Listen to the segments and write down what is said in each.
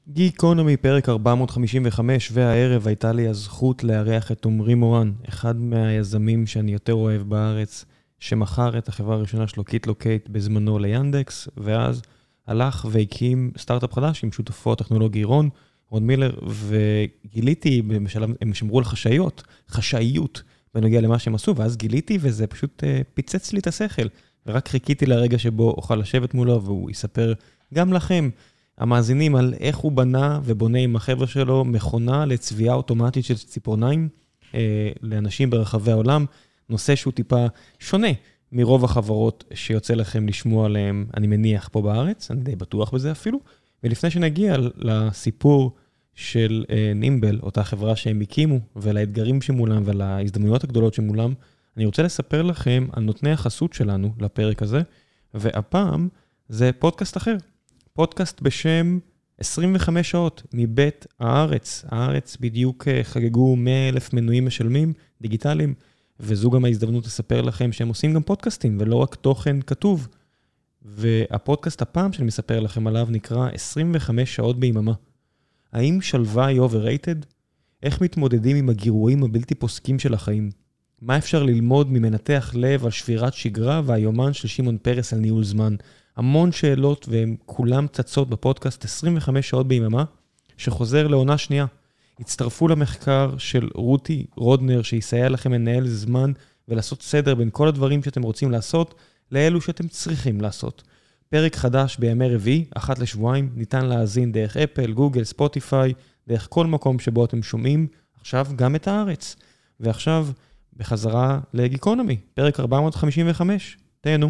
גיקונומי, פרק 455, והערב הייתה לי הזכות לארח את עומרי מורן, אחד מהיזמים שאני יותר אוהב בארץ, שמכר את החברה הראשונה שלו, קיטלוקייט, בזמנו ליאנדקס, ואז הלך והקים סטארט-אפ חדש עם שותפו הטכנולוגי רון מילר, וגיליתי, הם שמרו על חשאיות, בנוגע למה שהם עשו, ואז גיליתי, וזה פשוט פיצץ לי את השכל, ורק חיכיתי לרגע שבו אוכל לשבת מולו, והוא יספר גם לכם, המאזינים, על איך הוא בנה ובונה עם החבר'ה שלו מכונה לצביעה אוטומטית של ציפורניים לאנשים ברחבי העולם, נושא שהוא טיפה שונה מרוב החברות שיוצא לכם לשמוע עליהם, אני מניח פה בארץ, אני די בטוח בזה אפילו, ולפני שנגיע לסיפור של נימבל, אותה חברה שהם הקימו, ולאתגרים שמולם ולהזדמנויות הגדולות שמולם, אני רוצה לספר לכם על נותני החסות שלנו לפרק הזה, והפעם זה פודקאסט אחר. פודקאסט בשם 25 שעות מבית הארץ. הארץ בדיוק חגגו 100,000 מנויים משלמים דיגיטליים, וזו גם ההזדמנות לספר לכם שהם עושים גם פודקאסטים, ולא רק תוכן כתוב. והפודקאסט הפעם שאני מספר לכם עליו נקרא 25 שעות ביממה. האם שלווה היא overrated? איך מתמודדים עם הגירויים הבלתי פוסקים של החיים? מה אפשר ללמוד ממנתח לב על שבירת שגרה והיומן של שמעון פרס על ניהול זמן? המון שאלות והן כולם צצות בפודקאסט 25 שעות ביממה, שחוזר לעונה שנייה. הצטרפו למחקר של רותי רודנר, שיסייע לכם לנהל זמן ולעשות סדר בין כל הדברים שאתם רוצים לעשות, לאלו שאתם צריכים לעשות. פרק חדש בימי רביעי, אחת לשבועיים, ניתן להאזין דרך אפל, גוגל, ספוטיפיי, דרך כל מקום שבו אתם שומעים, עכשיו גם את הארץ. ועכשיו, בחזרה לגיקונומי, פרק 455. תהנו.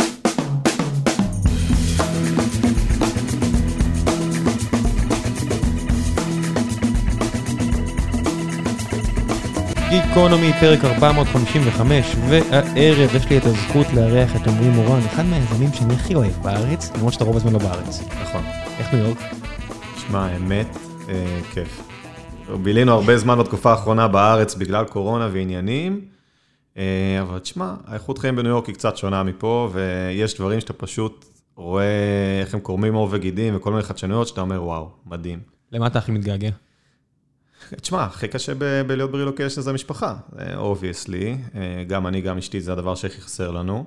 גיקונומי, פרק 455, והערב יש לי את הזכות לארח את עומרי מורן, אחד מהיזמים שאני הכי אוהב בארץ, למרות שאתה רוב הזמן לא בארץ. נכון. איך ניו יורק? תשמע, האמת, כיף. בילינו הרבה זמן בתקופה האחרונה בארץ בגלל קורונה ועניינים, אבל תשמע, האיכות חיים בניו יורק היא קצת שונה מפה, ויש דברים שאתה פשוט רואה איך הם קורמים עור וגידים, וכל מיני חדשנויות שאתה אומר, וואו, מדהים. למה אתה הכי מתגעגע? תשמע, הכי קשה בלהיות ברילוקיישן זה המשפחה, obviously, גם אני, גם אשתי, זה הדבר שהכי חסר לנו.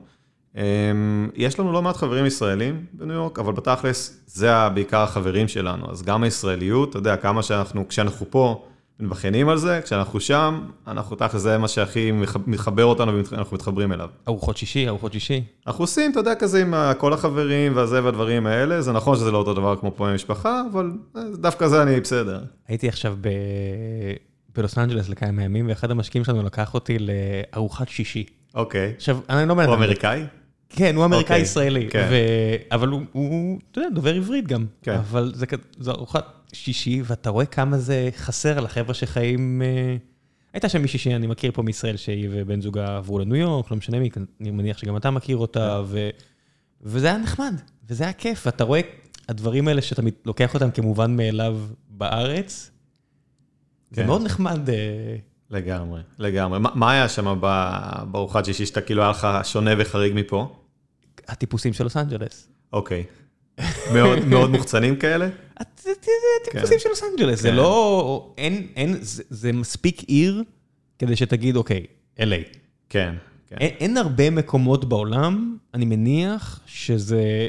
יש לנו לא מעט חברים ישראלים בניו יורק, אבל בתכלס זה בעיקר החברים שלנו, אז גם הישראליות, אתה יודע, כמה כשאנחנו פה מתבחנים על זה, כשאנחנו שם, אנחנו תכלס זה מה שהכי מתחבר אותנו ואנחנו מתחברים אליו. ארוחות שישי. אנחנו עושים, אתה יודע, כזה עם כל החברים והזה והדברים האלה, זה נכון שזה לא אותו דבר כמו פה עם המשפחה, אבל דווקא זה אני בסדר. הייתי עכשיו בלוס אנג'לס לכמה ימים, ואחד המשקיעים שלנו לקח אותי לארוחת שישי. אוקיי. עכשיו, אני לא מבין. הוא אמריקאי? כן, הוא אמריקאי ישראלי. כן. אבל הוא, אתה יודע, דובר עברית גם. כן. אבל זו ארוחת שישי, ואתה רואה כמה זה חסר לחבר'ה שחיים... הייתה שם מישהי שאני מכיר פה מישראל, שהיא ובן זוגה עברו לניו יורק, לא משנה מי, אני מניח שגם אתה מכיר אותה, וזה היה נחמד, וזה היה כיף. ואתה רואה הדברים האלה שאתה לוקח אותם כמובן מאליו בארץ, זה מאוד נחמד. לגמרי. מה היה שם בארוחת שישי שאתה כאילו היה לך שונה וחריג מפה? הטיפוסים של לוס אנג'לס. אוקיי. מאוד מוחצנים כאלה? הטיפוסים של לוס אנג'לס. זה לא... זה מספיק עיר כדי שתגיד, אוקיי, LA. כן. אין הרבה מקומות בעולם, אני מניח שזה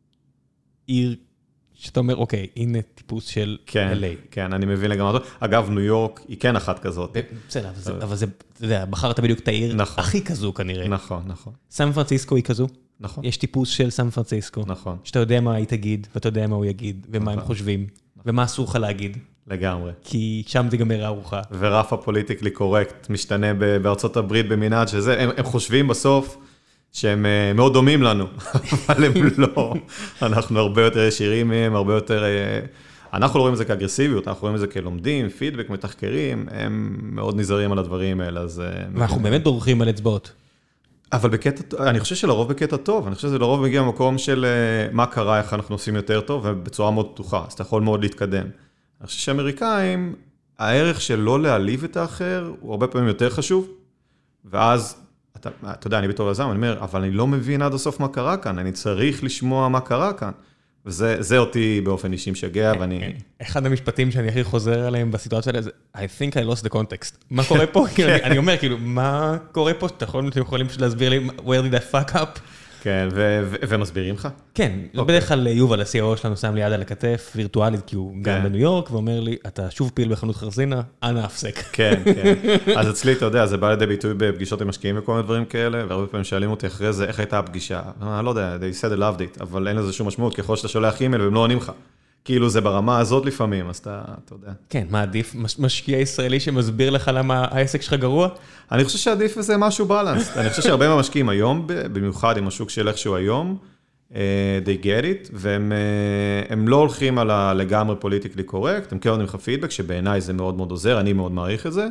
עיר שאתה אומר, אוקיי, הנה טיפוס של LA. כן, אני מבין לגמרי. אגב, ניו יורק היא כן אחת כזאת. בסדר, אבל זה, אתה יודע, בחרת בדיוק את העיר הכי כזו כנראה. נכון. סן פרנסיסקו היא כזו. נכון. יש טיפוס של סן פרנסיסקו. נכון. שאתה יודע מה היא תגיד, ואתה יודע מה הוא יגיד, ומה הם חושבים, ומה אסור לך להגיד. לגמרי. כי שם זה גמר הארוחה. ורף הפוליטיקלי קורקט משתנה בארצות הברית במנעד שזה, הם חושבים בסוף שהם מאוד דומים לנו, אבל הם לא. אנחנו הרבה יותר ישירים מהם, הרבה יותר... אנחנו לא רואים את זה כאגרסיביות, אנחנו רואים את זה כלומדים, פידבק, מתחקרים, הם מאוד נזהרים על הדברים האלה, אז... ואנחנו באמת דורכים על אצבעות. אבל בקטע, אני חושב שלרוב בקטע טוב, אני חושב שזה לרוב מגיע ממקום של מה קרה, איך אנחנו עושים יותר טוב, ובצורה מאוד פתוחה, אז אתה יכול מאוד להתקדם. אני חושב שאמריקאים, הערך של לא להעליב את האחר, הוא הרבה פעמים יותר חשוב, ואז, אתה יודע, אני בתור יזם, אני אומר, אבל אני לא מבין עד הסוף מה קרה כאן, אני צריך לשמוע מה קרה כאן. וזה אותי באופן אישי משגע, ואני... אחד המשפטים שאני הכי חוזר עליהם בסיטואציה הזה, I think I lost the context. מה קורה פה? אני אומר, כאילו, מה קורה פה? אתם יכולים פשוט להסביר לי, where did I fuck up? כן, ומסבירים לך? כן, בדרך כלל יובל, ה-COO שלנו, שם לי יד על הכתף, וירטואלית, כי הוא גם בניו יורק, ואומר לי, אתה שוב פעיל בחנות חרזינה, אנא הפסק. כן, כן. אז אצלי, אתה יודע, זה בא לידי ביטוי בפגישות עם משקיעים וכל מיני דברים כאלה, והרבה פעמים שואלים אותי אחרי זה, איך הייתה הפגישה? אני לא יודע, they said I loved it, אבל אין לזה שום משמעות, ככל שאתה שולח אימייל והם לא עונים לך. כאילו זה ברמה הזאת לפעמים, אז אתה יודע. כן, מה עדיף? משקיע ישראלי שמסביר לך למה העסק שלך גרוע? אני חושב שעדיף וזה משהו בלנס. אני חושב שהרבה מהמשקיעים היום, במיוחד עם השוק של איכשהו היום, they get it, והם לא הולכים על לגמרי פוליטיקלי קורקט, הם כן נותנים לך פידבק, שבעיניי זה מאוד מאוד עוזר, אני מאוד מעריך את זה,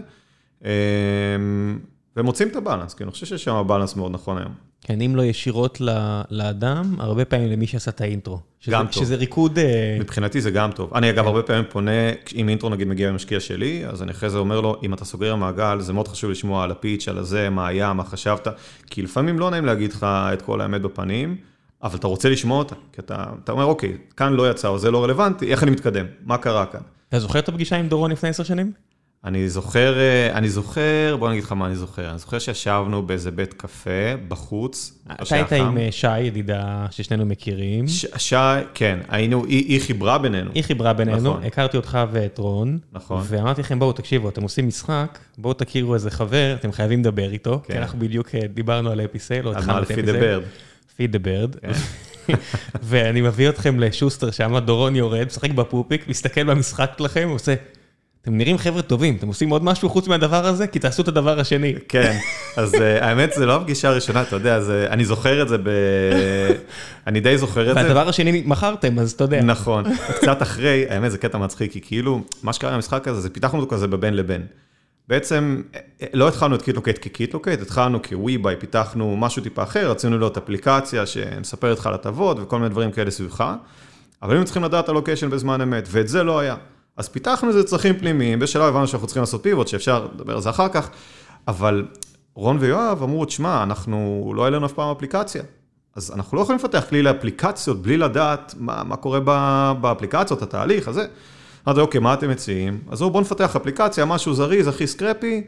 והם מוצאים את הבלנס, כי אני חושב שיש שם בלנס מאוד נכון היום. כן, אם לא ישירות לאדם, הרבה פעמים למי שעשה את האינטרו. גם טוב. שזה ריקוד... מבחינתי זה גם טוב. אני אגב הרבה פעמים פונה, אם אינטרו נגיד מגיע במשקיע שלי, אז אני אחרי זה אומר לו, אם אתה סוגר המעגל, זה מאוד חשוב לשמוע על הפיץ', על הזה, מה היה, מה חשבת, כי לפעמים לא נעים להגיד לך את כל האמת בפנים, אבל אתה רוצה לשמוע אותה, כי אתה אומר, אוקיי, כאן לא יצא, או זה לא רלוונטי, איך אני מתקדם? מה קרה כאן? אתה זוכר את הפגישה עם דורון לפני 10 שנים? אני זוכר, בוא נגיד לך מה אני זוכר. אני זוכר שישבנו באיזה בית קפה, בחוץ. אתה היית עם שי, ידידה ששנינו מכירים. שי, כן, היא חיברה בינינו. היא חיברה בינינו, הכרתי אותך ואת רון. נכון. ואמרתי לכם, בואו תקשיבו, אתם עושים משחק, בואו תכירו איזה חבר, אתם חייבים לדבר איתו, כי אנחנו בדיוק דיברנו על אפיסייל, או התחלנו את אפיסייל. Feed the bird. ואני מביא אתכם לשוסטר שם, דורון יורד, משחק בפופיק, מסתכל במשחק לכם, ועושה... אתם נראים חבר'ה טובים, אתם עושים עוד משהו חוץ מהדבר הזה, כי תעשו את הדבר השני. כן, אז האמת זה לא הפגישה הראשונה, אתה יודע, אני זוכר את זה אני די זוכר את זה. והדבר השני מכרתם, אז אתה יודע. נכון, קצת אחרי, האמת זה קטע מצחיק, כי כאילו, מה שקרה במשחק הזה, זה פיתחנו אותו כזה בבין לבין. בעצם, לא התחלנו את קיטלוקייט כקיטלוקייט, התחלנו כוויביי, פיתחנו משהו טיפה אחר, רצינו להיות אפליקציה שמספרת לך על הטבות וכל מיני דברים כאלה סביבך, אבל הם צריכים לדעת הלוקיישן בזמן אמת, ואת זה לא היה. אז פיתחנו איזה צרכים פנימיים, בשלב הבנו שאנחנו צריכים לעשות פיבוט, שאפשר לדבר על זה אחר כך, אבל רון ויואב אמרו, תשמע, אנחנו לא היה לנו אף פעם אפליקציה, אז אנחנו לא יכולים לפתח כלי לאפליקציות, בלי לדעת מה קורה באפליקציות, התהליך הזה. אמרתי, אוקיי, מה אתם מציעים? אז בואו נפתח אפליקציה, משהו זריז, הכי סקרפי,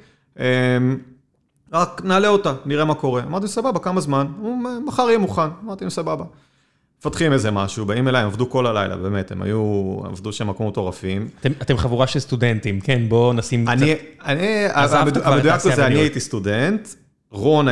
רק נעלה אותה, נראה מה קורה. אמרתי, סבבה, כמה זמן? מחר יהיה מוכן. אמרתי, סבבה. מפתחים איזה משהו, באים אליי, הם עבדו כל הלילה, באמת, הם עבדו שם מקום מטורפים. אתם חבורה של סטודנטים, כן, בואו נשים... המדויק הזה, אני הייתי סטודנט, רון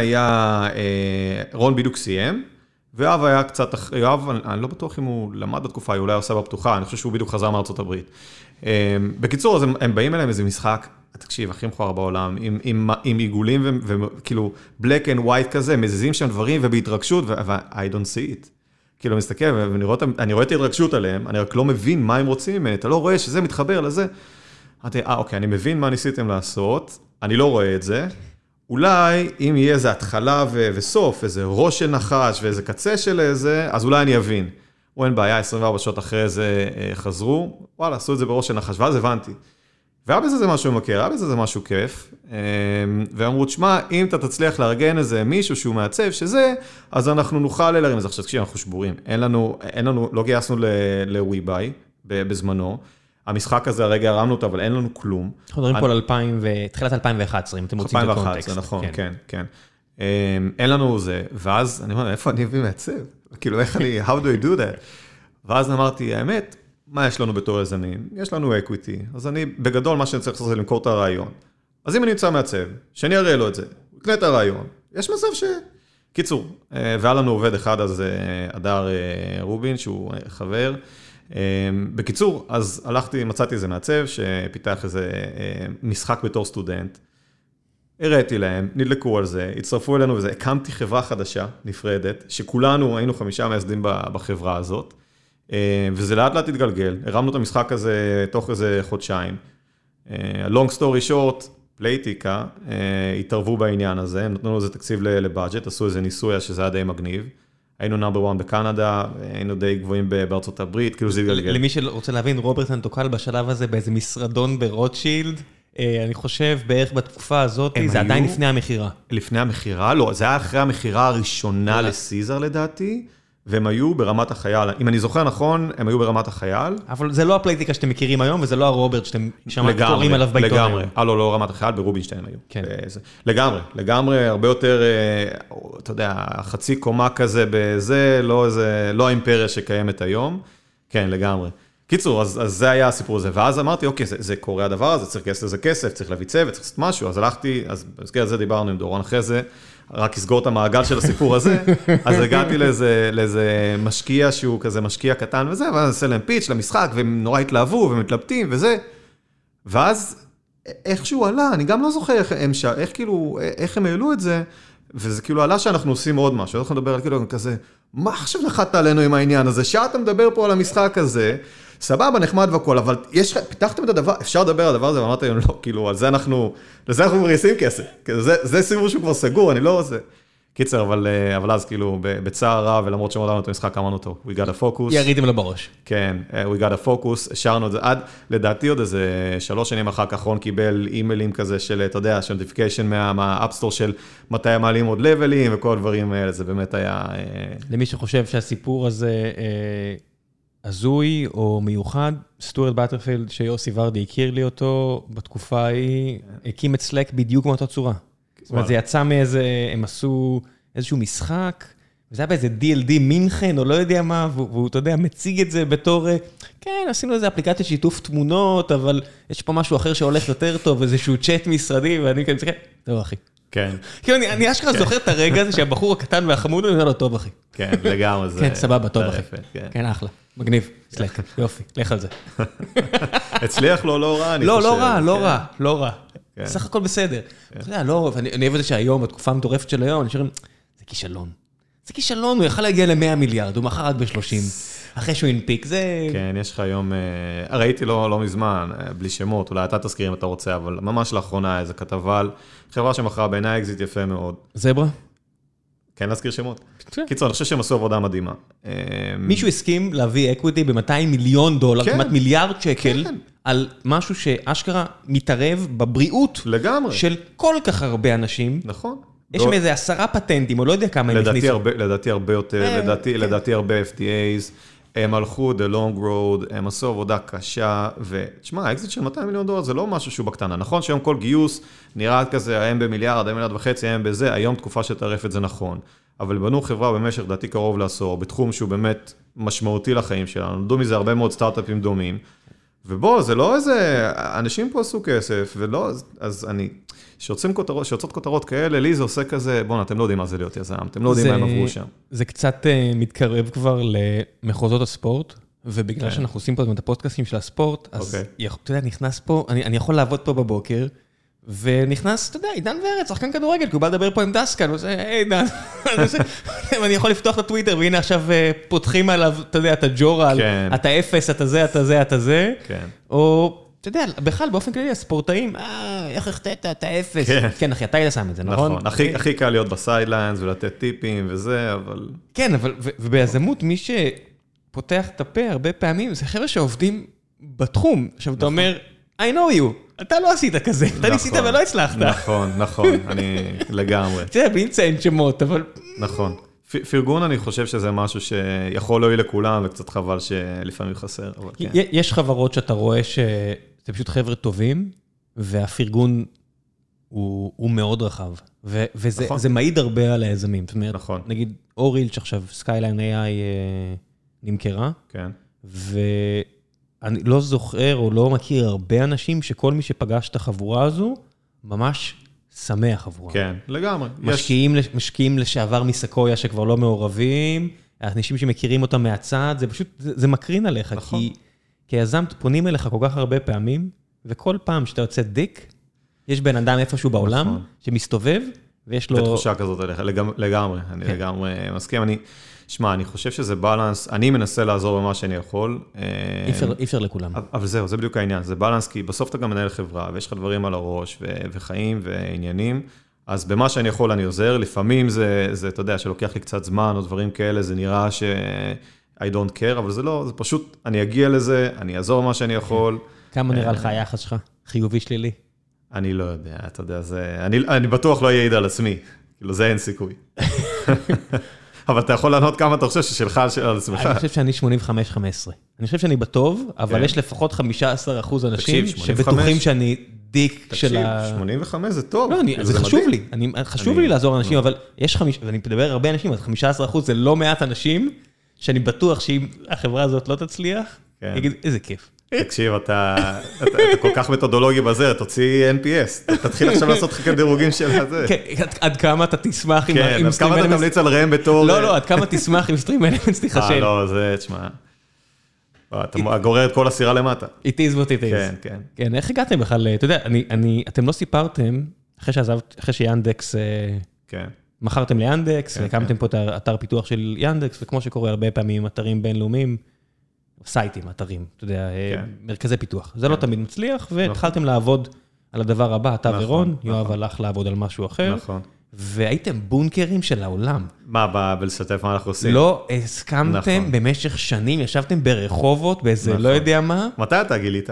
בדיוק סיים, ויואב היה קצת, יואב, אני לא בטוח אם הוא למד בתקופה, אולי עושה בפתוחה, אני חושב שהוא בדיוק חזר מארצות הברית. בקיצור, אז הם באים אליהם איזה משחק, תקשיב, הכי מכוער בעולם, עם עיגולים וכאילו black and white כזה, מזיזים שם דברים ובהתרגשות, ו-I don't see it. כאילו, מסתכל, ואני רואה את ההתרגשות עליהם, אני רק לא מבין מה הם רוצים ממני, אתה לא רואה שזה מתחבר לזה. אמרתי, אוקיי, אני מבין מה ניסיתם לעשות, אני לא רואה את זה, אולי אם יהיה איזה התחלה וסוף, איזה ראש של נחש ואיזה קצה של איזה, אז אולי אני אבין. או אין בעיה, 24 שעות אחרי זה חזרו, וואלה, עשו את זה בראש של נחש, ואז הבנתי. והיה בזה זה משהו מכיר, היה בזה זה משהו כיף, ואמרו, תשמע, אם אתה תצליח לארגן איזה מישהו שהוא מעצב שזה, אז אנחנו נוכל להרים את זה. עכשיו, אנחנו שבורים, אין לנו, לא גייסנו לוויביי בזמנו, המשחק הזה הרגע הרמנו אותו, אבל אין לנו כלום. אנחנו מדברים פה על תחילת 2011, אם אתם רוצים את הקונטקסט. 2011, נכון, כן, כן. אין לנו זה, ואז אני אומר, איפה אני אביא מעצב? כאילו, איך אני, how do I do that? ואז אמרתי, האמת, מה יש לנו בתור יזמים? יש לנו אקוויטי, אז אני, בגדול, מה שאני צריך לעשות זה למכור את הרעיון. אז אם אני נמצא מעצב, שאני אראה לו את זה, הוא יקנה את הרעיון, יש מצב קיצור, והיה לנו עובד אחד, אז אדר רובין, שהוא חבר, בקיצור, אז מצאתי איזה מעצב, שפיתח איזה משחק בתור סטודנט, הראיתי להם, נדלקו על זה, הצטרפו אלינו וזה, הקמתי חברה חדשה, נפרדת, שכולנו היינו 5 מייסדים בחברה הזאת, וזה לאט לאט התגלגל, הרמנו את המשחק הזה תוך איזה חודשיים. long story short, פלייטיקה, התערבו בעניין הזה, הם נתנו לו איזה תקציב לבאג'ט, עשו איזה ניסוי שזה היה די מגניב. היינו נאמבר 1 בקנדה, היינו די גבוהים בארצות הברית, כאילו זה התגלגל. למי שרוצה להבין, רוברט אנטוקל בשלב הזה באיזה משרדון ברוטשילד, אני חושב בערך בתקופה הזאת, זה עדיין לפני המחירה. לפני המחירה? לא, זה היה אחרי המחירה הראשונה לסיזר לדעתי, והם היו ברמת החייל. אם אני זוכר נכון, הם היו ברמת החייל. אבל זה לא הפלייטיקה שאתם מכירים היום, וזה לא הרוברט שאתם קוראים עליו בעיתון היום. לגמרי. לא רמת החייל, ברובינשטיין היו. כן. לגמרי, הרבה יותר, אתה יודע, חצי קומה כזה בזה, לא האימפריה שקיימת היום. כן, לגמרי. קיצור, אז זה היה הסיפור הזה, ואז אמרתי, אוקיי, זה קורה הדבר הזה, צריך לזה כסף, צריך להביא צוות, צריך לעשות משהו, אז הלכתי, אז במסגרת זה דיברנו עם דורון אחרי זה, רק לסגור את המעגל של הסיפור הזה, אז הגעתי לאיזה משקיע שהוא כזה משקיע קטן וזה, ואז עושה להם פיץ' למשחק, והם נורא התלהבו ומתלבטים וזה, ואז איכשהו עלה, אני גם לא זוכר איך הם העלו את זה, וזה כאילו עלה שאנחנו עושים עוד משהו, אנחנו נדבר על כאילו כזה, מה עכשיו נחת עלינו עם העניין הזה, שאתה מדבר פה על המשחק הזה, סבבה, נחמד והכל, אבל פיתחתם את הדבר, אפשר לדבר על הדבר הזה, ואמרתי היום, לא, כאילו, לזה אנחנו מריסים כסף, זה סיפור שהוא כבר סגור, אני לא עושה. קיצר, אבל אז כאילו, בצער רב, ולמרות שמודענו את המשחק, אמרנו אותו, we got a focus. יריתם לו בראש. כן, we got a focus, השארנו את זה עד, לדעתי עוד איזה 3 שנים אחר כך, רון קיבל אימיילים כזה של, אתה יודע, של notification מהאפסטור של מתי מעלים עוד לבלים, וכל הדברים האלה, זה באמת היה... למי שחושב שהסיפור הזה הזוי או מיוחד, סטוארט בטרפילד, שיוסי ורדי הכיר לי אותו, בתקופה ההיא, הקים את סלק בדיוק מאותה צורה. זאת אומרת, זה יצא מאיזה, הם עשו איזשהו משחק, וזה היה באיזה D&D מינכן, או לא יודע מה, והוא, אתה יודע, מציג את זה בתור, כן, עשינו איזה אפליקציה שיתוף תמונות, אבל יש פה משהו אחר שהולך יותר טוב, איזשהו צ'אט משרדי, ואני כאן, טוב, אחי. כן. כאילו, אני אשכרה זוכר את הרגע הזה, שהבחור הקטן והחמוד, אני אומר לו, טוב, אחי. כן, לגמרי זה... כן, סבבה, טוב, אחי. כן, אחלה. מגניב, סלק, יופי, לך על זה. הצליח לו, לא רע, אני חושב. לא רע. סך הכל בסדר. אתה יודע, לא, אני אוהב את זה שהיום, בתקופה המטורפת של היום, אני חושב, זה כישלון. זה כישלון, הוא יכל להגיע ל100 מיליארד, הוא מכר רק ב30. אחרי שהוא הנפיק, זה... כן, יש לך היום, ראיתי לא מזמן, בלי שמות, אולי אתה תזכיר אם אתה רוצה, אבל ממש לאחרונה איזה כתבה על חברה שמכרה בעיניי אקזיט יפה מאוד. זברה? כן, להזכיר שמות. קיצור, אני חושב שהם עשו עבודה מדהימה. מישהו הסכים להביא אקוויטי ב$200 מיליון, כמעט מיליארד שקל, על משהו שאשכרה מתערב בבריאות של כל כך הרבה אנשים. נכון. יש שם איזה 10 פטנטים, או לא יודע כמה הם הכניסו. לדעתי הרבה יותר, לדעתי הרבה FDAs, הם הלכו the long road, הם עשו עבודה קשה, ותשמע, האקזיט של $200 מיליון זה לא משהו שהוא בקטנה. נכון שהיום כל גיוס נראה כזה, הם במיליארד, הם מיליארד וחצי, הם בזה, היום תקופה שתערפת זה נכון. אבל בנו חברה במשך דעתי קרוב לעשור, בתחום שהוא באמת משמעותי לחיים שלנו, נולדו מזה הרבה מאוד סטארט-אפים דומים, ובוא, זה לא איזה, אנשים פה עשו כסף, ולא, אז אני, שיוצאות כותרות כאלה, לי זה עושה כזה, בואו, אתם לא יודעים מה זה להיות יזם, אתם לא יודעים מה הם עברו שם. זה קצת מתקרב כבר למחוזות הספורט, ובגלל שאנחנו עושים פה את הפודקאסטים של הספורט, אז אתה יודע, נכנס פה, אני יכול לעבוד פה בבוקר, ונכנס, אתה יודע, עידן ורד, שחקן כדורגל, כי הוא בא לדבר פה עם דסקל, הוא עושה, היי עידן, אני יכול לפתוח את הטוויטר, והנה עכשיו פותחים עליו, אתה יודע, את הג'ורה, אתה אפס, אתה זה, אתה זה, אתה זה, או, אתה יודע, בכלל, באופן כללי, הספורטאים, איך החטאת, אתה אפס, כן, אחי, אתה היית שם את זה, נכון? נכון, הכי קל להיות בסיידליינס, ולתת טיפים וזה, אבל... כן, אבל, וביזמות, מי שפותח את הפה הרבה פעמים, זה חבר'ה שעובדים בתחום, עכשיו אתה אומר, I know you. אתה לא עשית כזה, אתה ניסית ולא הצלחת. נכון, אני לגמרי. אתה יודע, בלי לציין שמות, אבל... נכון. פרגון, אני חושב שזה משהו שיכול להועיל לכולם, וקצת חבל שלפעמים חסר. יש חברות שאתה רואה שזה פשוט חבר'ה טובים, והפרגון הוא מאוד רחב. וזה מעיד הרבה על היזמים. נכון. נגיד, אורילץ' עכשיו, סקייליין AI נמכרה. כן. אני לא זוכר או לא מכיר הרבה אנשים שכל מי שפגש את החבורה הזו, ממש שמח עבורה. כן, לגמרי. משקיעים לשעבר מסקויה שכבר לא מעורבים, אנשים שמכירים אותם מהצד, זה פשוט, זה מקרין עליך, כי כיזם פונים אליך כל כך הרבה פעמים, וכל פעם שאתה יוצא דיק, יש בן אדם איפשהו בעולם שמסתובב, ויש לו... בתחושה כזאת עליך, לגמרי, אני לגמרי מסכים, שמע, אני חושב שזה בלנס, אני מנסה לעזור במה שאני יכול. אי אפשר לכולם. אבל זהו, זה בדיוק העניין, זה בלנס, כי בסוף אתה גם מנהל חברה, ויש לך דברים על הראש, וחיים ועניינים, אז במה שאני יכול אני עוזר, לפעמים זה, אתה יודע, שלוקח לי קצת זמן, או דברים כאלה, זה נראה I don't care, אבל זה לא, זה פשוט, אני אגיע לזה, אני אעזור במה שאני יכול. כמה נראה לך היחס שלך? חיובי שלילי? אני לא יודע, אתה יודע, אני בטוח לא אעיד על עצמי, כאילו זה אין סיכוי. אבל אתה יכול לענות כמה אתה חושב ששלך על עצמך. אני חושב שאני 85-15. אני חושב שאני בטוב, אבל יש לפחות 15% אנשים שבטוחים שאני דיק של ה... 85 זה טוב. לא, זה חשוב לי. חשוב לי לעזור לאנשים, אבל יש ואני מדבר הרבה אנשים, אז 15% זה לא מעט אנשים, שאני בטוח שאם החברה הזאת לא תצליח, אני אגיד, איזה כיף. תקשיב, אתה כל כך מתודולוגי בזה, תוציא NPS, תתחיל עכשיו לעשות חקר דירוגים של זה. כן, עד כמה אתה תשמח עם כן, עד כמה אתה תמליץ על ראם בתור... לא, עד כמה תשמח עם סטרים אלמנטס תיחשב. לא, זה, תשמע, אתה גורר את כל הסירה למטה. It is what it is. כן, כן. כן, איך הגעתם בכלל, אתה יודע, אתם לא סיפרתם, אחרי שיאנדקס, מכרתם ליאנדקס, הקמתם פה את האתר פיתוח של יאנדקס, וכמו שקורה הרבה פעמים, אתרים בינלאומיים, סייטים, אתרים, אתה יודע, מרכזי פיתוח. זה לא תמיד מצליח, והתחלתם לעבוד על הדבר הבא, אתה ורון, יואב הלך לעבוד על משהו אחר, והייתם בונקרים של העולם. מה, בלשתף מה אנחנו עושים? לא הסכמתם במשך שנים, ישבתם ברחובות, באיזה לא יודע מה. מתי אתה גילית?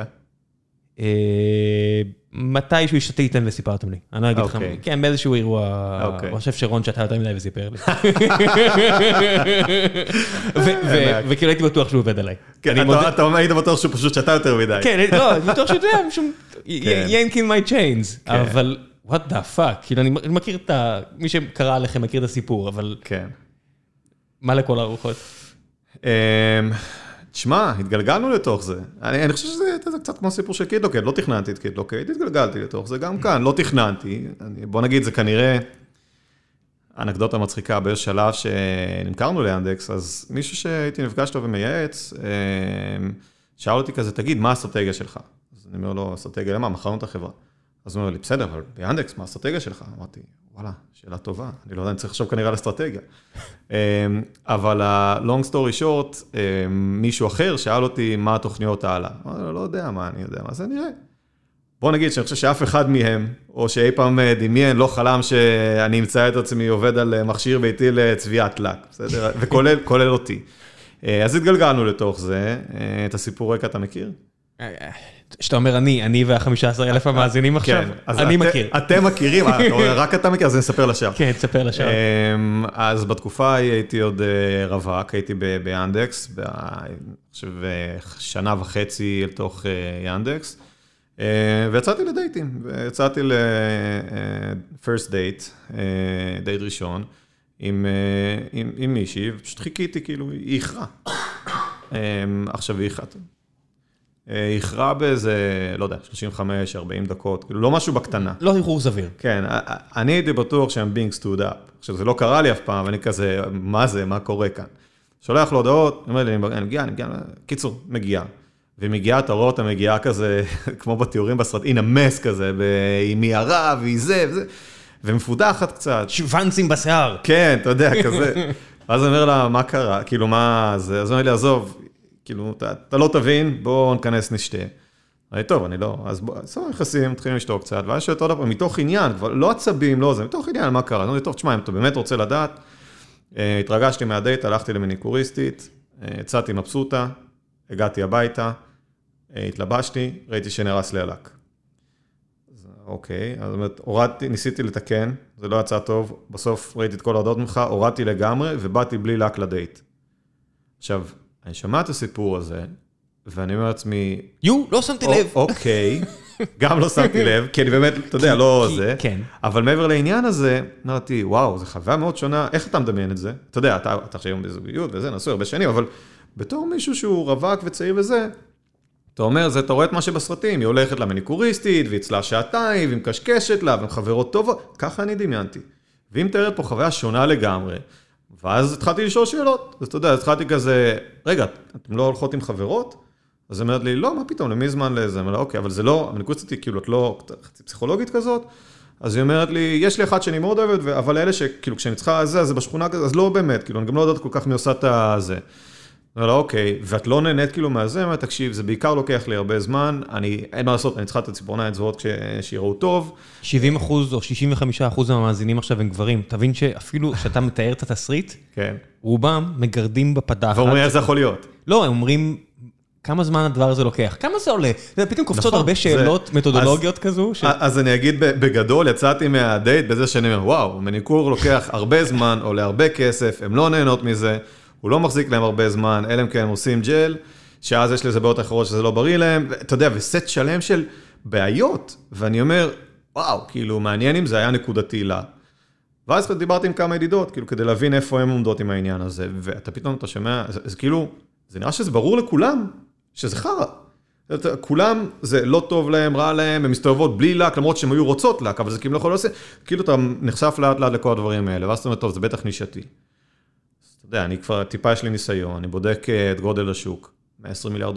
מתי שהוא השתתיתם וסיפרתם לי. אני לא אגיד לכם, כן, באיזשהו אירוע, אני חושב שרון שאתה יותר מדי וסיפר לי. וכאילו הייתי בטוח שהוא עובד עליי. אתה היית בטוח שהוא פשוט שאתה יותר מדי. כן, לא, אני בטוח שאתה יודע, משום, ינקין my chains, אבל what the fuck, כאילו אני מכיר את מי שקרא עליכם מכיר את הסיפור, אבל מה לכל הרוחות? תשמע, התגלגלנו לתוך זה. אני חושב שזה קצת כמו סיפור של קידלוקייט, לא תכננתי את קידלוקייט, התגלגלתי לתוך זה, גם כאן, לא תכננתי. בוא נגיד, זה כנראה אנקדוטה מצחיקה, באיזשהו שלב שנמכרנו ליאנדקס, אז מישהו שהייתי נפגש לו ומייעץ, שאל אותי כזה, תגיד, מה האסטרטגיה שלך? אז אני אומר לו, אסטרטגיה למה? מכרנו את החברה. אז הוא אומר לי, בסדר, אבל ביאנדקס, מה האסטרטגיה שלך? אמרתי, וואלה, שאלה טובה. אני לא יודע, אני צריך לחשוב כנראה על אסטרטגיה. אבל ה-long story short, מישהו אחר שאל אותי מה התוכניות הלאה. אמרתי לו, לא יודע מה אני יודע, מה זה נראה. בוא נגיד שאני חושב שאף אחד מהם, או שאי פעם דמיין, לא חלם שאני אמצא את עצמי עובד על מכשיר ביתי לצביעת לק, בסדר? וכולל אותי. אז התגלגלנו לתוך זה. את הסיפור רקע אתה מכיר? שאתה אומר אני וה-15,000 המאזינים עכשיו, אני מכיר. אתם מכירים, רק אתה מכיר, אז אני אספר לשאר. כן, תספר לשאר. אז בתקופה הייתי עוד רווק, הייתי ביאנדקס, אני חושב שנה וחצי לתוך יאנדקס, ויצאתי לדייטים, ויצאתי ל-first date, דייט ראשון, עם מישהי, ופשוט חיכיתי, כאילו, היא איחרה. עכשיו היא איחרה. הכרע באיזה, לא יודע, 35-40 דקות, כאילו לא משהו בקטנה. לא איחור סביר. כן, אני הייתי בטוח שהם being stood up. עכשיו, זה לא קרה לי אף פעם, ואני כזה, מה זה, מה קורה כאן? שולח לו הודעות, אומר לי, אני מגיע, קיצור, מגיע. ומגיעה, אתה רואה אותה מגיעה כזה, כמו בתיאורים בסרט, הנה מס כזה, היא מיהרה, והיא זה, וזה, ומפודחת קצת. שוונצים בשיער. כן, אתה יודע, כזה. אז אני אומר לה, מה קרה? כאילו, מה זה? אז אני אומר לי, עזוב, כאילו, אתה לא תבין, בואו נכנס נשתה. טוב, אני לא, אז בואו נכנסים, מתחילים לשתוק קצת, ואז שואלת עוד פעם, מתוך עניין, לא עצבים, לא זה, מתוך עניין, מה קרה? אני אומר, טוב, תשמע, אם אתה באמת רוצה לדעת, התרגשתי מהדייט, הלכתי למניקוריסטית, יצאתי מבסוטה, הגעתי הביתה, התלבשתי, ראיתי שנרס לי הלק. אוקיי, אז הורדתי, ניסיתי לתקן, זה לא יצא טוב, בסוף ראיתי את כל ההודעות ממך, הורדתי לגמרי, ובאתי בלי לק לדייט. עכשיו, אני שמע את הסיפור הזה, ואני אומר לעצמי... לא שמתי לב. אוקיי, גם לא שמתי לב, כי אני באמת, אתה יודע, לא זה. כן. אבל מעבר לעניין הזה, אמרתי, וואו, זו חוויה מאוד שונה, איך אתה מדמיין את זה? אתה יודע, אתה עכשיו בזוגיות וזה, נעשו הרבה שנים, אבל בתור מישהו שהוא רווק וצעיר וזה, אתה אומר, אתה רואה את מה שבסרטים, היא הולכת למניקוריסטית, והיא אצלה שעתיים, והיא מקשקשת לה, והן חברות טובות, ככה אני דמיינתי. והיא מתארת פה חוויה שונה לגמרי, ואז התחלתי לשאול שאלות, אז אתה יודע, התחלתי כזה, רגע, אתם לא הולכות עם חברות? אז היא אומרת לי, לא, מה פתאום, למי זמן לזה? אמרה, אוקיי, אבל זה לא, המניקוריסטית היא כאילו, את לא חצי פסיכולוגית כזאת, אז היא אומרת לי, יש לי אחד שאני מאוד אוהבת, אבל אלה שכאילו, כשאני צריכה זה בשכונה כזה, אז לא באמת, כאילו, אני גם לא יודעת כל כך מי עושה את זה. לא, אוקיי, ואת לא נהנית כאילו מהזה, מה תקשיב, זה בעיקר לוקח לי הרבה זמן, אין מה לעשות, אני צריכה את הציפורניים זרועות שיראו טוב. 70% או 65% מהמאזינים עכשיו הם גברים, תבין שאפילו שאתה מתאר את התסריט, רובם מגרדים בפדחת. ואומרים איך זה יכול להיות. לא, הם אומרים, כמה זמן הדבר הזה לוקח? כמה זה עולה? פתאום קופצות הרבה שאלות מתודולוגיות כזו. אז אני אגיד בגדול, יצאתי מהדייט בזה שאני אומר, וואו, מניקור לוקח הרבה זמן, עולה הרבה כסף, הם לא נהנות מזה, הוא לא מחזיק להם הרבה זמן, אלא אם כן הם עושים ג'ל, שאז יש לזה בעיות אחרות שזה לא בריא להם, אתה יודע, וסט שלם של בעיות, ואני אומר, וואו, כאילו, מעניין אם זה היה נקודתי לה. ואז דיברתי עם כמה ידידות, כאילו, כדי להבין איפה הם עומדות עם העניין הזה, ואתה פתאום, אתה שומע, זה כאילו, זה נראה שזה ברור לכולם, שזה חרא. כולם, זה לא טוב להם, רע להם, הם מסתובבות בלי לק, למרות שהם היו רוצות לק, אבל זה כאילו לא יכול לעשות, כאילו אתה נחשף לאט לאט לכל הדברים האלה, ואז אתה אומר, טוב, זה בטח נישתי. אתה יודע, אני כבר, טיפה יש לי ניסיון, אני בודק את גודל השוק, $120 מיליארד.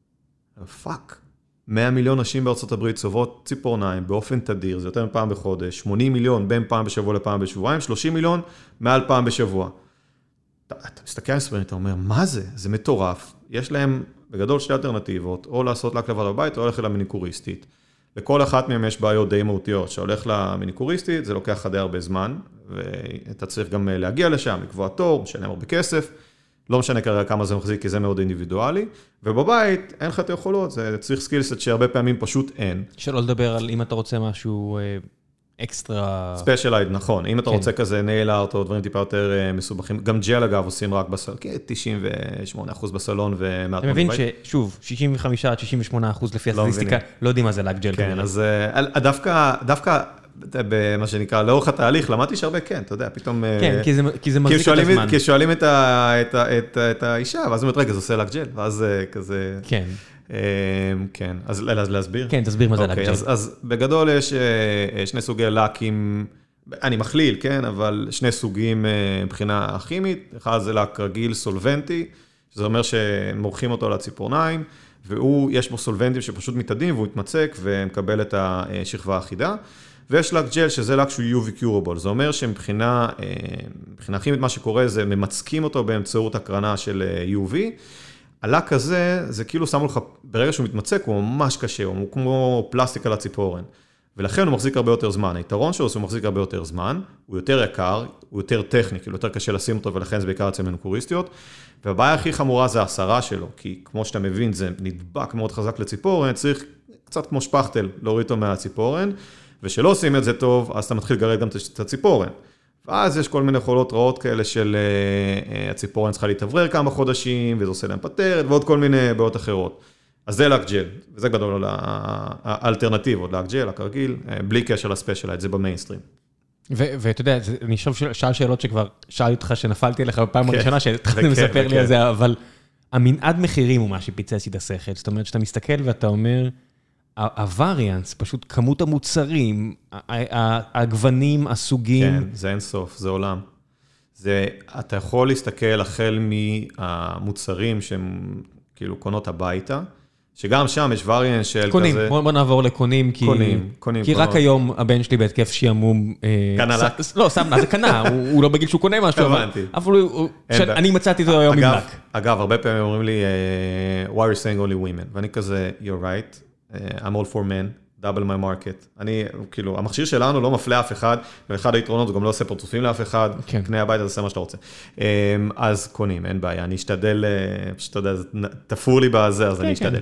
פאק. 100 מיליון נשים בארצות הברית צובות ציפורניים באופן תדיר, זה יותר מפעם בחודש, 80 מיליון בין פעם בשבוע לפעם בשבועיים, 30 מיליון מעל פעם בשבוע. אתה מסתכל על הספרים, אתה אומר, מה זה? זה מטורף. יש להם בגדול שתי אלטרנטיבות, או לעשות לק לבד בבית, או ללכת למיניקוריסטית. לכל אחת מהם יש בעיות די מהותיות. שהולך למיניקוריסטית, זה לוקח די הרבה זמן, ואתה צריך גם להגיע לשם, לקבוע תור, משלם הרבה כסף, לא משנה כרגע כמה זה מחזיק, כי זה מאוד אינדיבידואלי, ובבית אין לך את היכולות, זה צריך סקילסט שהרבה פעמים פשוט אין. שלא לדבר על אם אתה רוצה משהו אקסטרה... ספיישלייד, נכון. אם אתה רוצה כזה נייל ארט או דברים טיפה יותר מסובכים, גם ג'ל אגב עושים רק בסלון, 98% בסלון ומעט... אתה מבין ששוב, 65-68% לפי הסטטיסטיקה, לא יודעים מה זה לק ג'ל. כן, אז דווקא במה שנקרא, לאורך התהליך, למדתי שהרבה כן, אתה יודע, פתאום... כן, כי זה מחזיק את הזמן. כי שואלים את האישה, ואז אומרת, רגע, זה עושה לק ג'ל, ואז כזה... כן. כן, אז להסביר? כן, תסביר מה זה לק ג'ל. אז בגדול יש שני סוגי לקים, אני מכליל, כן, אבל שני סוגים מבחינה כימית, אחד זה לק רגיל סולבנטי, שזה אומר שמורחים אותו לציפורניים, יש בו סולבנטים שפשוט מתאדים, והוא יתמצק ומקבל את השכבה האחידה, ויש לק ג'ל, שזה לק שהוא UV curable, זה אומר שמבחינה כימית מה שקורה זה ממצקים אותו באמצעות הקרנה של UV, הלק הזה, זה כאילו שמו לך, ברגע שהוא מתמצק, הוא ממש קשה, הוא כמו פלסטיק על הציפורן, ולכן הוא מחזיק הרבה יותר זמן. היתרון שלו הוא מחזיק הרבה יותר זמן, הוא יותר יקר, הוא יותר טכני, כאילו יותר קשה לשים אותו, ולכן זה בעיקר אצל מניקוריסטיות, והבעיה הכי חמורה זה ההסרה שלו, כי כמו שאתה מבין, זה נדבק מאוד חזק לציפורן, צריך קצת כמו שפכטל להוריד אותו מהציפורן, ושלא עושים את זה טוב, אז אתה מתחיל לגרד גם את הציפורן. ואז יש כל מיני יכולות רעות כאלה של הציפורן צריכה להתאוורר כמה חודשים, וזה עושה להם פטרת, ועוד כל מיני בעיות אחרות. אז זה לק ג'ל, וזה גדול האלטרנטיבות, לק ג'ל, לק רגיל, בלי קשר לספיישלייט, זה במיינסטרים. ואתה יודע, אני שאל שאלות שכבר שאלתי אותך שנפלתי עליך בפעם הראשונה, שהתחלתי לספר לי על זה, אבל המנעד מחירים הוא מה שפיצץ את השכל. זאת אומרת, שאתה מסתכל ואתה אומר, הווריאנס, פשוט כמות המוצרים, הגוונים, הסוגים. כן, זה אין סוף, זה עולם. אתה יכול להסתכל החל מהמוצרים שהם כאילו קונות הביתה, שגם שם יש וריאנס של קונים, כזה... בוא נעבור לקונים, כי רק היום הבן שלי בהתקף שיעמום... קנה לק? לא, סתם, זה קנה, הוא לא בגיל שהוא קונה משהו, אבל אני מצאתי אותו היום עם לק. אגב, הרבה פעמים אומרים לי, why are you saying only women? ואני כזה, you're right. I'm all for men, double my market. אני, כאילו, המכשיר שלנו לא מפלה אף אחד, ואחד היתרונות, הוא גם לא עושה פרצופים לאף אחד, קנה הבית, אז עושה מה שאתה רוצה. אז קונים, אין בעיה, אני אשתדל, פשוט אתה יודע, תפור לי בזה, אז אני אשתדל.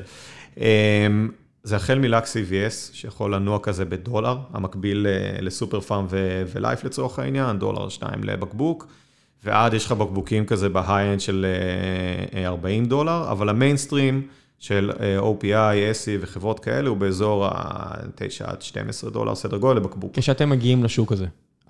זה החל מלק CVS, שיכול לנוע כזה בדולר, המקביל לסופר פארם ולייף לצורך העניין, $1-2 לבקבוק, ועד יש לך בקבוקים כזה בהיי-אנד של $40, אבל המיינסטרים, של OPI, SE וחברות כאלה, הוא באזור $9-12 סדר גודל לבקבוק. כשאתם מגיעים לשוק הזה,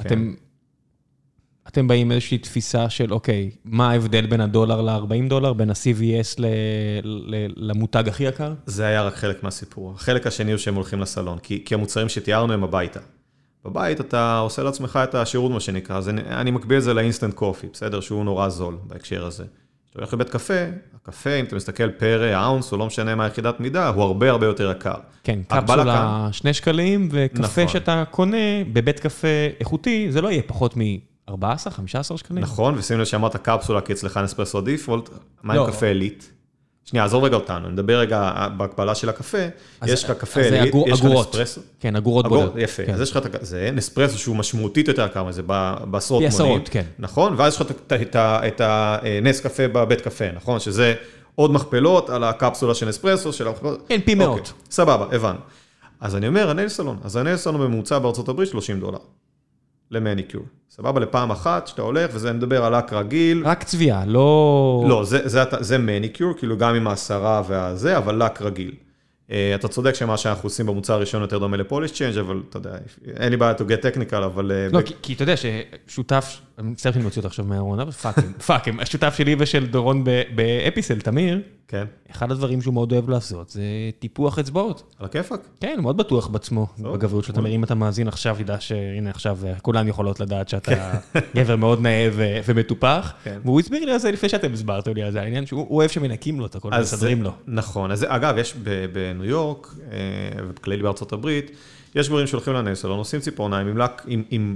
אתם באים איזושהי תפיסה של, אוקיי, מה ההבדל בין $1 ל$40, בין ה-CVS למותג הכי יקר? זה היה רק חלק מהסיפור. החלק השני הוא שהם הולכים לסלון, כי המוצרים שתיארנו הם הביתה. בבית אתה עושה לעצמך את השירות, מה שנקרא, אז אני מקביל את זה לאינסטנט קופי, בסדר? שהוא נורא זול בהקשר הזה. אתה הולך לבית קפה, הקפה, אם אתה מסתכל פר האונס, או לא משנה מה יחידת מידה, הוא הרבה הרבה יותר יקר. כן, קפסולה 2 שקלים, וקפה שאתה קונה בבית קפה איכותי, זה לא יהיה פחות מ-14-15 שקלים. נכון, ושימו לב שאמרת קפסולה, כי אצלך נספרסו דיפולט, מה עם קפה אליט? שנייה, עזוב רגע אותנו, נדבר רגע בהקבלה של הקפה, יש לך קפה אליט, יש לך נספרסו. כן, אגורות בודד. יפה, אז יש לך זה נספרסו שהוא משמעותית יותר יקר, זה בעשרות מונים. נכון, ואז יש לך את הנס קפה בבית קפה, נכון? שזה עוד מכפלות על הקפסולה של אספרסו, של המכפלות. כן, פי מאות. סבבה, הבנו. אז אני אומר, הנייל סלון. אז הנייל סלון בממוצע בארצות הברית $30. למניקיור. סבבה, לפעם אחת שאתה הולך, וזה מדבר על לק רגיל. רק צביעה, לא... לא, זה מניקיור, כאילו גם עם העשרה והזה, אבל לק רגיל. אתה צודק שמה שאנחנו עושים במוצר הראשון יותר דומה לפוליש צ'יינג', אבל אתה יודע, אין לי בעיה to get technical, אבל... לא, כי אתה יודע ששותף, אני מצטער שאני מוציא אותך עכשיו מהארון, אבל פאקים, השותף שלי ושל דורון באפיסל, תמיר, כן. אחד הדברים שהוא מאוד אוהב לעשות, זה טיפוח אצבעות. על הכיפק. כן, הוא מאוד בטוח בעצמו, בגברות שלו. תמיר, אם אתה מאזין עכשיו, ידע שהנה עכשיו, כולן יכולות לדעת שאתה גבר מאוד נאה ומטופח, והוא הסביר לי על זה לפני שאתם הסברתם לי על זה, העניין שהוא אוהב שמנקים לו את הכל, מסדרים לו. נכון, אז אגב, יש בניו יורק, וכללי בארצות הברית, יש גברים שהולכים לנייל סלון, עושים ציפורניים עם לק,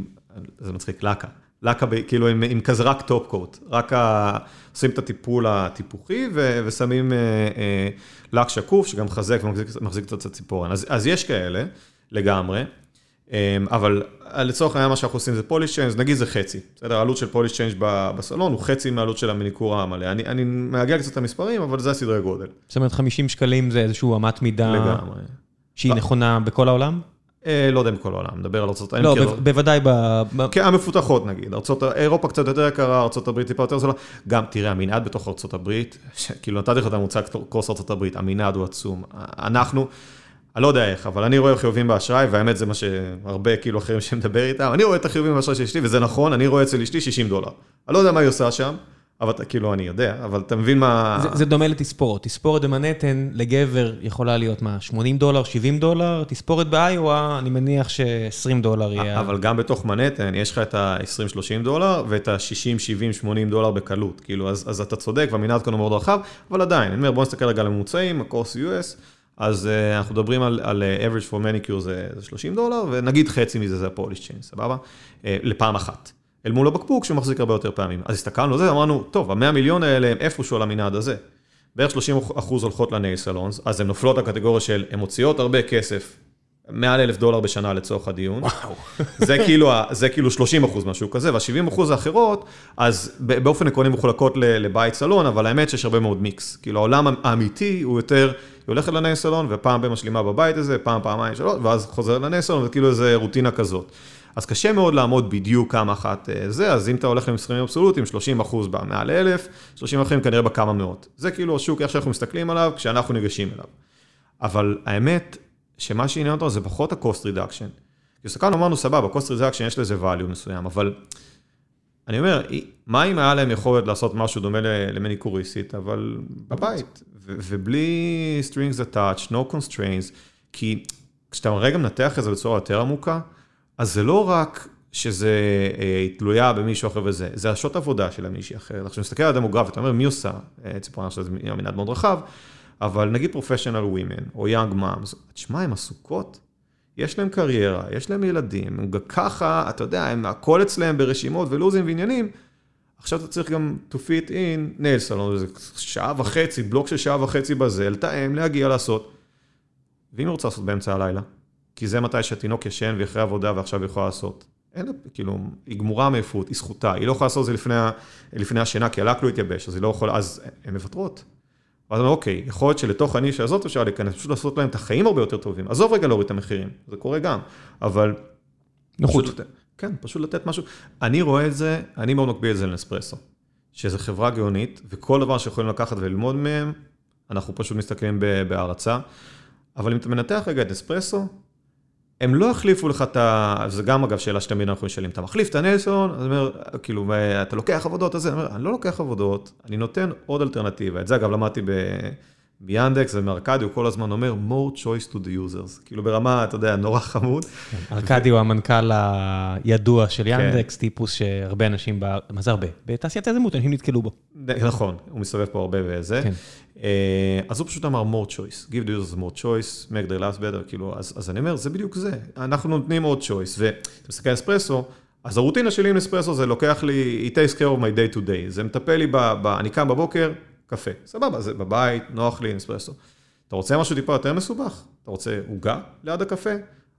זה מצחיק, לקה, כאילו עם כזה רק טופ קוט, רק עושים את הטיפול הטיפוחי, ושמים לק שקוף, שגם מחזק ומחזיק קצת הציפורן. אז יש כאלה, לגמרי, אבל לצורך העניין מה שאנחנו עושים זה פוליש צ'יינג', נגיד זה חצי, בסדר, העלות של פוליש צ'יינג' בסלון הוא חצי מהעלות של המניקור המלא. אני מעגל קצת את המספרים, אבל זה הסדרי גודל. זאת אומרת, 50 שקלים זה איזשהו אמת מידה... לגמרי. שהיא נכונה בכל העולם? לא יודע בכל העולם, מדבר על ארצות... לא, בוודאי כן, המפותחות נגיד, אירופה קצת יותר יקרה, ארצות הברית טיפה יותר זולה, גם תראה, המנעד בתוך ארצות הברית, כאילו נתתי לך את המוצג קורס ארצות הברית, המנעד הוא עצום, אנחנו, אני לא יודע איך, אבל אני רואה חיובים באשראי, והאמת זה מה שהרבה כאילו אחרים שמדבר איתם, אני רואה את החיובים באשראי של אשתי, וזה נכון, אני רואה אצל אשתי $60, אני לא יודע מה היא עושה שם, אבל כאילו אני יודע, אבל אתה מבין מה... זה דומה לתספורת. תספורת במנהטן לגבר יכולה להיות מה? $80, $70? תספורת באיואה, אני מניח $20 יהיה... אבל גם בתוך מנהטן, יש לך את $20-30 ואת $60-70-80 בקלות. כאילו, אז אתה צודק, והמנעד כאן הוא מאוד רחב, אבל עדיין, אני אומר, בוא נסתכל רגע על הממוצעים, הקורס US, אז אנחנו מדברים על average for manicure זה $30, ונגיד חצי מזה זה הפוליש צ'יינג', סבבה? לפעם אחת. אל מול הבקבוק שמחזיק הרבה יותר פעמים. אז הסתכלנו על זה, אמרנו, טוב, ה100 מיליון האלה הם איפשהו על המנעד הזה. בערך 30% הולכות לנייל סלונס, אז הן נופלות לקטגוריה של, הן מוציאות הרבה כסף, מעל $1,000 בשנה לצורך הדיון. זה כאילו 30% משהו כזה, וה-70% האחרות, אז באופן עקרוני מחולקות לבית סלון, אבל האמת שיש הרבה מאוד מיקס. כאילו העולם האמיתי הוא יותר, היא הולכת לנייל סלון, ופעם במשלימה בבית הזה, פעמיים, שלוש, ואז חוזר לנייל סלון, וכאילו איזו רוטינה כזאת. אז קשה מאוד לעמוד בדיוק כמה אחת זה, אז אם אתה הולך למסחרים אבסולוטיים, 30% מעל 1,000, 30 אחרים כנראה בכמה מאות. זה כאילו השוק, איך שאנחנו מסתכלים עליו, כשאנחנו ניגשים אליו. אבל האמת, שמה שעניין אותו זה פחות ה-cost reduction. כי סכן אמרנו, סבבה, ה-cost reduction יש לזה value מסוים, אבל אני אומר, מה אם היה להם יכולת לעשות משהו דומה למניקוריסטית, אבל בבית, ובלי strings attached, no constraints, כי כשאתה רגע מנתח את זה בצורה יותר עמוקה, אז זה לא רק שזה תלויה במישהו אחר וזה, זה השעות עבודה של מישהי אחר. עכשיו, מסתכל על הדמוגרפיה, אתה אומר, מי עושה? ציפורניים שזה מנעד מאוד רחב, אבל נגיד professional women, או young moms, תשמע, הם עסוקות, יש להם קריירה, יש להם ילדים, הם ככה, אתה יודע, הם הכל אצלהם ברשימות ולוזים ועניינים, עכשיו אתה צריך גם to fit in nail salon, זה שעה וחצי, בלוק של שעה וחצי בזה, לתאם, להגיע לעשות, ואם היא רוצה לעשות באמצע הלילה, כי זה מתי שהתינוק ישן ואחרי עבודה ועכשיו היא יכולה לעשות. אין לה, כאילו, היא גמורה מעפות, היא זכותה, היא לא יכולה לעשות את זה לפני השינה, כי הלק לא יתייבש, אז היא לא יכולה, אז הן מוותרות. ואז אומר, אוקיי, יכול להיות שלתוך הנישה הזאת אפשר להיכנס, פשוט לעשות להם את החיים הרבה יותר טובים. עזוב רגע להוריד את המחירים, זה קורה גם, אבל... נוחות. כן, פשוט לתת משהו. אני רואה את זה, אני מאוד מקביל את זה לנספרסו, שזו חברה גאונית, וכל דבר שיכולים לקחת וללמוד מהם, אנחנו פשוט מסתכלים בהערצה. אבל אם אתה מנתח רגע את נספרסו, הם לא החליפו לך את ה... זה גם אגב שאלה שתמיד אנחנו נשאלים, אתה מחליף את הנייל סלון? אז אומר, כאילו, אתה לוקח עבודות, אז אני לא לוקח עבודות, אני נותן עוד אלטרנטיבה. את זה אגב למדתי ביאנדקס ומארקדי, הוא כל הזמן אומר, more choice to the users. כאילו ברמה, אתה יודע, נורא חמוד. ארקדי הוא המנכ"ל הידוע של יאנדקס, טיפוס שהרבה אנשים, מה זה הרבה? בתעשיית היזמות, אנשים נתקלו בו. נכון, הוא מסתובב פה הרבה וזה. אז הוא פשוט אמר more choice, give the users more choice, make their lives better, כאילו, אז אני אומר, זה בדיוק זה. אנחנו נותנים עוד choice, ואתה מסתכל על אספרסו, אז הרוטינה שלי עם אספרסו זה לוקח לי, it takes care of my day to day. זה מטפל לי, אני קם בבוקר, קפה. סבבה, זה בבית, נוח לי, אספרסו. אתה רוצה משהו טיפה יותר מסובך? אתה רוצה עוגה ליד הקפה?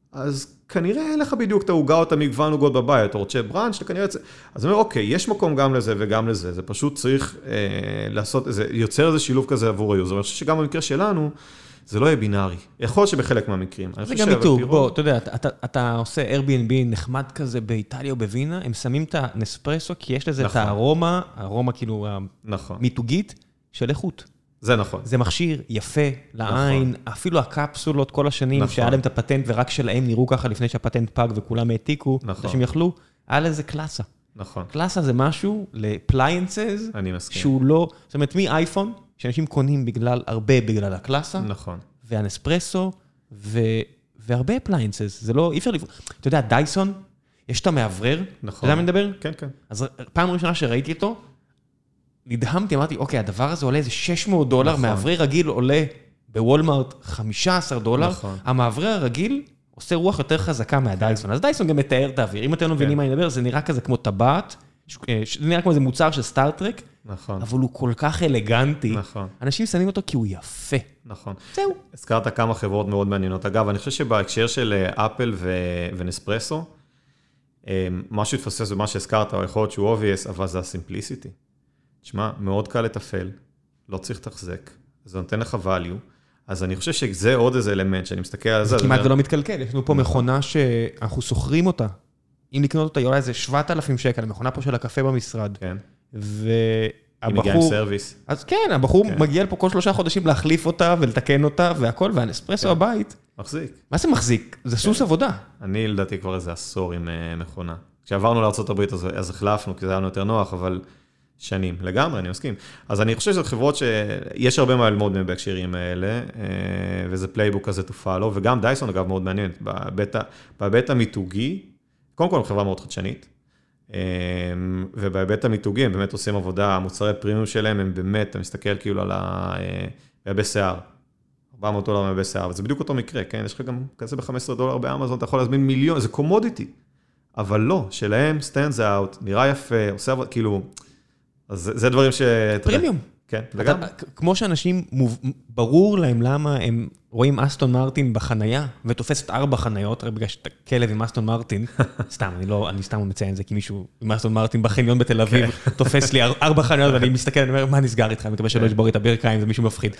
אז כנראה אין לך בדיוק את העוגה או את המגוון עוגות בבית, אתה רוצה ברנץ', אתה כנראה... אז אני אומר, אוקיי, יש מקום גם לזה וגם לזה, זה פשוט צריך לעשות, יוצר איזה שילוב כזה עבור היוזר. אני חושב שגם במקרה שלנו, זה לא יהיה בינארי. יכול להיות שבחלק מהמקרים. זה גם מיתוג, בוא, אתה יודע, אתה עושה Airbnb נחמד כזה באיטליה או בווינה, הם שמים את הנספרסו, כי יש לזה את הארומה כאילו המיתוגית של איכות. זה נכון. זה מכשיר יפה לעין, אפילו הקפסולות כל השנים שהיה להם את הפטנט ורק שלהם נראו ככה לפני שהפטנט פג וכולם העתיקו, שהם יכלו, היה לזה קלאסה. נכון. קלאסה זה משהו לפליינסס, אני מסכים. שהוא לא, זאת אומרת, מאייפון, שאנשים קונים הרבה בגלל הקלאסה, נכון. והנספרסו, והרבה אפליינסס, זה לא, אי אפשר אתה יודע, דייסון, יש את המעברר, נכון. אתה יודע מה מדבר? כן, כן. אז פעם ראשונה שראיתי אותו, נדהמתי, אמרתי, אוקיי, הדבר הזה עולה איזה $600, מעברר רגיל עולה בוולמארט $15, המעברר הרגיל עושה רוח יותר חזקה מהדייסון, אז דייסון גם מתאר את האוויר, אם אתם לא מבינים מה אני מדבר, זה נראה כזה כמו טבעת, זה נראה כמו איזה מוצר של סטארטרק, אבל הוא כל כך אלגנטי, אנשים שמים אותו כי הוא יפה. נכון. זהו. הזכרת כמה חברות מאוד מעניינות, אגב, אני חושב שבהקשר של אפל ונספרסו, מה שהתפסס במה שהזכרת, או יכול להיות שהוא obvious, אבל זה הסימפליסיטי. תשמע, מאוד קל לתפעל, לא צריך תחזק, זה נותן לך value, אז אני חושב שזה עוד איזה אלמנט, שאני מסתכל על זה. כמעט ולא מתקלקל, יש לנו פה מכונה שאנחנו סוחרים אותה, אם לקנות אותה, יולה איזה 7,000 שקל, המכונה פה של הקפה במשרד. כן. והבחור... היא מגיעה עם סרוויס. אז כן, הבחור מגיע לפה כל 3 חודשים להחליף אותה ולתקן אותה והכל, והנספרסו הבית. מחזיק. מה זה מחזיק? זה סוס עבודה. אני לדעתי כבר איזה עשור עם מכונה. כשעברנו לארצות הברית אז החלפנו, כי זה היה לנו יותר נוח, אבל שנים. לגמרי, אני מסכים. אז אני חושב שזה חברות שיש הרבה מה ללמוד מהם בהקשרים האלה, וזה פלייבוק כזה to follow, וגם דייסון אגב מאוד מעניין, בהיבט המיתוגי, קודם כל הם חברה מאוד חדשנית, ובהיבט המיתוגי הם באמת עושים עבודה, המוצרי פרימיום שלהם הם באמת, אתה מסתכל כאילו על מייבש שיער, $400 מייבש שיער, וזה בדיוק אותו מקרה, כן? יש לך גם כזה $15 באמזון, אתה יכול להזמין מיליון, זה קומודיטי, אבל לא, שלהם stands out, נראה יפה, עושה עבודה, כאילו, אז זה דברים ש... פרימיום. כן, לגמרי. כמו שאנשים, ברור להם למה הם רואים אסטון מרטין בחנייה, ותופסת 4 חניות, רק בגלל שאתה כלב עם אסטון מרטין, סתם, אני סתם מציין זה, כי מישהו עם אסטון מרטין בחניון בתל אביב, תופס לי 4 חניות, ואני מסתכל, אני אומר, מה נסגר איתך? אני מקווה שלא ישבור את הברכיים, זה מישהו מפחיד.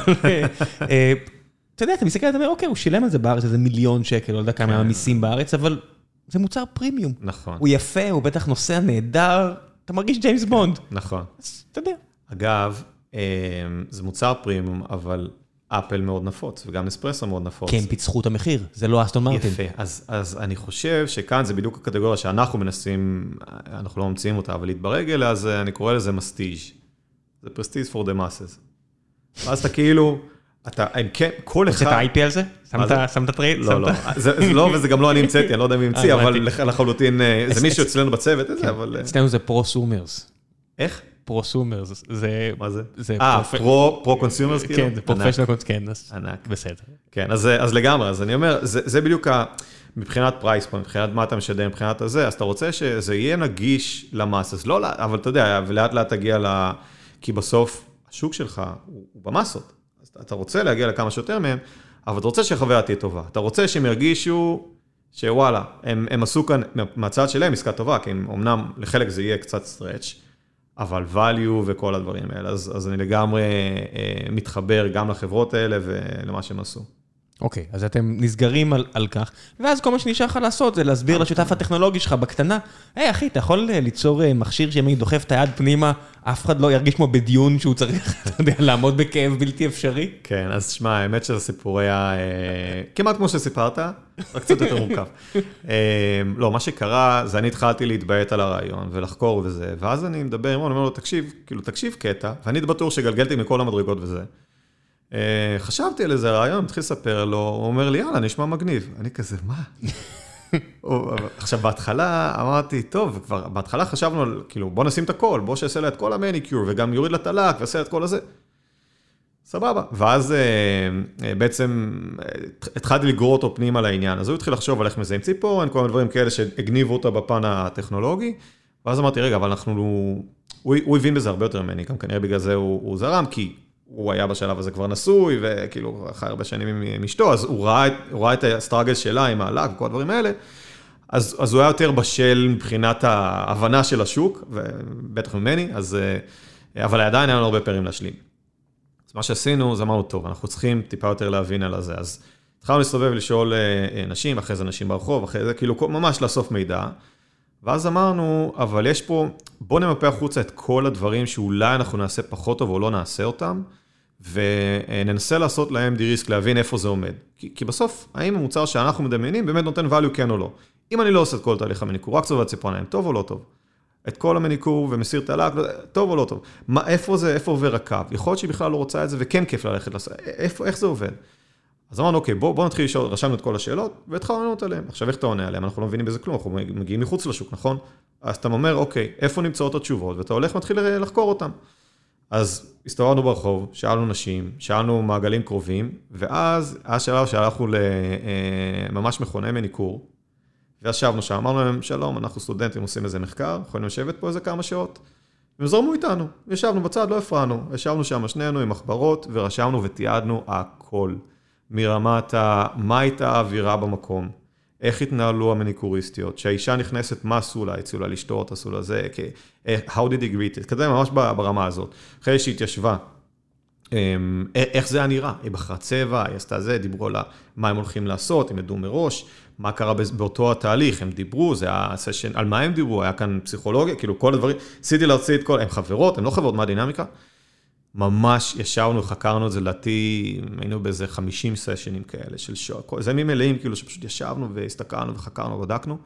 אתה יודע, אתה מסתכל, אתה אומר, אוקיי, הוא שילם על זה בארץ, איזה $1,000,000, לא יודע כמה המיסים בארץ, אבל זה מוצר פרימיום. נכון. הוא יפה, הוא בטח נוסע נהדר, אתה מרגיש ג'יימס בונד. נכון. אז אתה יודע. אגב, זה מוצר פרימיום, אבל אפל מאוד נפוץ, וגם נספרסו מאוד נפוץ. כן, פיצחו את המחיר, זה לא אסטון מרטין. יפה, אז אני חושב שכאן זה בדיוק הקטגוריה שאנחנו מנסים, אנחנו לא ממציאים אותה, אבל להתברג אליה, אז אני קורא לזה מסטיג'. זה פרסטיג' for the masses. ואז אתה כאילו, כל אחד... עושה את ה-IP על זה? שמת טרייד? לא, לא. זה לא, וזה גם לא אני המצאתי, אני לא יודע מי המציא, אבל לחלוטין, זה מישהו אצלנו בצוות, אבל... אצלנו זה פרוסומרס. איך? פרוסומרס, זה... מה זה? פרו-קונסיומרס כאילו? כן, זה פרופשנל קונסיומרס, כן, ענק. בסדר. כן, אז לגמרי, אז אני אומר, זה בדיוק מבחינת פרייס פה, מבחינת מה אתה משדר, מבחינת הזה, אז אתה רוצה שזה יהיה נגיש למסות, לא, אבל אתה יודע, ולאט לאט תגיע כי בסוף השוק שלך הוא במסות, אז אתה רוצה להגיע לכמה שיותר מהם, אבל אתה רוצה שהחוויה תהיה טובה, אתה רוצה שהם ירגישו שוואלה, הם עשו כאן מהצד שלהם עסקה טובה, כי אמנם לחלק זה יהיה קצת סטרץ', אבל value וכל הדברים האלה, אז אני לגמרי מתחבר גם לחברות האלה ולמה שהם עשו. אוקיי, אז אתם נסגרים על כך, ואז כל מה שנשאר לך לעשות זה להסביר לשותף הטכנולוגי שלך בקטנה, היי אחי, אתה יכול ליצור מכשיר שמי דוחף את היד פנימה, אף אחד לא ירגיש כמו בדיון שהוא צריך, אתה יודע, לעמוד בכאב בלתי אפשרי? כן, אז שמע, האמת שהסיפור היה כמעט כמו שסיפרת, רק קצת יותר מורכב. לא, מה שקרה, זה אני התחלתי להתביית על הרעיון ולחקור וזה, ואז אני מדבר עם אומר לו, תקשיב קטע, ואני בטוח שגלגלתי מכל המדרגות וזה. חשבתי על איזה רעיון, מתחיל לספר לו, הוא אומר לי, יאללה, נשמע מגניב. אני כזה, מה? עכשיו, בהתחלה אמרתי, טוב, כבר בהתחלה חשבנו על, כאילו, בוא נשים את הכל, בוא שיעשה לה את כל המניקור, וגם יוריד לתלק, ועשה את כל הזה. סבבה. ואז בעצם התחלתי לגרור אותו פנימה לעניין, אז הוא התחיל לחשוב על איך מזהים ציפורן, כל מיני דברים כאלה שהגניבו אותה בפן הטכנולוגי, ואז אמרתי, רגע, אבל הוא הבין בזה הרבה יותר ממני, גם כנראה בגלל זה הוא זרם, כי הוא היה בשלב הזה כבר נשוי, וכאילו אחרי הרבה שנים עם אשתו, אז הוא ראה את הסטרגל שלה עם העלק וכל הדברים האלה, אז הוא היה יותר בשל מבחינת ההבנה של השוק, ובטח ממני, אבל עדיין היה לנו הרבה פערים להשלים. אז מה שעשינו, זה אמרנו, טוב, אנחנו צריכים טיפה יותר להבין על זה, אז התחלנו להסתובב ולשאול נשים, אחרי זה נשים ברחוב, אחרי זה כאילו ממש לאסוף מידע, ואז אמרנו, אבל יש פה, בוא נמפה החוצה את כל הדברים שאולי אנחנו נעשה פחות טוב או לא נעשה אותם, וננסה לעשות להם דיריסק, להבין איפה זה עומד. כי בסוף, האם המוצר שאנחנו מדמיינים באמת נותן value כן או לא? אם אני לא עושה את כל תהליך המניקור, רק צובע ציפורניים, טוב או לא טוב? את כל המניקור ומסיר את הלק, טוב או לא טוב? איפה זה, איפה עובר הקו? יכול להיות שהיא בכלל לא רוצה את זה, וכן כיף ללכת לעשות, איך זה עובד? אז אמרנו, אוקיי, בוא נתחיל לשאול, רשמנו את כל השאלות, והתחלנו לענות עליהן. עכשיו, איך אתה עונה עליהן? אנחנו לא מבינים בזה כלום, אנחנו מגיעים מחוץ לשוק, נכון? אז אתה אומר, אוקיי, איפה נמצאות התשובות? ואתה הולך מתחיל לחקור אותן. אז הסתובבנו ברחוב, שאלנו נשים, שאלנו מעגלים קרובים, ואז השלב שהלכנו לממש מכוני מניקור, וישבנו שם, אמרנו להם, שלום, אנחנו סטודנטים, עושים איזה מחקר, יכולים לשבת פה איזה כמה שעות, והם זרמו איתנו, ישבנו בצד, לא הפרענו, ישבנו שם שנינו עם מחברות, ורשמנו ותיעדנו הכל, מרמת מה הייתה האווירה במקום, איך התנהלו המניקוריסטיות, שהאישה נכנסת, מה עשו לה, הציעו לה לשתות, עשו לה זה, how did they greet it, כזה ממש ברמה הזאת, אחרי שהיא התיישבה, איך זה היה נראה, היא בחרה צבע, היא עשתה זה, דיברו לה מה הם הולכים לעשות, הם ידעו מראש, מה קרה באותו התהליך, הם דיברו, זה היה סשן, על מה הם דיברו, היה כאן פסיכולוגיה, כאילו כל הדברים, ניסיתי להוציא את כל, הם חברות, הם לא חברות, מה הדינמיקה? ממש ישבנו, חקרנו את זה, לדעתי, היינו באיזה 50 סשנים כאלה של שוק, זה ממלאים כאילו שפשוט ישבנו והסתכלנו וחקרנו ובדקנו,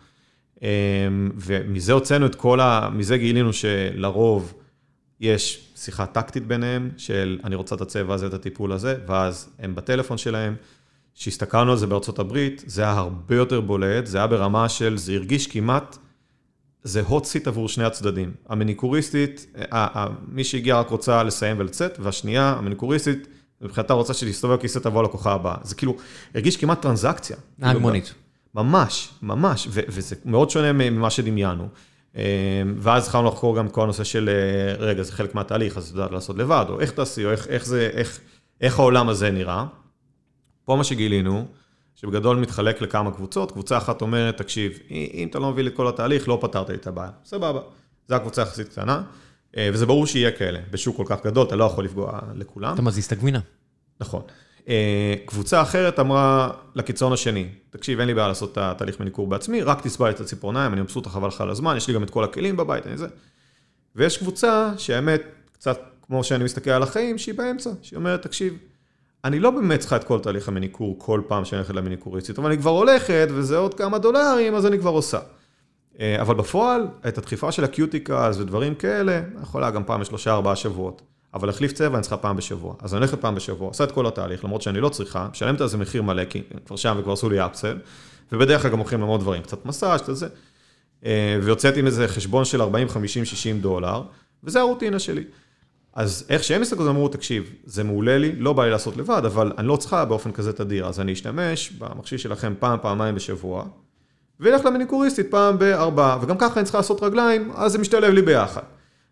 ומזה הוצאנו את כל מזה גילינו שלרוב יש שיחה טקטית ביניהם, של אני רוצה את הצבע הזה, את הטיפול הזה, ואז הם בטלפון שלהם, שהסתכלנו על זה בארצות הברית, זה היה הרבה יותר בולט, זה היה ברמה של, זה הרגיש כמעט, זה hot seat עבור שני הצדדים. המניקוריסטית, מי שהגיע רק רוצה לסיים ולצאת, והשנייה, המניקוריסטית, מבחינתה רוצה שתסתובב כיסא תבוא לקוחה הבאה. זה כאילו, הרגיש כמעט טרנזקציה. נהג מונית. ממש, ממש, וזה מאוד שונה ממה שדמיינו. ואז התחלנו לחקור גם כל הנושא של, רגע, זה חלק מהתהליך, אז אתה יודע לעשות לבד, או איך תעשי, או איך העולם הזה נראה. פה מה שגילינו, שבגדול מתחלק לכמה קבוצות, קבוצה אחת אומרת, תקשיב, אם אתה לא מביא את כל התהליך, לא פתרת לי את הבעיה. סבבה. זו הקבוצה יחסית קטנה, וזה ברור שיהיה כאלה. בשוק כל כך גדול, אתה לא יכול לפגוע לכולם. אתה מזיז את הגבינה. נכון. קבוצה אחרת אמרה לקיצון השני, תקשיב, אין לי בעיה לעשות את התהליך מניקור בעצמי, רק תסבע את הציפורניים, אני מבסוט חבל לך על הזמן, יש לי גם את כל הכלים בבית, אני זה. ויש קבוצה שהאמת, קצת כמו שאני מסתכל על החיים, שהיא באמצע, שהיא אומרת, תקשיב, אני לא באמת צריכה את כל תהליך המניקור כל פעם שאני הולכת למניקוריסטית, אבל אני כבר הולכת, וזה עוד כמה דולרים, אז אני כבר עושה. אבל בפועל, את הדחיפה של הקיוטיקה ודברים כאלה, יכולה גם פעם ב3-4 שבועות. אבל להחליף צבע אני צריכה פעם בשבוע. אז אני הולכת פעם בשבוע, עושה את כל התהליך, למרות שאני לא צריכה, משלמת על זה מחיר מלא, כי כבר שם וכבר עשו לי אפסל, ובדרך כלל גם מוכרים למוד דברים, קצת מסאז' קצת זה, ויוצאתי עם איזה חשבון של 40, 50, 60 דולר, וזה הרוטינה שלי. אז איך שהם מסתכלו, אמרו, תקשיב, זה מעולה לי, לא בא לי לעשות לבד, אבל אני לא צריכה באופן כזה תדיר, אז אני אשתמש במכשיר שלכם פעם, פעמיים בשבוע, וילך למניקוריסטית פעם ב4, וגם ככה אני צריכה לעשות רגליים, אז זה משתלב לי ביחד.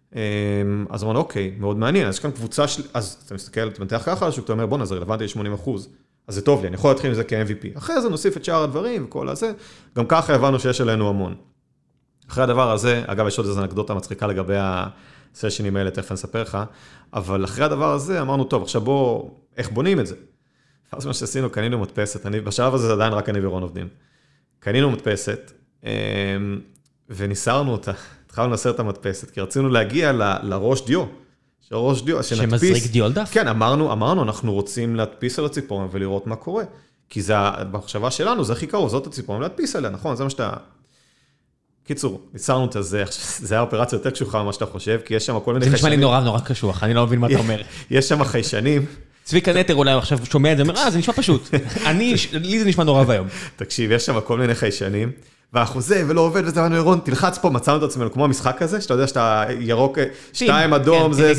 אז אמרנו, אוקיי, מאוד מעניין, אז יש כאן קבוצה אז אתה מסתכל, אתה מנתח ככה על השוק, אתה אומר, בוא, זה רלוונטי ל-80%, אז זה טוב לי, אני יכול להתחיל עם זה כ-MVP. אחרי זה נוסיף את שאר הדברים וכל הזה, גם ככה הבנו שיש עלינו המון. אחרי הדבר הזה, אגב, יש עוד איזו אנקדוטה מצחיקה לגבי הסשנים האלה, תכף נספר לך, אבל אחרי הדבר הזה אמרנו, טוב, עכשיו בוא, איך בונים את זה? אז מה שעשינו, קנינו מדפסת, בשלב הזה עדיין רק אני ורון עובדים. קנינו מדפסת, וניסרנו אותה. התחלנו לנסר את המדפסת, כי רצינו להגיע לראש דיו. שראש דיו, שנדפיס. שמזריק דיו על דף? כן, אמרנו, אנחנו רוצים להדפיס על הציפורן ולראות מה קורה. כי זה, במחשבה שלנו, זה הכי קרוב, זאת הציפורן, להדפיס עליה, נכון? זה מה שאתה... קיצור, ניסרנו את זה, זה היה אופרציה יותר קשוחה ממה שאתה חושב, כי יש שם כל מיני חיישנים. זה נשמע לי נורא קשוח, אני לא מבין מה אתה אומר. יש שם חיישנים. צביקה נטר אולי עכשיו שומע את זה, אומר, זה נשמע פשוט. לי זה נשמע נורא והיום. תקשיב, יש שם כל מיני חיישנים, ואנחנו זה ולא עובד, וזה אמרנו, רון, תלחץ פה, מצאנו את עצמנו, כמו המשחק הזה, שאתה יודע שאתה ירוק, 2 אדום, זה.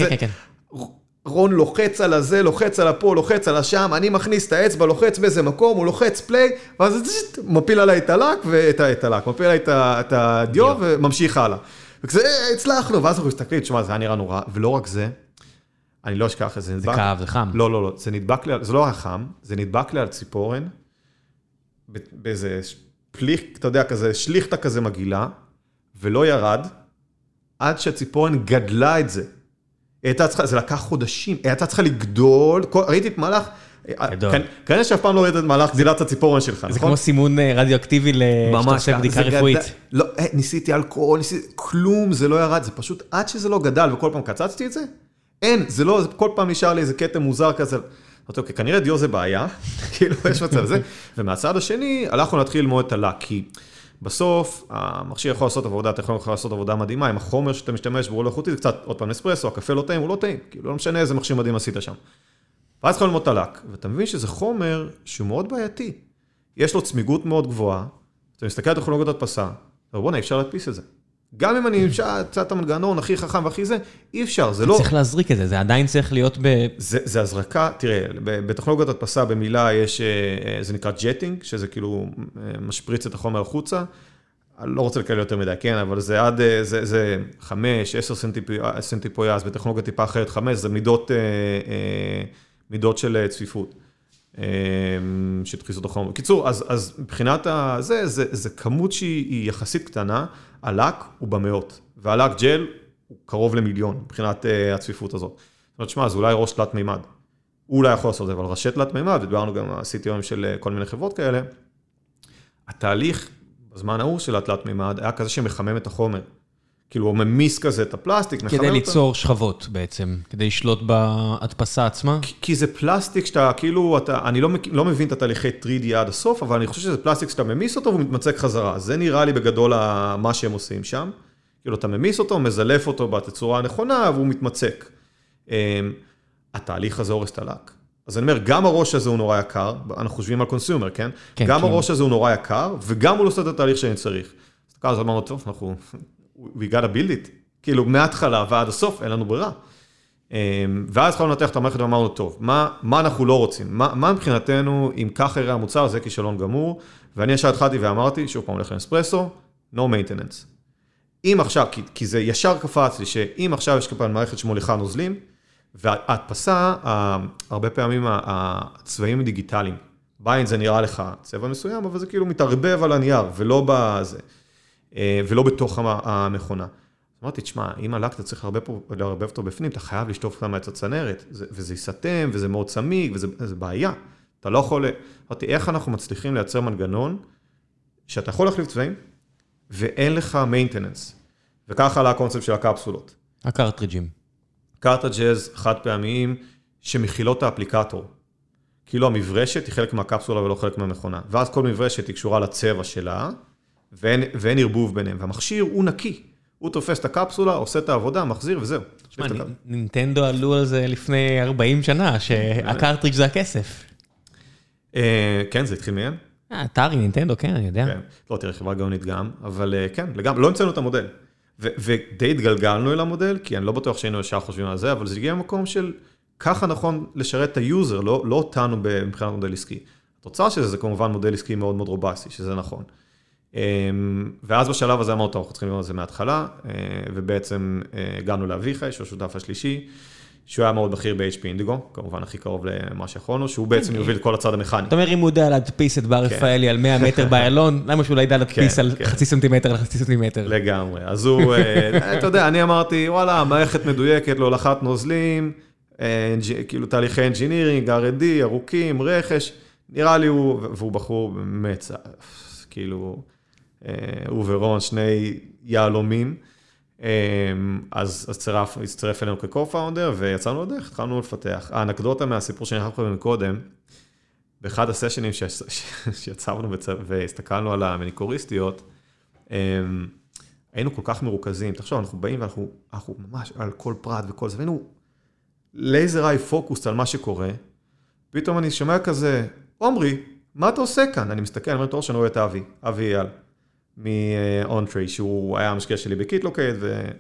רון לוחץ על הזה, לוחץ על הפה, לוחץ על השם, אני מכניס את האצבע, לוחץ באיזה מקום, הוא לוחץ פליי, ואז מפיל עליי את הלק, ואת הלק, מפיל עליי את הדיו, וממשיך הלאה. וכזה, הצלחנו, ואז אנחנו מסתכלים, תשמע, זה היה נראה נורא, ולא רק זה, אני לא אשכח את זה. זה כאב, זה חם. לא, זה נדבק לי, זה לא היה חם, זה נדבק לי על ציפורן, באיזה פליך, אתה יודע, כזה, שליחתה כזה מגילה, ולא ירד, עד שהציפורן גדלה את זה. זה לקח חודשים, הייתה צריכה לגדול, ראיתי את מהלך, כנראה שאף פעם לא ראית את מהלך גדילת הציפורן שלך, נכון? זה כמו סימון רדיואקטיבי שאתה עושה בדיקה רפואית. לא, ניסיתי אלכוהול, כלום, זה לא ירד, זה פשוט עד שזה לא גדל, וכל פעם קצצתי את זה, אין, זה לא, כל פעם נשאר לי איזה קטע מוזר כזה, אוקיי, כנראה דיו זה בעיה, כאילו יש מצב זה, ומהצד השני, הלכנו להתחיל ללמוד את הלק, כי בסוף, המכשיר יכול לעשות עבודה, אתה יכול לעשות עבודה מדהימה, עם החומר שאתה משתמש בו לא איכותי, זה קצת, עוד פעם אספרסו, הקפה לא טעים, הוא לא טעים, כאילו לא משנה איזה מכשיר מדהים עשית שם. ואז יכול ללמוד את הלק, ואתה מבין שזה חומר שהוא מאוד בעייתי. יש לו צמיגות מאוד גבוהה, אתה מסתכל על טכנולוגיות הדפסה, בוא'נה, אפשר להדפיס את זה. גם אם אני אמצא את המנגנון הכי חכם והכי זה, אי אפשר, זה לא... צריך להזריק את זה, זה עדיין צריך להיות זה הזרקה, תראה, בטכנולוגיות הדפסה במילה יש, זה נקרא ג'טינג, שזה כאילו משפריץ את החומר החוצה, אני לא רוצה לקלל יותר מדי, כן, אבל זה עד, זה 5, 10 סנטיפויאז, בטכנולוגיה טיפה אחרת 5, זה מידות של צפיפות, שתכניסו את החומר. בקיצור, אז מבחינת זה כמות שהיא יחסית קטנה, הלק הוא במאות, והלק ג'ל הוא קרוב למיליון, מבחינת הצפיפות הזאת. זאת אומרת, שמה, אז אולי ראש תלת מימד. הוא אולי יכול לעשות את זה, אבל ראשי תלת מימד, ודברנו גם ה-CTO'ים של כל מיני חברות כאלה, התהליך בזמן ההוא של התלת מימד היה כזה שמחמם את החומר. כאילו הוא ממיס כזה את הפלסטיק, מחמם אותו. כדי ליצור שכבות בעצם, כדי לשלוט בהדפסה עצמה? כי זה פלסטיק שאתה, כאילו, אני לא מבין את התהליכי 3D עד הסוף, אבל אני חושב שזה פלסטיק שאתה ממיס אותו והוא מתמצק חזרה. זה נראה לי בגדול מה שהם עושים שם. כאילו אתה ממיס אותו, מזלף אותו בתצורה הנכונה והוא מתמצק. התהליך הזה הורס את הלק. אז אני אומר, גם הראש הזה הוא נורא יקר, אנחנו חושבים על קונסיומר, כן? גם הראש הזה הוא נורא יקר, וגם הוא לא עושה את התהליך שאני צריך. אז אמרנו, טוב, אנחנו, we gotta build it. כאילו, מההתחלה ועד הסוף, אין לנו ברירה. ואז יכולנו לנתח את המערכת ואמרנו, טוב, מה אנחנו לא רוצים? מה מבחינתנו, אם ככה יראה המוצר, זה כישלון גמור, ואני ישר התחלתי ואמרתי, שוב פעם הולך לאספרסו, no maintenance. אם עכשיו, כי זה ישר קפץ לי, שאם עכשיו יש כפן מערכת שמוליכה נוזלים, וההדפסה, הרבה פעמים הצבעים דיגיטליים. בעין זה נראה לך צבע מסוים, אבל זה כאילו מתערבב על הנייר, ולא בזה, ולא בתוך המכונה. אמרתי, תשמע, אם הלק אתה צריך להרבב אותו בפנים, אתה חייב לשטוף אותה מהצד צנרת, וזה יסתם, וזה מאוד צמיג, וזה בעיה. אתה לא יכול... אמרתי, איך אנחנו מצליחים לייצר מנגנון, שאתה יכול להחליף צבעים, ואין לך maintenance. וככה עלה הקונספט של הקפסולות. הקרטריג'ים. קרטריג'ז חד פעמיים שמכילות את האפליקטור. כאילו המברשת היא חלק מהקפסולה ולא חלק מהמכונה. ואז כל מברשת היא קשורה לצבע שלה, ואין ערבוב ביניהם. והמכשיר הוא נקי. הוא תופס את הקפסולה, עושה את העבודה, מחזיר וזהו. תשמע, נינטנדו עלו על זה לפני 40 שנה, שהקרטריג' זה הכסף. כן, זה התחיל מהם. אתרי, נינטנדו, כן, אני יודע. לא, תראה, חברה גאונית גם, אבל כן, לגמרי, לא המצאנו את המודל. ודי התגלגלנו אל המודל, כי אני לא בטוח שהיינו ישר חושבים על זה, אבל זה הגיע למקום של ככה נכון לשרת את היוזר, לא אותנו מבחינת מודל עסקי. התוצאה של זה כמובן מודל עסקי מאוד מאוד רובסטי, שזה נכון. ואז בשלב הזה אמרנו, אנחנו צריכים לראות את זה מההתחלה, ובעצם הגענו לאביחי, שהוא השותף השלישי, שהוא היה מאוד בכיר ב-HP אינדיגו, כמובן הכי קרוב למה שיכולנו, שהוא בעצם יוביל את כל הצד המכני. אתה אומר, אם הוא יודע להדפיס את בר רפאלי על 100 מטר באיילון, למה שהוא לא ידע להדפיס על חצי סנטימטר לחצי סנטימטר? לגמרי. אז הוא, אתה יודע, אני אמרתי, וואלה, מערכת מדויקת להולכת נוזלים, כאילו תהליכי אנג'ינירינג, R&D, ארוכים, רכש, נראה לי והוא בחור באמת, כאילו, הוא ורון, שני יעלומים, אז הצטרף אלינו כ-co-founder, ויצאנו לדרך, התחלנו לפתח. האנקדוטה מהסיפור שאני חייב לכם מקודם, באחד הסשנים שיצרנו והסתכלנו על המניקוריסטיות, היינו כל כך מרוכזים, תחשוב, אנחנו באים ואנחנו ממש על כל פרט וכל זה, והיינו לייזר איי פוקוס על מה שקורה, פתאום אני שומע כזה, עומרי, מה אתה עושה כאן? אני מסתכל, אני אומר, תור שאני רואה את אבי אייל, מ-OnTray, שהוא היה המשקיע שלי בקיטלוקייט,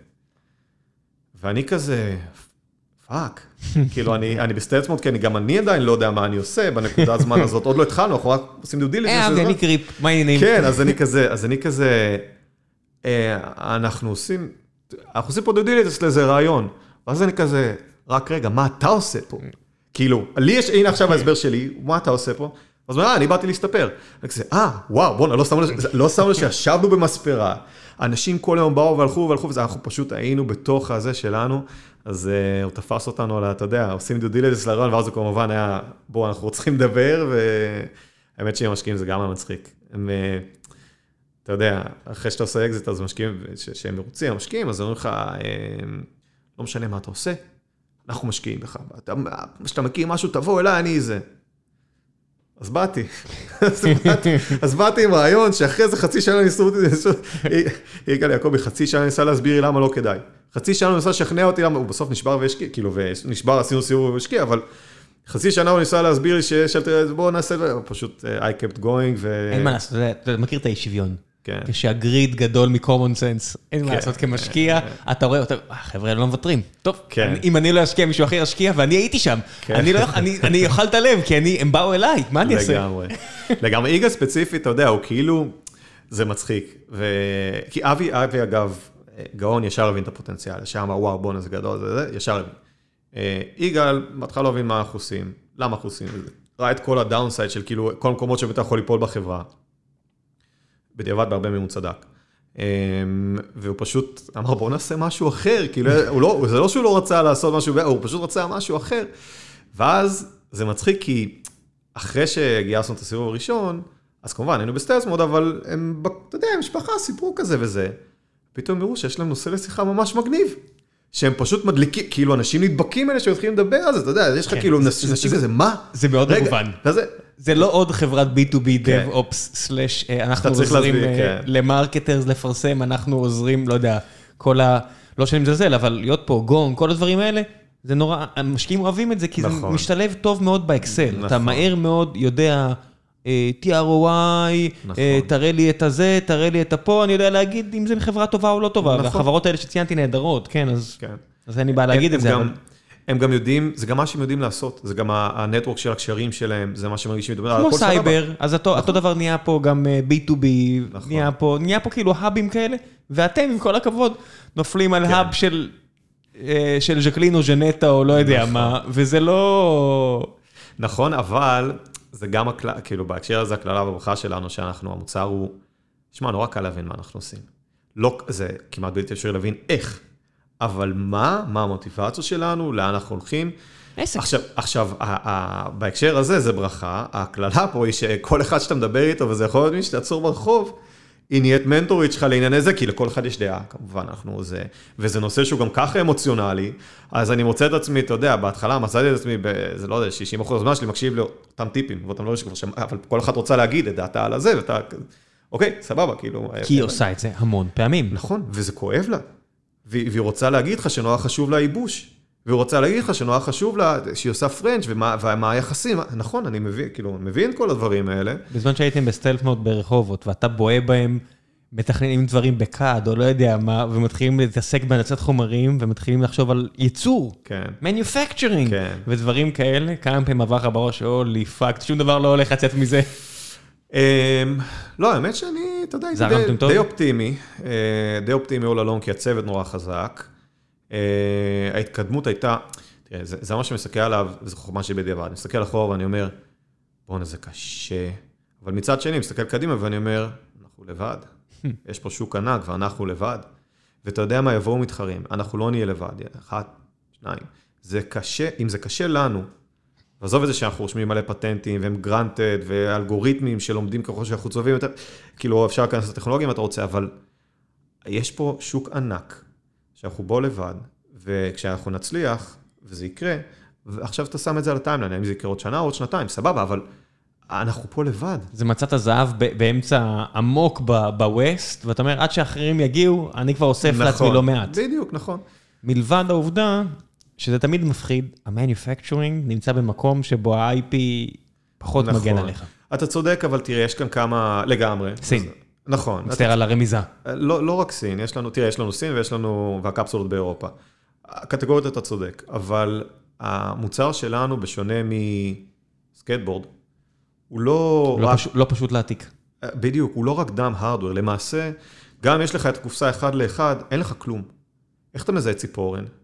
ואני כזה, פאק, כאילו אני בסטייטס מוד, כי גם אני עדיין לא יודע מה אני עושה, בנקודה הזמן הזאת, עוד לא התחלנו, אנחנו רק עושים דיו דיליג'נס. אני קריפ, מה העניינים? כן, אז אני כזה, אנחנו עושים פה דיו דיליג'נס לאיזה רעיון, ואז אני כזה, רק רגע, מה אתה עושה פה? כאילו, לי יש, הנה עכשיו ההסבר שלי, מה אתה עושה פה? אז אני באתי להסתפר. וואו, בוא'נה, לא שמנו שישבנו במספרה, אנשים כל היום באו והלכו, וזה, אנחנו פשוט היינו בתוך הזה שלנו, אז הוא תפס אותנו על, אתה יודע, עושים דו דילג'נס לרעיון, ואז הוא כמובן היה, בוא, אנחנו צריכים לדבר, והאמת שהם משקיעים, זה גם מצחיק. אתה יודע, אחרי שאתה עושה אקזיט, אז משקיעים, שהם מרוצים, המשקיעים, אז אומרים לך, לא משנה מה אתה עושה, אנחנו משקיעים בך. כשאתה מכיר משהו, תבוא אליי, אני זה. אז באתי עם רעיון, שאחרי זה חצי שנה ניסו, יגאל יעקבי, חצי שנה ניסה להסביר לי למה לא כדאי. חצי שנה הוא ניסה לשכנע אותי למה, הוא בסוף נשבר והשקיע, כאילו, ונשבר, עשינו סיור והשקיע, אבל חצי שנה הוא ניסה להסביר לי בואו נעשה, פשוט I kept going. אין מה לעשות, אתה מכיר את האי שוויון. כשהגריד גדול מ-common sense, אין מה לעשות כמשקיע, אתה רואה, חבר'ה, לא מוותרים. טוב, אם אני לא אשקיע, מישהו אחר אשקיע, ואני הייתי שם. אני אוכל את הלב, כי הם באו אליי, מה אני אעשה? לגמרי, איגה ספציפית, אתה יודע, הוא כאילו, זה מצחיק. כי אבי, אגב, גאון ישר הבין את הפוטנציאל, ישר אמר, וואו, בוא נזה גדול, ישר הבין. איגל, מתחיל להבין מה אנחנו עושים, למה אנחנו עושים את זה. ראה את כל הדאונסייד של כאילו, כל המקומות שאתה יכול ליפול בחברה. בדיעבד בהרבה מהם הוא צדק. והוא פשוט אמר, בוא נעשה משהו אחר, כאילו, זה לא שהוא לא רצה לעשות משהו, הוא פשוט רצה משהו אחר. ואז זה מצחיק, כי אחרי שגייסנו את הסיבוב הראשון, אז כמובן, היינו בסטיירס מוד, אבל הם, אתה יודע, משפחה, סיפרו כזה וזה. פתאום הראו שיש להם נושא לשיחה ממש מגניב. שהם פשוט מדליקים, כאילו אנשים נדבקים אלה שמתחילים לדבר על זה, אתה יודע, יש לך כאילו נשים כזה, מה? זה מאוד מובן. זה לא עוד חברת B2B DevOps / אנחנו עוזרים למרקטרס לפרסם, אנחנו עוזרים, לא יודע, לא שאני מזלזל, אבל להיות פה גונג, כל הדברים האלה, זה נורא, המשקיעים אוהבים את זה, כי זה משתלב טוב מאוד באקסל. אתה מהר מאוד יודע, TROI, תראה לי את הזה, תראה לי את הפה, אני יודע להגיד אם זה חברה טובה או לא טובה, והחברות האלה שציינתי נהדרות, כן, אז אני בא להגיד את זה. הם גם יודעים, זה גם מה שהם יודעים לעשות, זה גם הנטוורק של הקשרים שלהם, זה מה שמרגישים. כמו סייבר, אז אותו דבר נהיה פה גם B2B, נהיה פה כאילו האבים כאלה, ואתם עם כל הכבוד נופלים על האב של ז'קלין או ז'נטה או לא יודע מה, וזה לא... נכון, אבל זה גם, כאילו בהקשר הזה הכללה והברכה שלנו, שאנחנו, המוצר הוא, שמע, נורא קל להבין מה אנחנו עושים. לא, זה כמעט בלתי אפשרי להבין איך. אבל מה המוטיבציה שלנו, לאן אנחנו הולכים. עסק. עכשיו, בהקשר הזה זה ברכה, הכללה פה היא שכל אחד שאתה מדבר איתו, וזה יכול להיות מי שתעצור ברחוב, היא נהיית מנטורית שלך לענייני זה, כי לכל אחד יש דעה, כמובן, אנחנו זה, וזה נושא שהוא גם ככה אמוציונלי, אז אני מוצא את עצמי, אתה יודע, בהתחלה מצאתי את עצמי, זה לא יודע, 60% הזמן שלי מקשיב לאותם טיפים, ואתם לא ישכחו, אבל כל אחד רוצה להגיד את דעתה על הזה, ואתה, אוקיי, סבבה, כאילו. כי היא עושה את זה המון פעמים. נכון, וזה כואב לה. והיא רוצה להגיד לך שנורא חשוב לה ייבוש, והיא רוצה להגיד לך שנורא חשוב לה, שהיא עושה פרנץ' ומה היחסים, נכון, אני מבין את כל הדברים האלה. בזמן שהייתם בסטלף מוד ברחובות, ואתה בואה בהם, מתכננים דברים בקאד, או לא יודע מה, ומתחילים להתעסק בהנדסת חומרים, ומתחילים לחשוב על ייצור, manufacturing, ודברים כאלה, כמה פעמים עבר לך בראש, לי פאקט, שום דבר לא הולך לצאת מזה. לא, האמת שאני, אתה יודע, די אופטימי all along, כי הצוות נורא חזק. ההתקדמות הייתה, תראה, זה מה שמסתכל עליו, וזה חוכמה שלי בדיעבד. אני מסתכל אחורה ואני אומר, בוא'נה, זה קשה. אבל מצד שני, מסתכל קדימה ואני אומר, אנחנו לבד. יש פה שוק ענק ואנחנו לבד. ואתה יודע מה, יבואו מתחרים. אנחנו לא נהיה לבד. 1, 2. זה קשה, אם זה קשה לנו, ועזוב את זה שאנחנו רושמים מלא פטנטים, והם גרנטד, ואלגוריתמים שלומדים ככל שאנחנו צובעים יותר, כאילו אפשר להיכנס לטכנולוגיה אם אתה רוצה, אבל יש פה שוק ענק, שאנחנו בו לבד, וכשאנחנו נצליח, וזה יקרה, ועכשיו אתה שם את זה על הטיימליין, אם זה יקרה עוד שנה או עוד שנתיים, סבבה, אבל אנחנו פה לבד. זה מצאת הזהב באמצע עמוק בווסט, ואתה אומר, עד שאחרים יגיעו, אני כבר אוסף לעצמי לא מעט. בדיוק, נכון. מלבד העובדה, שזה תמיד מפחיד, המניפקצ'רינג נמצא במקום שבו ה-IP פחות מגן עליך. אתה צודק, אבל תראה, יש כאן כמה לגמרי. סין. נכון. מצטער על הרמיזה. לא רק סין, תראה, יש לנו סין והקפסולות באירופה. הקטגוריות אתה צודק, אבל המוצר שלנו, בשונה מסקייטבורד, הוא לא פשוט להעתיק. בדיוק, הוא לא רק דם הרדוור. למעשה, גם יש לך את הקופסה אחד לאחד, אין לך כלום. איך אתה מזהה ציפורן?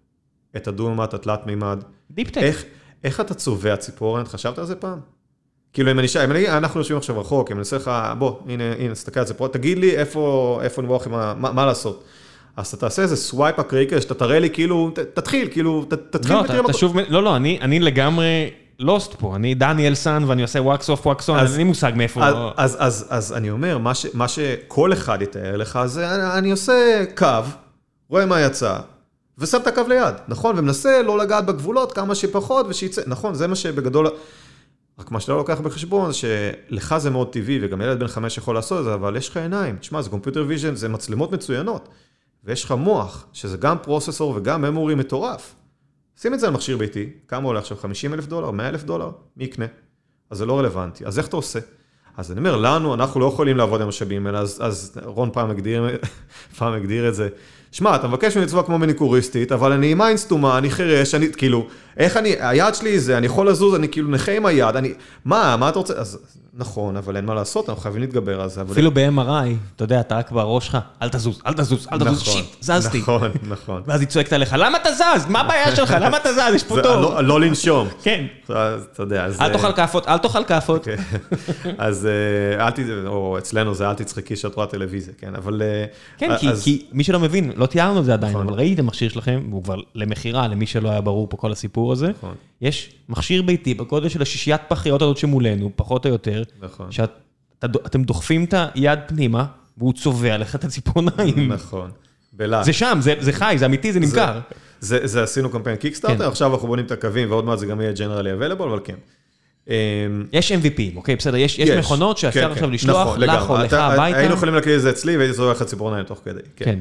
את הדו-ממד, התלת מימד. דיפ-טק. איך אתה צובע ציפורן? חשבת על זה פעם? כאילו, אם אנחנו יושבים עכשיו רחוק, אם אני אעשה לך, בוא, הנה, תסתכל על ציפורן, תגיד לי איפה נברוח, מה לעשות. אז אתה תעשה איזה סווייפ אקראי כזה, שאתה תראה לי, כאילו, תתחיל ותראה מקום. לא, אני לגמרי לוסט פה, אני דניאל סן, ואני עושה וואקס אוף וואקס און, אני מושג מאיפה. אז אני אומר, מה שכל אחד יתאר לך, זה אני עושה קו, רואה מה יצא, ושם את הקו ליד, נכון? ומנסה לא לגעת בגבולות כמה שפחות, ושיצא, נכון, זה מה שבגדול, רק מה שאתה לא לוקח בחשבון, שלך זה מאוד טבעי, וגם ילד בן 5 יכול לעשות את זה, אבל יש לך עיניים, תשמע, זה קומפיוטר ויז'ן, זה מצלמות מצוינות, ויש לך מוח, שזה גם פרוססור וגם ממורי מטורף. שים את זה על מכשיר ביתי, כמה עולה עכשיו? $50,000? $100,000? מי יקנה? אז זה לא רלוונטי. אז איך אתה עושה? אז אני אומר, אנחנו לא יכולים לעבוד עם משאבים האלה, אז רון פעם הגדיר את זה. שמע, אתה מבקש ממני לצבוע כמו מניקוריסטית, אבל אני עם עין סתומה, אני חירש, כאילו, היד שלי זה, אני יכול לזוז, אני כאילו נכה עם היד, מה אתה רוצה? אז נכון, אבל אין מה לעשות, אנחנו חייבים להתגבר על זה. אפילו ב-MRI, אתה יודע, אתה רק בראש שלך, אל תזוז, שיט, זזתי. נכון. ואז היא צועקת עליך, למה אתה זז? מה הבעיה שלך? למה אתה זז? יש פה טוב. לא לנשום. כן. אתה יודע, אז... אל תאכל כאפות. אז או אצלנו זה אל תצחקי שאת רואה טלוויזיה, כן, אבל... כן, כי מי שלא מבין, לא תיארנו את זה עדיין, אבל ראיתי את המכשיר שלכם, והוא כבר למחירה, למי שלא היה ברור פה כל הסיפור הזה. יש מכשיר ביתי בגודל של השישיית פחיות הזאת שמולנו, פחות או יותר, שאתם דוחפים את היד פנימה, והוא צובע לך את הציפורניים. נכון. בלאט. זה שם, זה חי, זה אמיתי, זה נמכר. זה עשינו קמפיין קיקסטארטר, עכשיו אנחנו בונים את הקווים, ועוד מעט זה גם יהיה generally available, אבל כן. יש MVP, אוקיי, בסדר, יש מכונות שאפשר עכשיו לשלוח לך או לך הביתה. היינו יכולים להקליט את זה אצלי, והייתי זורק לך ציפורניים תוך כדי. כן.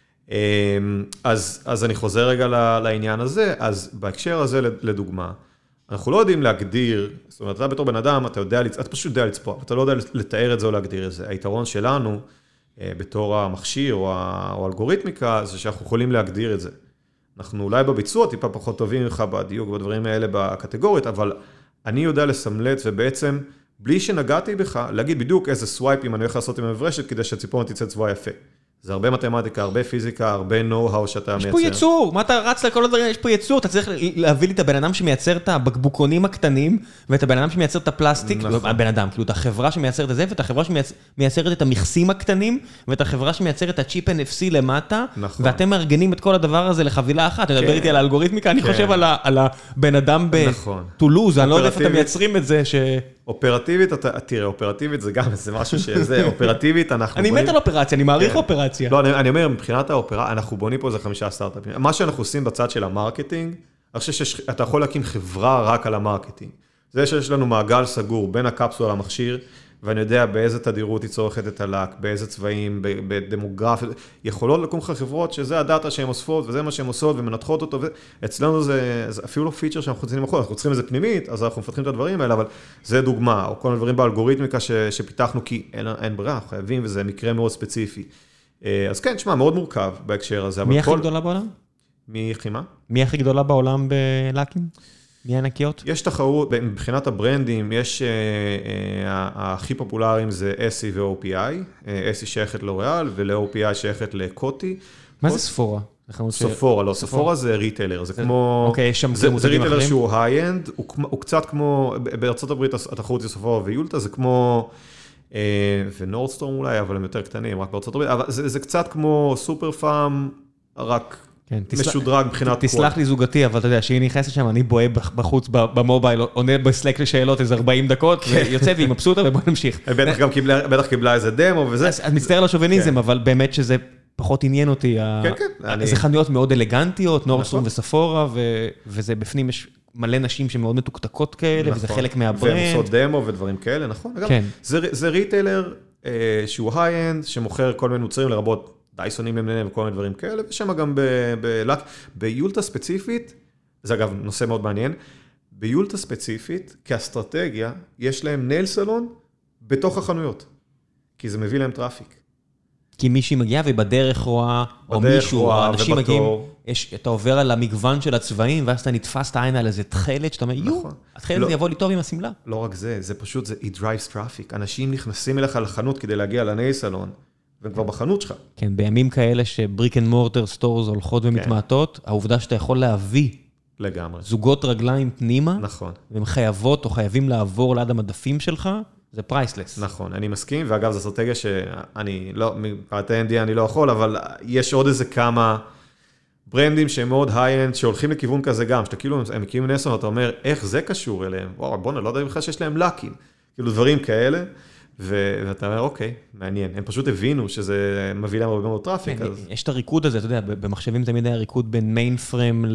אז אני חוזר רגע לעניין הזה, אז בהקשר הזה לדוגמה, אנחנו לא יודעים להגדיר, זאת אומרת, אתה בתור בן אדם, אתה פשוט יודע לצפוע, אתה לא יודע לתאר את זה או להגדיר את זה. היתרון שלנו, בתור המכשיר או האלגוריתמיקה, זה שאנחנו יכולים להגדיר את זה. אנחנו אולי בביצוע טיפה פחות טובים ממך בדיוק בדברים האלה בקטגורית, אבל אני יודע לסמלט ובעצם, בלי שנגעתי בך, להגיד בדיוק איזה סווייפים אני הולך לעשות עם המברשת, כדי שהציפורן תצא צבוע יפה. זה הרבה מתמטיקה, הרבה פיזיקה, הרבה know-how שאתה מייצר. יש פה יצור, מה אתה רץ לכל הדברים? יש פה יצור, אתה צריך להביא לי את הבן אדם שמייצר את הבקבוקונים הקטנים, ואת הבן אדם שמייצר את הפלסטיק, הבן אדם, כאילו את החברה שמייצרת את זה, ואת החברה שמייצרת את המכסים הקטנים, ואת החברה שמייצרת את הצ'יפ NFC למטה, ואתם מארגנים את כל הדבר הזה לחבילה אחת. אתה מדבר איתי על האלגוריתמיקה, אני חושב על הבן אדם בטולוז, אני לא יודע איפה אתם מייצרים את זה ש... אופרטיבית, תראה, אופרטיבית זה גם איזה משהו שזה, אופרטיבית אנחנו בונים... אני מת על אופרציה, אני מעריך אופרציה. לא, אני אומר, מבחינת האופרציה, אנחנו בונים פה איזה 5 סטארט-אפים. מה שאנחנו עושים בצד של המרקטינג, אני חושב שאתה יכול להקים חברה רק על המרקטינג. זה שיש לנו מעגל סגור בין הקפסולה למכשיר, ואני יודע באיזה תדירות היא צורכת את הלק, באיזה צבעים, בדמוגרפיה, יכולות לקום לך חברות שזה הדאטה שהן אוספות, וזה מה שהן עושות, ומנתחות אותו, אצלנו זה אפילו לא פיצ'ר שאנחנו רוצים למחור, אנחנו צריכים איזה פנימית, אז אנחנו מפתחים את הדברים האלה, אבל זה דוגמה, או כל הדברים באלגוריתמיקה שפיתחנו, כי אין ברירה, חייבים, וזה מקרה מאוד ספציפי. אז כן, תשמע, מאוד מורכב בהקשר הזה. מי הכי גדולה בעולם? מי חימה? מי הכי גדולה בעולם בלקים? מי הענקיות? יש תחרות, מבחינת הברנדים, יש, הכי פופולריים זה SE ו-OPI, SE שייכת לוריאל, ול-OPI שייכת לקוטי. מה זה ספורה? ספורה, לא, ספורה זה ריטיילר, זה כמו... אוקיי, יש שם זה ריטיילר שהוא היי-אנד, הוא קצת כמו, בארצות הברית התחרות היא ספורה ויולטה, זה כמו, ונורדסטורם אולי, אבל הם יותר קטנים, רק בארצות הברית, אבל זה קצת כמו סופר פארם, רק... משודרג מבחינת... תסלח לי זוגתי, אבל אתה יודע, שהיא נכנסת שם, אני בואה בחוץ במובייל, עונה בסלק לשאלות איזה 40 דקות, ויוצאת והיא מבסוטה, ובוא נמשיך. בטח קיבלה איזה דמו וזה. אז מצטער לשוביניזם, אבל באמת שזה פחות עניין אותי. כן, כן. זה חנויות מאוד אלגנטיות, נורדסטורם וספורה, וזה בפנים יש מלא נשים שמאוד מתוקתקות כאלה, וזה חלק מהברנד. והם עושות דמו ודברים כאלה, נכון? זה ריטיילר שהוא היי-אנד, שמוכר כל מיני מוצרים לרבות דייסונים למיניהם וכל מיני דברים כאלה, ושם גם ביולטה ספציפית, זה אגב נושא מאוד מעניין, ביולטה ספציפית, כאסטרטגיה, יש להם נייל סלון בתוך החנויות, כי זה מביא להם טראפיק. כי מישהי מגיעה ובדרך רואה, או מישהו, או אנשים מגיעים, אתה עובר על המגוון של הצבעים, ואז אתה נתפס את העין על איזה תכלת, שאתה אומר, יו, התכלת הזה יבוא לי טוב עם הסמלה. לא רק זה, זה פשוט, it drives traffic. אנשים נכנסים אליך לחנות כדי להגיע לנייל סלון, והם כבר בחנות שלך. כן, בימים כאלה שבריק אנד מורטר סטורס הולכות ומתמעטות, העובדה שאתה יכול להביא לגמרי. זוגות רגליים פנימה, נכון. והם חייבות או חייבים לעבור ליד המדפים שלך, זה פרייסלס. נכון, אני מסכים, ואגב, זו אסטרטגיה שאני לא, מפרט ה-ND אני לא יכול, אבל יש עוד איזה כמה ברנדים שהם מאוד היי-אנד, שהולכים לכיוון כזה גם, שאתה כאילו, הם מקימים נסון, ואתה אומר, איך זה קשור אליהם? וואו, בוא, לא יודע בכלל שיש להם לקים. כאילו דברים כאלה, ואתה אומר, אוקיי, מעניין. הם פשוט הבינו שזה מביא להם הרבה מאוד טראפיק. יש את הריקוד הזה, אתה יודע, במחשבים תמיד היה ריקוד בין מיינפריים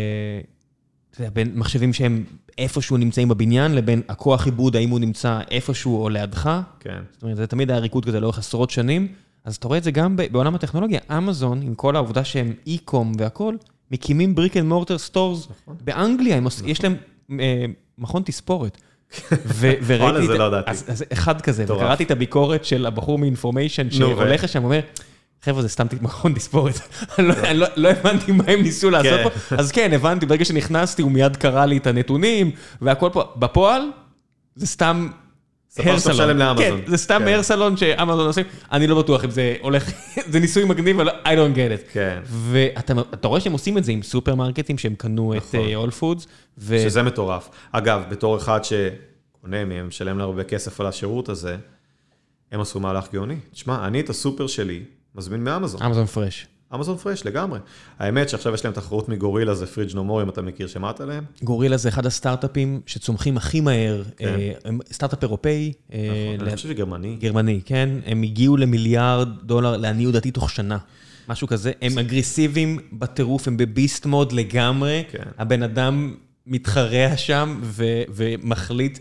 בין מחשבים שהם איפשהו נמצאים בבניין, לבין הכוח עיבוד, האם הוא נמצא איפשהו או לידך. כן. זאת אומרת, זה תמיד היה ריקוד כזה לאורך עשרות שנים. אז אתה רואה את זה גם בעולם הטכנולוגיה. אמזון, עם כל העובדה שהם אי-קום והכל, מקימים בריק אנד מורטר סטורס באנגליה. יש להם מכון תספורת. וראיתי, זה לא דעתי. אז אחד כזה, וקראתי את הביקורת של הבחור מאינפורמיישן, שהולך לשם, אומר, חבר'ה, זה סתם מכון תספורת. לא הבנתי מה הם ניסו לעשות פה. אז כן, הבנתי, ברגע שנכנסתי, הוא מיד קרא לי את הנתונים, והכל פה, בפועל, זה סתם הר סלון. כן, זה סתם הר סלון שאמזון עושים. אני לא בטוח אם זה הולך, זה ניסוי מגניב, אבל I don't get it. כן. ואתה רואה שהם עושים את זה עם סופרמרקטים, שהם קנו את All Foods. שזה מטורף. אגב, בתור אחד שקונה מהם, משלם לה הרבה כסף על השירות הזה, הם עשו מהלך גאוני. תשמע, אני את הסופר שלי מזמין מאמזון. אמזון פרש. אמזון פרש, לגמרי. האמת שעכשיו יש להם תחרות מגורילה, זה פריג' נו מור, אם אתה מכיר, שמעת עליהם? גורילה זה אחד הסטארט-אפים שצומחים הכי מהר, סטארט-אפ אירופאי. נכון, אני חושב שגרמני. גרמני, כן. הם הגיעו $1 מיליארד, לעניות דעתי תוך שנה. משהו כזה. הם אגרסיביים בטירוף, הם בביסט מוד לגמרי. הבן אדם מתחרע שם ומחליט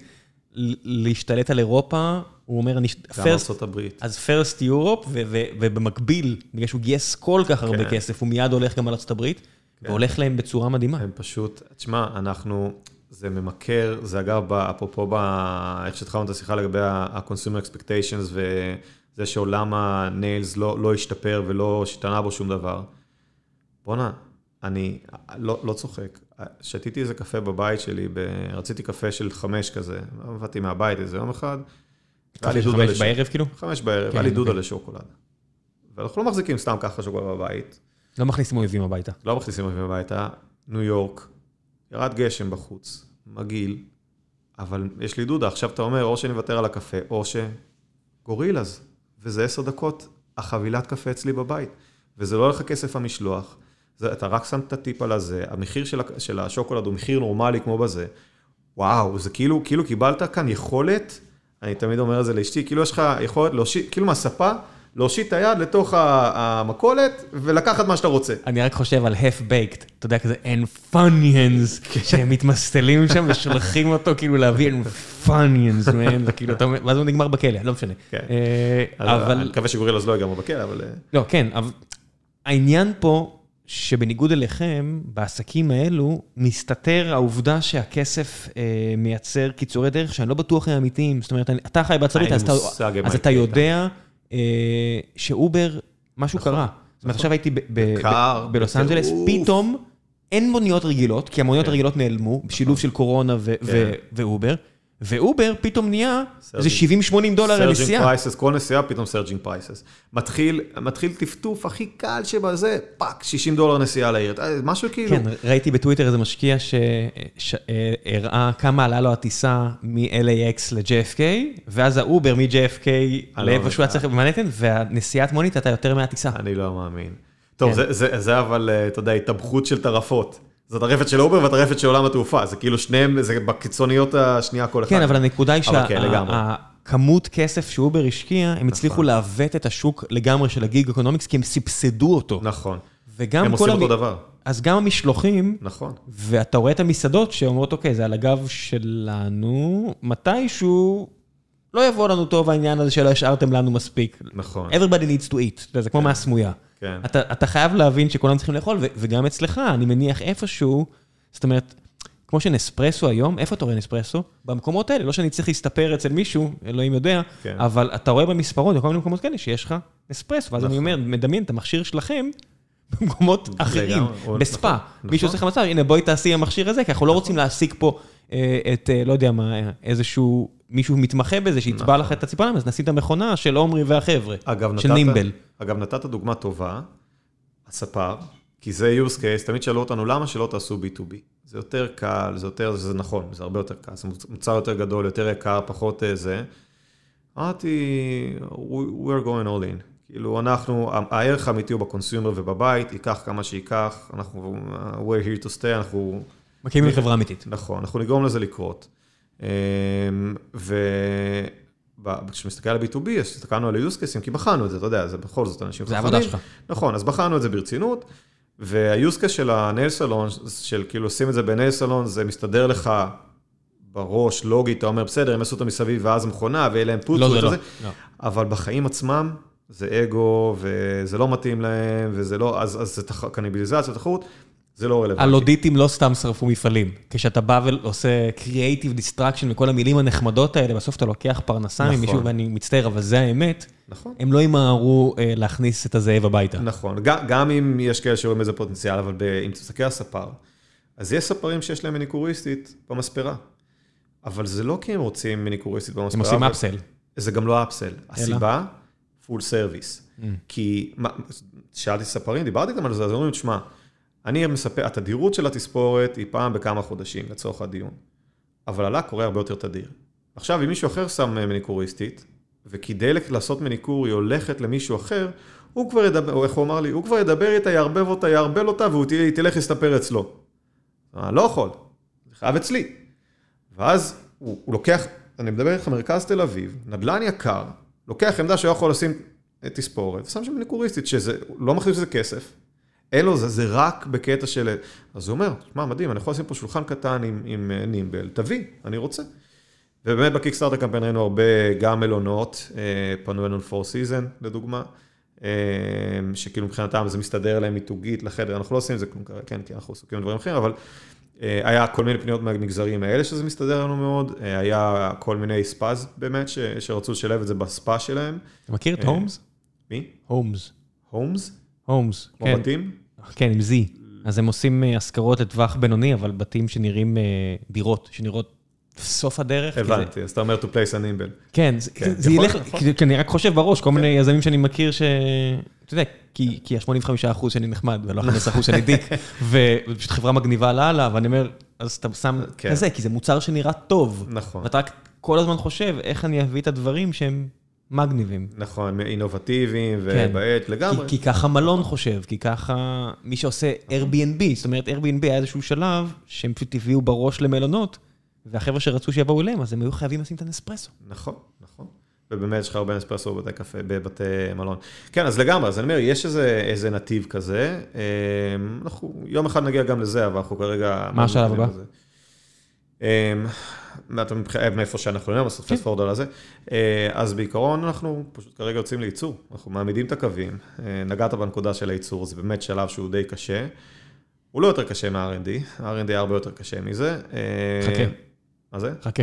להשתלט על אירופה. הוא אומר, אז first Europe, ובמקביל, בגלל שהוא גייס כל כך הרבה כסף, הוא מיד הולך גם על ארצות הברית, והולך להם בצורה מדהימה. הם פשוט, תשמע, זה ממכר, זה אגב, אפרופו, איך שהתחלנו את השיחה לגבי ה-consumer expectations, וזה שעולם הניילס לא השתפר ולא השתנה בו שום דבר. בוא'נה, אני לא צוחק. שתיתי איזה קפה בבית שלי, רציתי קפה של 5 כזה, עבדתי מהבית איזה יום אחד, 5 בערב כאילו? 5 בערב, היה לי דודה לשוקולד. ואנחנו לא מחזיקים סתם ככה שוקולד בבית. לא מכניסים אויבים הביתה. לא מכניסים אויבים הביתה. ניו יורק, ירד גשם בחוץ, מגעיל, אבל יש לי דודה, עכשיו אתה אומר, או שנוותר על הקפה, או שגורילאז, וזה 10 דקות, החבילת קפה אצלי בבית, וזה לא לך כסף המשלוח, אתה רק שם את הטיפ על הזה, המחיר של השוקולד הוא מחיר נורמלי כמו בזה, וואו, זה כאילו קיבלת כאן יכולת, אני תמיד אומר את זה לאשתי, כאילו יש לך יכולת להושיט, כאילו מהספה, להושיט את היד לתוך המקולת, ולקחת מה שאתה רוצה. אני רק חושב על half-baked, אתה יודע, כזה Enfunions, שהם מתמסטלים שם ושולחים אותו, כאילו להביא Enfunions, ואז הוא נגמר בכלא, לא משנה. אני מקווה שגורילאז לא יגמר בכלא, אבל... לא, כן, אבל העניין פה, שבניגוד אליכם, בעסקים האלו, מסתתר העובדה שהכסף מייצר קיצורי דרך, שאני לא בטוח הם אמיתיים. זאת אומרת, אתה חי בארצות הברית, אז אתה יודע שאובר, משהו קרה. זאת אומרת, עכשיו הייתי בלוס אנג'לס, פתאום אין מוניות רגילות, כי המוניות הרגילות נעלמו, בשילוב של קורונה ואובר, ואובר פתאום נהיה איזה $70-80 לנסיעה. כל נסיעה פתאום סרג'ינג פרייסס. מתחיל טפטוף הכי קל שבזה, פאק, $60 נסיעה לעיר. משהו כאילו... כן, ראיתי בטוויטר איזה משקיע שהראה כמה עלה לו הטיסה מ-LAX ל-JFK, ואז האובר מ-JFK לאיפה שהוא היה צריך במנהטן, והנסיעת מונית הייתה יותר מהטיסה. אני לא מאמין. טוב, זה אבל, אתה יודע, התאבכות של טרפות. זאת הרפת של אובר והרפת של עולם התעופה, זה כאילו שניהם, זה בקיצוניות השנייה כל אחד. כן, אבל הנקודה היא שהכמות כסף שאובר השקיע, הם הצליחו לעוות את השוק לגמרי של הגיג אקונומיקס, כי הם סבסדו אותו. נכון. הם עושים אותו דבר. אז גם המשלוחים, נכון. ואתה רואה את המסעדות שאומרות, אוקיי, זה על הגב שלנו, מתישהו לא יבוא לנו טוב העניין הזה שלא השארתם לנו מספיק. נכון. Everybody needs to eat, זה כמו מהסמויה. כן. אתה חייב להבין שכולם צריכים לאכול, וגם אצלך, אני מניח איפשהו, זאת אומרת, כמו שנספרסו היום, איפה אתה רואה נספרסו? במקומות האלה, לא שאני צריך להסתפר אצל מישהו, אלוהים יודע, אבל אתה רואה במספרות, בכל מיני מקומות כאלה, שיש לך נספרסו, ואז אני אומר, מדמיין את המכשיר שלכם, במקומות אחרים, בספה. מישהו עושה לך מצב, הנה בואי תעשי המכשיר הזה, כי אנחנו לא רוצים להשיג פה את, לא יודע מה, איזשהו מישהו מתמחה בזה, שיצבע לך את הציפורניים, אז נשים את המכונה של עומרי והחבר'ה, של נימבל. אגב, נתת דוגמה טובה, הספר, כי זה use case, תמיד שאלו אותנו, למה שלא תעשו B2B? זה יותר קל, זה נכון, זה הרבה יותר קל, זה מוצר יותר גדול, יותר יקר, פחות זה. אמרתי, we're going all in. כאילו, הערך האמיתי הוא בקונסיומר ובבית, ייקח כמה שייקח, אנחנו, we're here to stay, אנחנו... מקימים לחברה אמיתית. נכון, אנחנו נגרום לזה לקרות. וכשמסתכל על B2B, הסתכלנו על ה-use cases, כי בחנו את זה, אתה יודע, זה בכל זאת אנשים חכמים. זה העבודה שלך. נכון, אז בחנו את זה ברצינות, וה-use case של הנייל סלון, של כאילו עושים את זה בנייל סלון, זה מסתדר לך בראש, לוגית, אתה אומר, בסדר, הם עשו אותם מסביב, ואז מכונה, ואלה הם פוצו, לא, זה לא. אבל בחיים עצמם, זה אגו, וזה לא מתאים להם, וזה לא, אז זה קניבליזציה, תחרות, זה לא רלוונטי. הלודיטים לא סתם שרפו מפעלים. כשאתה בא ועושה creative destruction וכל המילים הנחמדות האלה, בסוף אתה לוקח פרנסה ממישהו, ואני מצטער, אבל זה האמת, הם לא ימהרו להכניס את הזאב הביתה. נכון, גם אם יש כאלה שרואים איזה פוטנציאל, אבל אם תסתכל על ספר, אז יש ספרים שיש להם מניקוריסטית במספרה. אבל זה לא כי הם רוצים מניקוריסטית במספרה. הם עושים אפסל. זה גם לא אפסל. הסיבה, full service. כי, שאלתי ספרים, דיברתי איתם על זה, אז אומרים, תשמע, אני מספר, התדירות של התספורת היא פעם בכמה חודשים, לצורך הדיון. אבל עלה קורה הרבה יותר תדיר. עכשיו, אם מישהו אחר שם מניקוריסטית, וכדי לעשות מניקור היא הולכת למישהו אחר, הוא כבר ידבר, או איך הוא אמר לי, הוא כבר ידבר איתה, יערבל אותה, והוא תלך להסתפר אצלו. לא יכול, זה חייב אצלי. ואז הוא לוקח, אני מדבר איתך מרכז תל אביב, נדל"ן יקר, לוקח עמדה שהוא יכול לשים תספורת, ושם שם מניקוריסטית, שזה לא מחליף שזה כסף, אין לו, זה רק בקטע של... אז הוא אומר, מה, מדהים, אני יכול לשים פה שולחן קטן עם נימבל, תביא, אני רוצה. ובאמת בקיקסטארטר קמפיין ראינו הרבה, גם מלונות, פנו אלינו 4 season, לדוגמה, שכאילו מבחינתם זה מסתדר להם מיתוגית לחדר, אנחנו לא עושים את זה כלום, כן, כי אנחנו עסוקים דברים אחרים, אבל היה כל מיני פניות מהמגזרים האלה שזה מסתדר לנו מאוד, היה כל מיני ספאז באמת, שרצו לשלב את זה בספה שלהם. אתה מכיר את הומס? מי? הומס. הומס? הומס, כן. כמו בתים? כן, עם זי. אז הם עושים השכרות לטווח בינוני, אבל בתים שנראים דירות, שנראות סוף הדרך. הבנתי, אז אתה אומר to place an nimble. כן, זה ילך, כי אני רק חושב בראש, כל מיני יזמים שאני מכיר ש... אתה יודע, כי ה-85% שאני נחמד, ולא 15% שאני דיק, ופשוט חברה מגניבה לאללה, ואני אומר, אז אתה שם כזה, כי זה מוצר שנראה טוב. נכון. ואתה רק כל הזמן חושב, איך אני אביא את הדברים שהם מגניבים. נכון, אינובטיביים ובעת לגמרי. כי ככה מלון חושב, כי ככה מי שעושה Airbnb, זאת אומרת, Airbnb היה איזשהו שלב, שהם פשוט הביאו בראש למלונות, והחבר'ה שרצו שיבואו אליהם, אז הם היו חייבים לשים את הנספרסו. נכון, נכון. ובאמת יש לך הרבה נספרסו בבתי קפה, בבתי מלון. כן, אז לגמרי, אז אני אומר, יש איזה נתיב כזה, אנחנו יום אחד נגיע גם לזה, אבל אנחנו כרגע... מה השלב הבא? מאיפה שאנחנו נראה, אז פסט פורוד על הזה. אז בעיקרון אנחנו פשוט כרגע יוצאים לייצור, אנחנו מעמידים את הקווים, נגעת בנקודה של הייצור, זה באמת שלב שהוא די קשה, הוא לא יותר קשה מה-R&D, ה-R&D הרבה יותר קשה מזה. חכה. מה זה? חכה.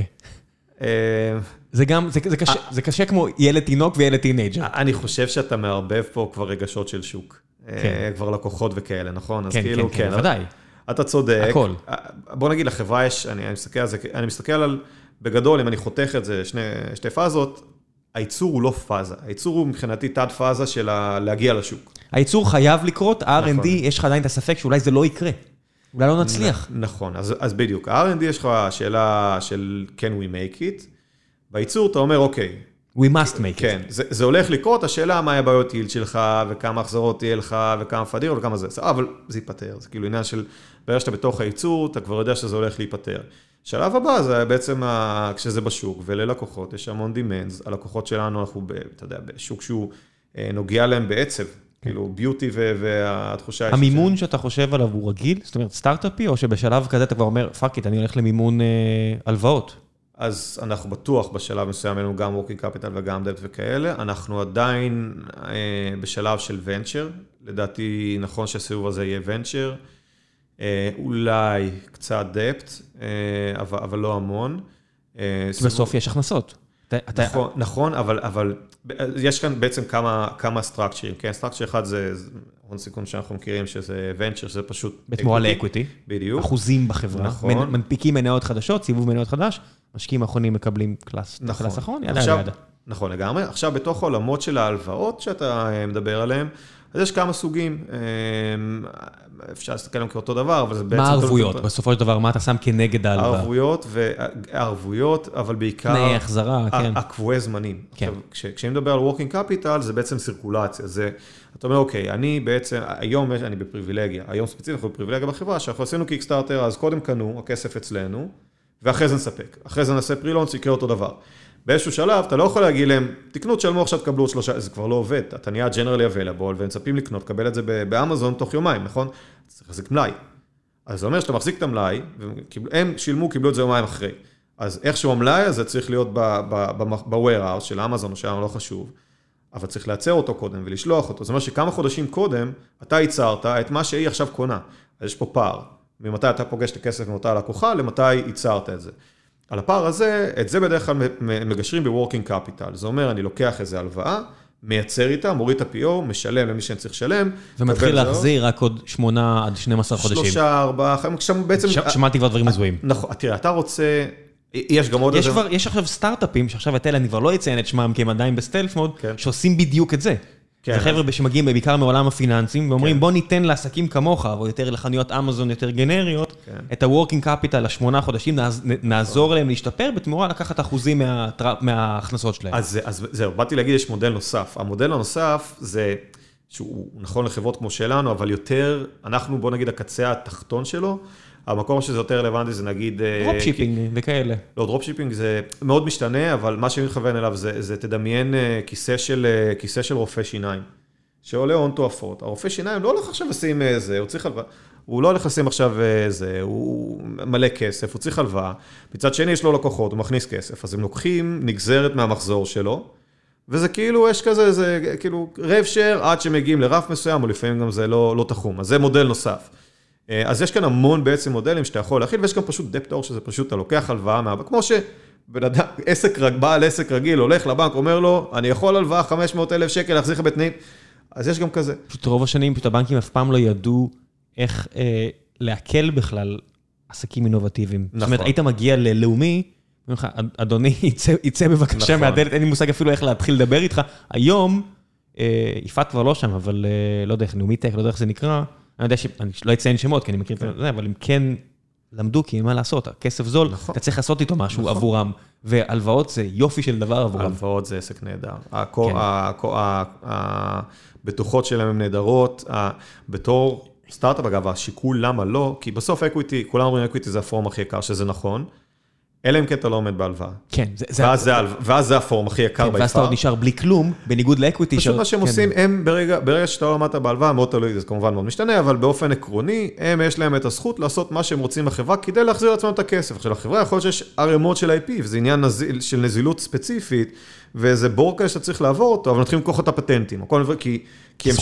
זה קשה כמו ילד תינוק וילד טינאג'ר. אני חושב שאתה מערבב פה כבר רגשות של שוק, כבר לקוחות וכאלה, נכון? כן, כן, ודאי. אתה צודק. הכל. בוא נגיד, לחברה יש, אני מסתכל על, בגדול, אם אני חותך את זה, שתי פאזות, הייצור הוא לא פאזה. הייצור הוא מבחינתי תת פאזה של להגיע לשוק. הייצור חייב לקרות, R&D, יש לך עדיין את הספק שאולי זה לא יקרה. אולי לא נצליח. נכון, אז בדיוק. R&D יש לך שאלה של can we make it. בייצור אתה אומר, אוקיי. We must make it. כן, זה הולך לקרות, השאלה מה הבעיות יעיל שלך, וכמה החזרות יהיה לך, וכמה פדיר, וכמה זה. אבל זה ייפטר. זה כאילו עניין של, ברגע שאתה בתוך הייצור, אתה כבר יודע שזה הולך להיפטר. שלב הבא זה בעצם כשזה בשוק, וללקוחות, יש המון דימנדס, הלקוחות שלנו, אנחנו, אתה יודע, בשוק שהוא נוגע להם בעצב, כאילו ביוטי והתחושה... המימון שאתה חושב עליו הוא רגיל? זאת אומרת, סטארט-אפי, או שבשלב כזה אתה כבר אומר, פאק איט, אני הולך למימון הלוואות? אז אנחנו בטוח בשלב מסוים, היינו גם working capital וגם debt וכאלה, אנחנו עדיין בשלב של venture, לדעתי נכון שהסיבוב הזה יהיה venture, אולי קצת debt, אבל לא המון. בסוף יש הכנסות. נכון, אבל יש כאן בעצם כמה סטרקצ'רים, כן, סטרקצ'ר אחד זה הון סיכון שאנחנו מכירים שזה venture, שזה פשוט... בתמורה לאקוויטי. בדיוק. אחוזים בחברה. נכון. מנפיקים מניות חדשות, סיבוב מניות חדש, משקיעים האחרונים מקבלים קלאס אחרון, ידה ידה. נכון לגמרי. עכשיו, בתוך העולמות של ההלוואות שאתה מדבר עליהם, אז יש כמה סוגים. אפשר להסתכל עליהם כאותו דבר, אבל זה בעצם... מה הערבויות? בסופו של דבר, מה אתה שם כנגד ההלוואה? הערבויות, אבל בעיקר... תנאי החזרה, כן. הקבועי זמנים. כשאני מדבר על working capital, זה בעצם סירקולציה. אתה אומר, אוקיי, אני בעצם, היום אני בפריבילגיה, היום ספציפית אנחנו בפריבילגיה בחברה, שאנחנו עשינו קיקסטארטר, אז קודם קנו, הכסף אצלנו, ואחרי זה נספק. אחרי זה נעשה פרילונס, יקרה אותו דבר. באיזשהו שלב, אתה לא יכול להגיד להם, תקנו, תשלמו עכשיו, תקבלו עוד 3, זה כבר לא עובד, אתה נהיה generally available, ומצפים לקנות, קבל את זה באמזון תוך יומיים, נכון? צריך להחזיק מלאי. אז זה אומר שאתה מחזיק את המלאי, הם שילמו, קיבלו את זה יומיים אחרי. אז איכשהו המלאי הזה צריך להיות ב-warehouse של אמזון, או שלנו לא חשוב, אבל צריך לייצר אותו קודם ולשלוח אותו. זאת אומרת שכמה חודשים קודם, אתה ייצרת את מה שהיא עכשיו קונה. אז יש פה פער. ממתי אתה פוגש את הכסף ממתי הלקוחה, למתי ייצרת את זה. על הפער הזה, את זה בדרך כלל מגשרים ב-working capital. זה אומר, אני לוקח איזה הלוואה, מייצר איתה, מוריד את ה-PO, משלם למי שאני צריך לשלם. ומתחיל להחזיר רק עוד 8 עד 12 חודשים. 3, 4, 5, בעצם... שמעתי כבר דברים מזוהים. נכון, תראה, אתה רוצה... יש גם עוד... יש עכשיו סטארט-אפים, שעכשיו את אלה אני כבר לא אציין את שמם, כי הם עדיין בסטלף מוד, שעושים בדיוק את זה. זה חבר'ה שמגיעים בעיקר מעולם הפיננסים, ואומרים בוא ניתן לעסקים כמוך, או יותר לחנויות אמזון יותר גנריות, את ה-working capital ל8 חודשים, נעזור להם להשתפר, בתמורה לקחת אחוזים מההכנסות שלהם. אז זהו, באתי להגיד, יש מודל נוסף. המודל הנוסף זה, שהוא נכון לחברות כמו שלנו, אבל יותר, אנחנו בוא נגיד הקצה התחתון שלו, המקום שזה יותר רלוונטי זה נגיד... דרופשיפינג וכאלה. לא, דרופשיפינג זה מאוד משתנה, אבל מה שאני מכוון אליו זה תדמיין כיסא של רופא שיניים, שעולה הון תועפות. הרופא שיניים לא הולך עכשיו לשים איזה, הוא לא הולך לשים עכשיו איזה, הוא מלא כסף, הוא צריך הלוואה. מצד שני יש לו לקוחות, הוא מכניס כסף, אז הם לוקחים נגזרת מהמחזור שלו, וזה כאילו, יש כזה, זה כאילו רב שר עד שמגיעים לרף מסוים, או לפעמים גם זה לא תחום. אז זה מודל נוסף. אז יש כאן המון בעצם מודלים שאתה יכול להכיל, ויש גם פשוט דפטור, שזה פשוט, אתה לוקח הלוואה מהבנק, כמו בעל עסק רגיל, הולך לבנק, אומר לו, אני יכול הלוואה 500,000 שקל, להחזיר לך בתנאים, אז יש גם כזה. פשוט רוב השנים, פשוט הבנקים אף פעם לא ידעו איך להקל בכלל עסקים אינובטיביים. זאת אומרת, היית מגיע ללאומי, אדוני, יצא בבקשה מהדלת, אין לי מושג אפילו איך להתחיל לדבר איתך. היום, יפעת כבר לא שם, אבל לא יודע איך, לאומי טק, לא יודע איך זה נקרא, אני יודע שאני לא אציין שמות, כי אני מכיר את זה, אבל הם כן למדו, כי מה לעשות, הכסף זול, אתה צריך לעשות איתו משהו עבורם, והלוואות זה יופי של דבר עבורם. הלוואות זה עסק נהדר. הבטוחות שלהם הן נהדרות, בתור סטארט-אפ אגב, השיקול למה לא, כי בסוף אקוויטי, כולם אומרים אקוויטי זה הפורום הכי יקר, שזה נכון, אלא אם כן אתה לא עומד בהלוואה. כן. ואז זה הפורום הכי יקר ביפר. ואז אתה עוד נשאר בלי כלום, בניגוד לאקוויטי. פשוט מה שהם עושים, הם ברגע שאתה לא עמדת בהלוואה, מאוד תלוי, זה כמובן מאוד משתנה, אבל באופן עקרוני, יש להם את הזכות לעשות מה שהם רוצים בחברה, כדי להחזיר לעצמם את הכסף. עכשיו, לחברה יכול להיות שיש ערימות של IP, וזה עניין של נזילות ספציפית, וזה בור כזה שאתה צריך לעבור אותו, אבל נתחילים לקוח את הפטנטים, כי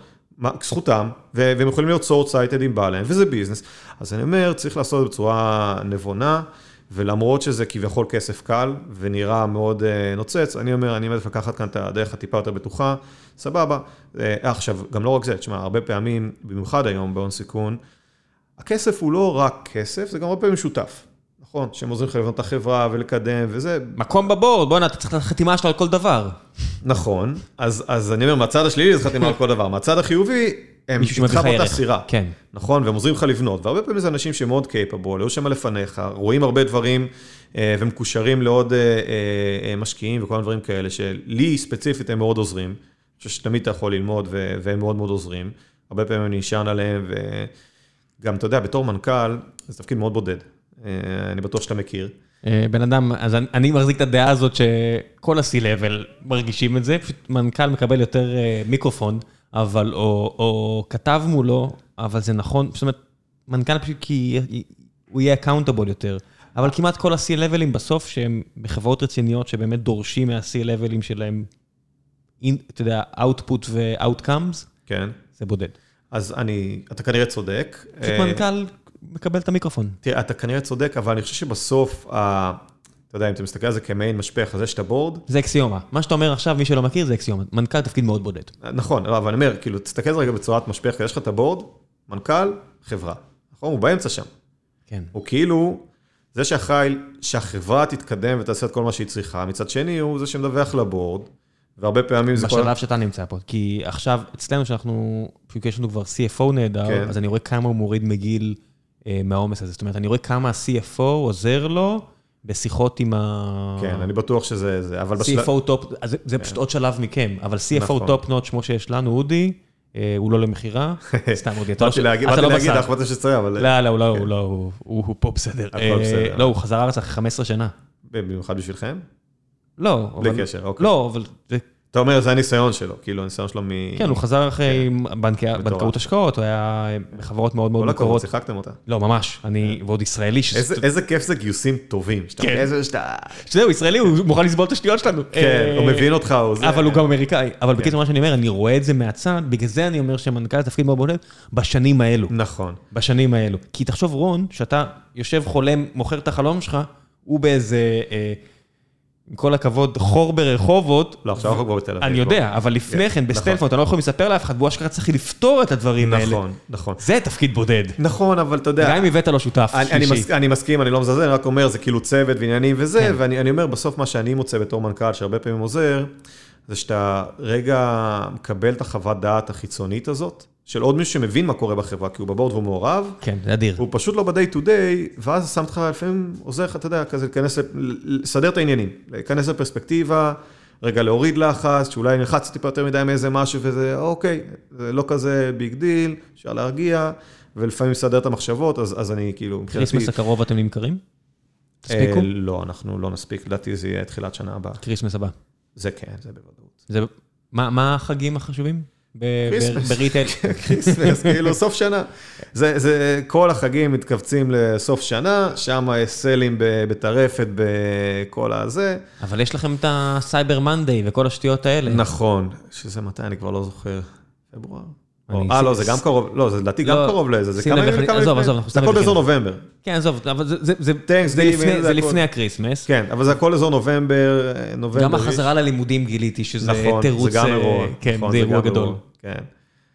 זכותם, והם יכולים להיות sort-sighted עם בעליהם, וזה ביזנס. אז אני אומר, צריך לעשות בצורה נבונה, ולמרות שזה כביכול כסף קל, ונראה מאוד נוצץ, אני אומר, אני מעדיף לקחת כאן את הדרך הטיפה יותר בטוחה, סבבה. עכשיו, גם לא רק זה, תשמע, הרבה פעמים, במיוחד היום בהון סיכון, הכסף הוא לא רק כסף, זה גם הרבה פעמים שותף. נכון? שהם עוזרים לך לבנות את החברה ולקדם, וזה... מקום בבורד, בוא, אתה צריך חתימה שלו על כל דבר. נכון, אז אני אומר, מהצד השלילי זה חתימה על כל דבר. מהצד החיובי, הם איתך באותה סירה. כן. נכון? והם עוזרים לך לבנות. והרבה פעמים זה אנשים שמאוד קייפבול, היו שם לפניך, רואים הרבה דברים, ומקושרים לעוד משקיעים וכל הדברים כאלה, שלי ספציפית הם מאוד עוזרים. אני חושב שתמיד אתה יכול ללמוד, והם מאוד מאוד עוזרים. הרבה פעמים אני נשען עליהם, וגם, אתה יודע, בתור מנכ"ל, זה תפקיד מאוד בודד. אני בטוח שאתה מכיר. בן אדם, אז אני מחזיק את הדעה הזאת שכל ה-C-Level מרגישים את זה, פשוט מנכ"ל מקבל יותר מיקרופון, אבל, או כתב מולו, אבל זה נכון, זאת אומרת, מנכ"ל פשוט כי הוא יהיה accountable יותר, אבל כמעט כל ה-C-Level'ים בסוף, שהם בחברות רציניות, שבאמת דורשים מה-C-Level'ים שלהם, אתה יודע, output ו-outcomes, כן. זה בודד. אז אתה כנראה צודק. פשוט מנכ"ל מקבל את המיקרופון. תראה, אתה כנראה צודק, אבל אני חושב שבסוף, אתה יודע, אם אתה מסתכל על זה כמיין משפך, אז יש את הבורד. זה אקסיומה. מה שאתה אומר עכשיו, מי שלא מכיר, זה אקסיומה. מנכ"ל תפקיד מאוד בודד. נכון, אבל אני אומר, כאילו, תסתכל על זה רגע בצורת משפך, יש לך את הבורד, מנכ"ל, חברה. נכון? הוא באמצע שם. כן. הוא כאילו, זה שאחראי שהחברה תתקדם ותעשה את כל מה שהיא צריכה, מצד שני הוא זה שמדווח לבורד, והרבה פעמים זה בשלב שאתה נמצא פה, כי עכשיו אצלנו שאנחנו, יש לנו כבר CFO נהדר, אז אני רואה כמה הוא מוריד מגיל מהעומס הזה, זאת אומרת, אני רואה כמה ה-CFO עוזר לו, בשיחות עם ה... כן, אני בטוח שזה, אבל CFO טופ, זה פשוט עוד שלב מכם, אבל CFO טופ נוט, כמו שיש לנו, אודי, הוא לא למחירה, סתם אודי, אתה לא בסדר. אחוות שצריך, אבל... לא, הוא פה בסדר. לא, הוא חזר ארץ אחרי 15 שנה. במיוחד בשבילכם? לא. בלי קשר, אוקיי. לא, אבל... אתה אומר, זה הניסיון שלו, כאילו, הניסיון שלו מ... כן, הוא חזר אחרי בנקאות השקעות, הוא היה בחברות מאוד מאוד מקורות. שיחקתם אותה. לא, ממש, ועוד ישראלי. איזה כיף זה גיוסים טובים. שזהו, ישראלי, הוא מוכן לסבול את השטויות שלנו. כן, הוא מבין אותך, הוא זה. אבל הוא גם אמריקאי. אבל בקיצור מה שאני אומר, אני רואה את זה מהצד, בגלל זה אני אומר שמנכ"ל זה תפקיד מאוד בולט, בשנים האלו. נכון. בשנים האלו. כי תחשוב, רון, שאתה יושב חולם, מוכר את החלום שלך, הוא באיזה... עם כל הכבוד, חור ברחובות. לא, עכשיו אנחנו כבר בתל אביב. אני יודע, אבל לפני כן, בסטלפון, אתה לא יכול לספר לאף אחד, והוא אשכרה צריך לפתור את הדברים האלה. נכון, נכון. זה תפקיד בודד. נכון, אבל אתה יודע... גם אם הבאת לו שותף שלישי. אני מסכים, אני לא מזלזל, אני רק אומר, זה כאילו צוות ועניינים וזה, ואני אומר, בסוף מה שאני מוצא בתור מנכ"ל, שהרבה פעמים עוזר, זה שאתה רגע מקבל את החוות דעת החיצונית הזאת, של עוד מישהו שמבין מה קורה בחברה, כי הוא בבורד והוא מעורב. כן, זה אדיר. הוא פשוט לא ב-day to day, ואז שם אותך לפעמים עוזר לך, אתה יודע, כזה לסדר את העניינים, להיכנס לפרספקטיבה, רגע להוריד לחץ, שאולי נלחץ טיפה יותר מדי מאיזה משהו, וזה, אוקיי, זה לא כזה ביג דיל, אפשר להרגיע, ולפעמים לסדר את המחשבות, אז אני כאילו... קריסמס הקרוב אתם נמכרים? תספיקו? לא, אנחנו לא נספיק, לדעתי זה יהיה תחילת שנה הבאה. קריסמס הבא. זה כן, זה בוודאות. מה החגים החשובים? בריטל. קריסמס, כאילו סוף שנה. זה כל החגים מתכווצים לסוף שנה, שם יש סלים בטרפת בכל הזה. אבל יש לכם את הסייבר מנדי וכל השטויות האלה. נכון, שזה מתי, אני כבר לא זוכר. פברואר. לא, זה גם קרוב, לא, זה לדעתי גם קרוב לזה, זה כמה ימים לפני. זה הכל באזור נובמבר. כן, עזוב, אבל זה לפני הקריסמס. כן, אבל זה הכל אזור נובמבר. גם החזרה ללימודים גיליתי שזה תירוץ. זה גם אירוע. כן, זה אירוע גדול. כן.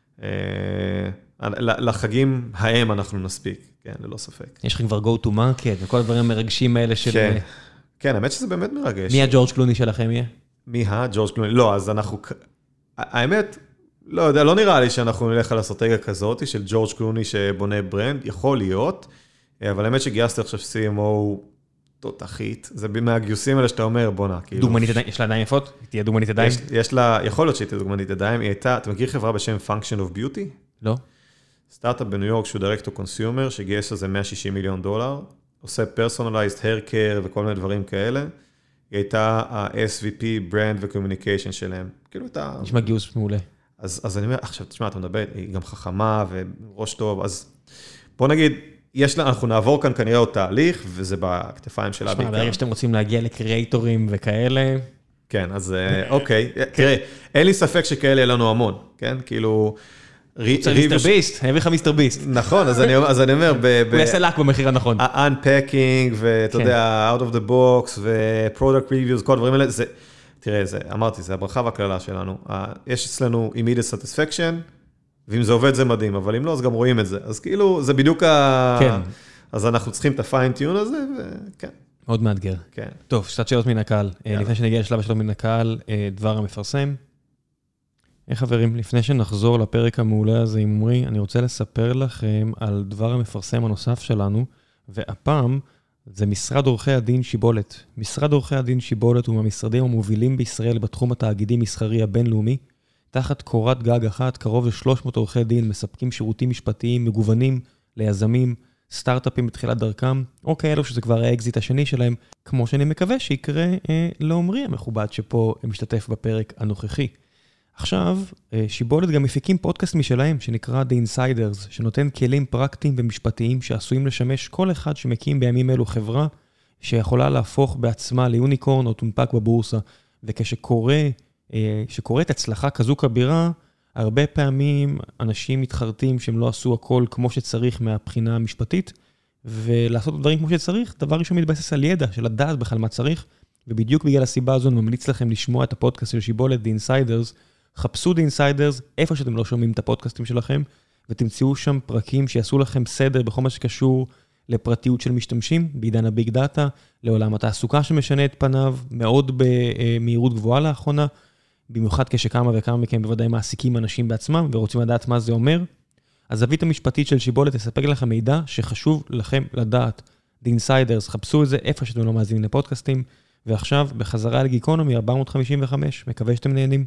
לחגים ההם אנחנו נספיק, כן, ללא ספק. יש לכם כבר go to market וכל הדברים המרגשים האלה של... כן, האמת שזה באמת מרגש. מי הג'ורג' קלוני שלכם יהיה? מי הג'ורג' קלוני? לא, אז אנחנו... האמת... לא יודע, לא נראה לי שאנחנו נלך על אסטרטגיה כזאת, של ג'ורג' קלוני שבונה ברנד, יכול להיות, אבל האמת שגייסתי עכשיו CMO תותחית, זה מהגיוסים האלה שאתה אומר, בוא נע, כאילו... דוגמנית ידיים, יש לה ידיים יפות? תהיה דוגמנית ידיים? יש לה, יכול להיות שהיא תהיה דוגמנית ידיים, היא הייתה, אתה מכיר חברה בשם Function of Beauty? לא. סטארט-אפ בניו יורק שהוא direct to consumer, שגייס לזה $160 מיליון, עושה personalized hair care וכל מיני דברים כאלה, היא הייתה ה-SVP brand ו-communication שלהם, כאילו הייתה... נשמע גיוס מעולה. אז אני אומר, עכשיו תשמע, אתה מדבר, היא גם חכמה וראש טוב, אז בוא נגיד, אנחנו נעבור כאן כנראה עוד תהליך, וזה בכתפיים שלה בעיקר. תשמע, ברגע שאתם רוצים להגיע לקריאטורים וכאלה... כן, אז אוקיי, תראה, אין לי ספק שכאלה יהיה לנו המון, כן? כאילו... רוצה מיסטר ביסט, הביא לך מיסטר ביסט. נכון, אז אני אומר... הוא יעשה לק במחיר הנכון. ה-unpacking, ואתה יודע, out of the box, ו-product reviews, כל הדברים האלה, זה... תראה, אמרתי, זה הברכה והכללה שלנו. יש אצלנו immediate satisfaction, ואם זה עובד זה מדהים, אבל אם לא, אז גם רואים את זה. אז כאילו, זה בדיוק כן. אז אנחנו צריכים את ה-fine tune הזה, וכן. מאוד מאתגר. כן. טוב, קצת שאלות מן הקהל. לפני שנגיע לשלב השאלות מן הקהל, דבר המפרסם. חברים, לפני שנחזור לפרק המעולה הזה עם עמרי, אני רוצה לספר לכם על דבר המפרסם הנוסף שלנו, והפעם... זה משרד עורכי הדין שיבולת. משרד עורכי הדין שיבולת הוא מהמשרדים המובילים בישראל בתחום התאגידי מסחרי הבינלאומי. תחת קורת גג אחת, קרוב ל-300 עורכי דין מספקים שירותים משפטיים מגוונים ליזמים, סטארט-אפים בתחילת דרכם, או כאלו שזה כבר האקזיט השני שלהם, כמו שאני מקווה שיקרה לעומרי המכובד שפה משתתף בפרק הנוכחי. עכשיו, שיבולת גם מפיקים פודקאסט משלהם, שנקרא The Insiders, שנותן כלים פרקטיים ומשפטיים שעשויים לשמש כל אחד שמקים בימים אלו חברה, שיכולה להפוך בעצמה ליוניקורן או תונפק בבורסה. וכשקורית הצלחה כזו כבירה, הרבה פעמים אנשים מתחרטים שהם לא עשו הכל כמו שצריך מהבחינה המשפטית, ולעשות דברים כמו שצריך, דבר ראשון מתבסס על ידע, של לדעת בכלל מה צריך, ובדיוק בגלל הסיבה הזו אני ממליץ לכם לשמוע את הפודקאסט של שיבולת, The Insiders, חפשו The Insiders, איפה שאתם לא שומעים את הפודקאסטים שלכם, ותמצאו שם פרקים שיעשו לכם סדר בכל מה שקשור לפרטיות של משתמשים, בעידן הביג דאטה, לעולם התעסוקה שמשנה את פניו, מאוד במהירות גבוהה לאחרונה, במיוחד כשכמה וכמה מכם בוודאי מעסיקים אנשים בעצמם, ורוצים לדעת מה זה אומר. הזווית המשפטית של שיבולת תספק לכם מידע שחשוב לכם לדעת. The Insiders, חפשו את זה איפה שאתם לא מאזינים לפודקאסטים, ועכשיו בחזרה לגיקונומי 455, מקווה שאתם נהנים.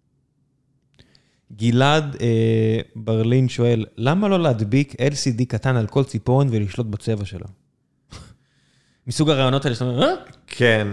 גלעד ברלין שואל, למה לא להדביק LCD קטן על כל ציפורן ולשלוט בצבע שלו? מסוג הרעיונות האלה שאתה אומר, כן.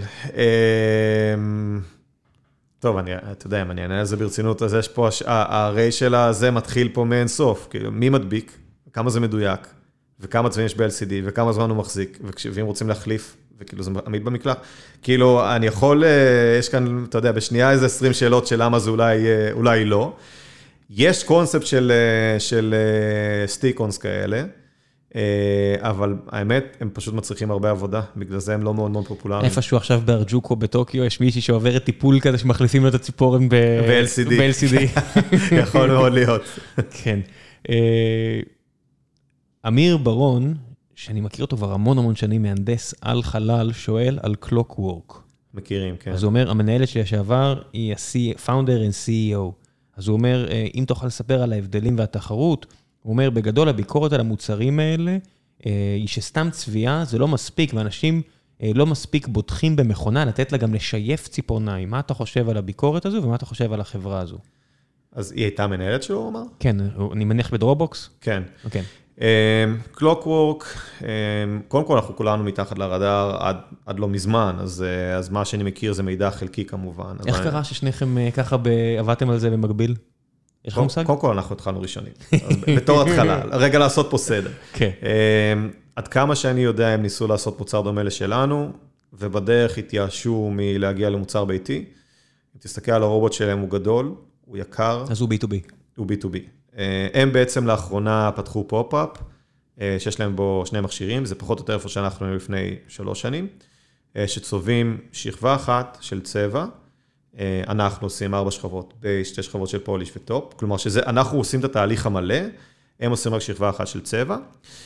טוב, אתה יודע, אם אני אענה על זה ברצינות, אז יש פה, הרי של הזה מתחיל פה מאין סוף. כאילו, מי מדביק, כמה זה מדויק, וכמה צבעים יש ב-LCD, וכמה זמן הוא מחזיק, ואם רוצים להחליף, וכאילו זה עמיד במקלח. כאילו, אני יכול, יש כאן, אתה יודע, בשנייה איזה 20 שאלות של למה זה אולי לא. יש קונספט של סטיקונס כאלה, אבל האמת, הם פשוט מצריכים הרבה עבודה, בגלל זה הם לא מאוד מאוד פופולריים. איפשהו עכשיו בארג'וקו בטוקיו, יש מישהי שעוברת טיפול כזה שמחליפים לו את הציפורן ב-LCD. יכול מאוד להיות. כן. אמיר ברון, שאני מכיר אותו כבר המון שנים, מהנדס על חלל, שואל על Clockwork. מכירים, כן. אז הוא אומר, המנהלת שלי שעבר היא ה-founder and CEO. אז הוא אומר, אם תוכל לספר על ההבדלים והתחרות, הוא אומר, בגדול הביקורת על המוצרים האלה, היא שסתם צביעה, זה לא מספיק, ואנשים לא מספיק בוטחים במכונה, לתת לה גם לשייף ציפורניים. מה אתה חושב על הביקורת הזו, ומה אתה חושב על החברה הזו? אז היא הייתה מנהלת שלו, הוא אמר? כן, אני מניח בדרובוקס. כן. אוקיי. Clockwork, קודם כל אנחנו כולנו מתחת לרדאר עד לא מזמן, אז מה שאני מכיר זה מידע חלקי כמובן. איך קרה ששניכם ככה עבדתם על זה במקביל? יש לך מושג? קודם כל אנחנו התחלנו ראשונים, בתור התחלה, רגע לעשות פה סדר. עד כמה שאני יודע, הם ניסו לעשות מוצר דומה לשלנו, ובדרך התייאשו מלהגיע למוצר ביתי. אם תסתכל על הרובוט שלהם, הוא גדול, הוא יקר. אז הוא B2B. הוא B2B. הם בעצם לאחרונה פתחו פופ-אפ, שיש להם בו שני מכשירים, זה פחות או יותר איפה שאנחנו היינו לפני 3 שנים, שצובעים שכבה אחת של צבע, אנחנו עושים 4 שכבות, 2 שכבות של פוליש וטופ, כלומר שאנחנו עושים את התהליך המלא, הם עושים רק שכבה אחת של צבע,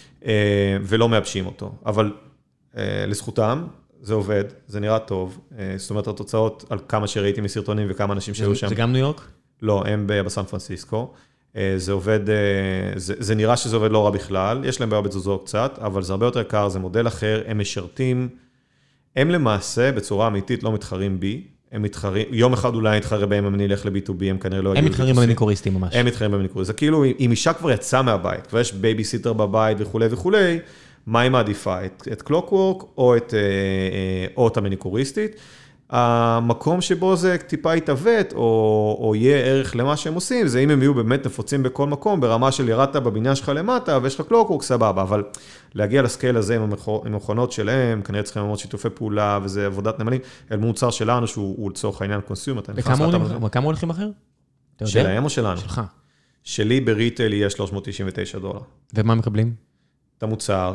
ולא מייבשים אותו, אבל לזכותם, זה עובד, זה נראה טוב, זאת אומרת התוצאות על כמה שראיתי מסרטונים וכמה אנשים שהיו שם. זה גם ניו יורק? לא, הם בסן פרנסיסקו. זה עובד, זה נראה שזה עובד לא רע בכלל, יש להם בעיה בתזוזות קצת, אבל זה הרבה יותר יקר, זה מודל אחר, הם משרתים, הם למעשה בצורה אמיתית לא מתחרים בי, הם מתחרים, יום אחד אולי נתחרה בהם אם אני אלך ל-B2B, הם כנראה לא... הם מתחרים במניקוריסטים ממש. הם מתחרים במניקוריסטים, זה כאילו אם אישה כבר יצאה מהבית, ויש בייביסיטר בבית וכולי, מה היא מעדיפה? את Clockwork או את המניקוריסטית? המקום שבו זה טיפה יתעוות, או יהיה ערך למה שהם עושים, זה אם הם יהיו באמת נפוצים בכל מקום, ברמה של ירדת בבניין שלך למטה, ויש לך Clockwork, סבבה, אבל להגיע לסקייל הזה עם המכונות שלהם, כנראה צריכים ללמוד שיתופי פעולה, וזה עבודת נמלים, אל מוצר שלנו, שהוא לצורך העניין קונסיומר. וכמה הולכים אחר? שלהם או שלנו? שלך. שלי בריטייל יהיה $399. ומה מקבלים? את המוצר,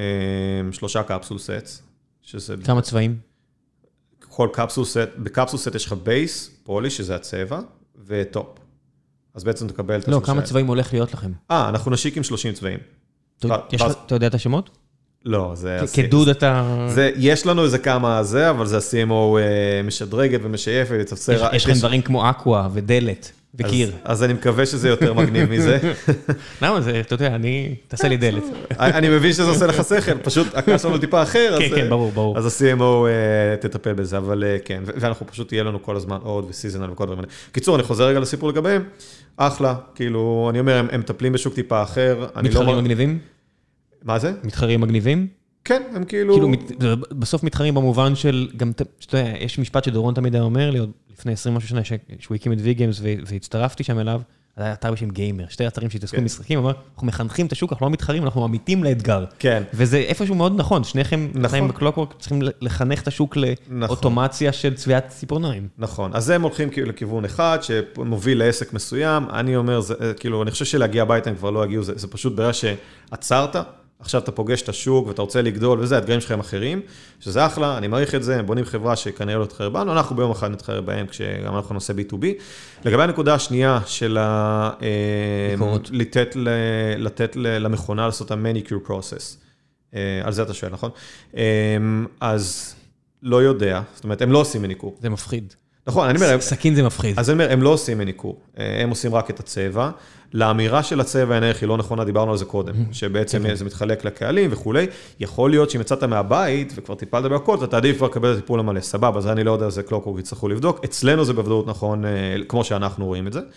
3 קפסול סטס. כמה צבעים? כל קפסול סט, בקפסול סט יש לך בייס, פוליש, שזה הצבע, וטופ. אז בעצם תקבל את לא, כמה צבעים הולך להיות לכם? אנחנו נשיק עם 30 צבעים. אתה יודע את השמות? לא, זה... כדוד אתה... יש לנו איזה כמה זה, אבל זה ה-CMO משדרגת ומשייפת, לצפצר... יש לכם דברים כמו אקווה ודלת וקיר. אז אני מקווה שזה יותר מגניב מזה. למה זה, אתה יודע, תעשה לי דלת. אני מבין שזה עושה לך שכל, פשוט הקש שלנו טיפה אחר, כן, ברור. אז ה-CMO תטפל בזה, אבל כן, ואנחנו פשוט יהיה לנו כל הזמן עוד וסיזונל וכל דברים. קיצור, אני חוזר רגע לסיפור לגביהם, אחלה, כאילו, אני אומר, הם מטפלים בשוק טיפה אחר. מתחרים מגניבים? מה זה? מתחרים מגניבים? כן, הם כאילו... בסוף מתחרים במובן של, גם, אתה יודע, יש משפט שדורון תמיד היה אומר לי, עוד לפני 20 משהו שנה, שהוא הקים את ויגיימס והצטרפתי שם אליו, היה אתר בשם גיימר, 2 אתרים שהתעסקו במשחקים, אבל אנחנו מחנכים את השוק, אנחנו לא מתחרים, אנחנו עמיתים לאתגר. כן. וזה איפשהו מאוד נכון, שניכם חיים בקלוקוורק, צריכים לחנך את השוק לאוטומציה של צביעת ציפורניים. נכון, אז הם הולכים לכיוון אחד, שמוביל לעסק מסוים, אני אומר, כאילו, אני חושב שלהגיע הביתה הם כבר לא הגיעו, זה פשוט ברגע שעצרת, עכשיו אתה פוגש את השוק ואתה רוצה לגדול, וזה האתגרים שלכם אחרים, שזה אחלה, אני מעריך את זה, הם בונים חברה שכנראה לא תתחרה בנו, אנחנו ביום אחד נתחרה בהם, כשגם אנחנו נעשה B2B. לגבי הנקודה השנייה של לתת למכונה לעשות ה-manicure process. על זה אתה שואל, נכון? אז לא יודע, זאת אומרת, הם לא עושים מניקור. זה מפחיד. נכון, אני אומר... סכין זה מפחיד. אז אני אומר, הם לא עושים מניקור, הם עושים רק את הצבע. לאמירה של הצבע אין ערך, היא לא נכונה, דיברנו על זה קודם, שבעצם זה מתחלק לקהלים וכולי. יכול להיות שאם יצאת מהבית וכבר טיפלת בהכל, אתה תעדיף כבר לקבל את הטיפול המלא, סבבה, אז אני לא יודע, זה קלוקווק יצטרכו לבדוק. אצלנו זה בוודאות נכון, כמו שאנחנו רואים את זה.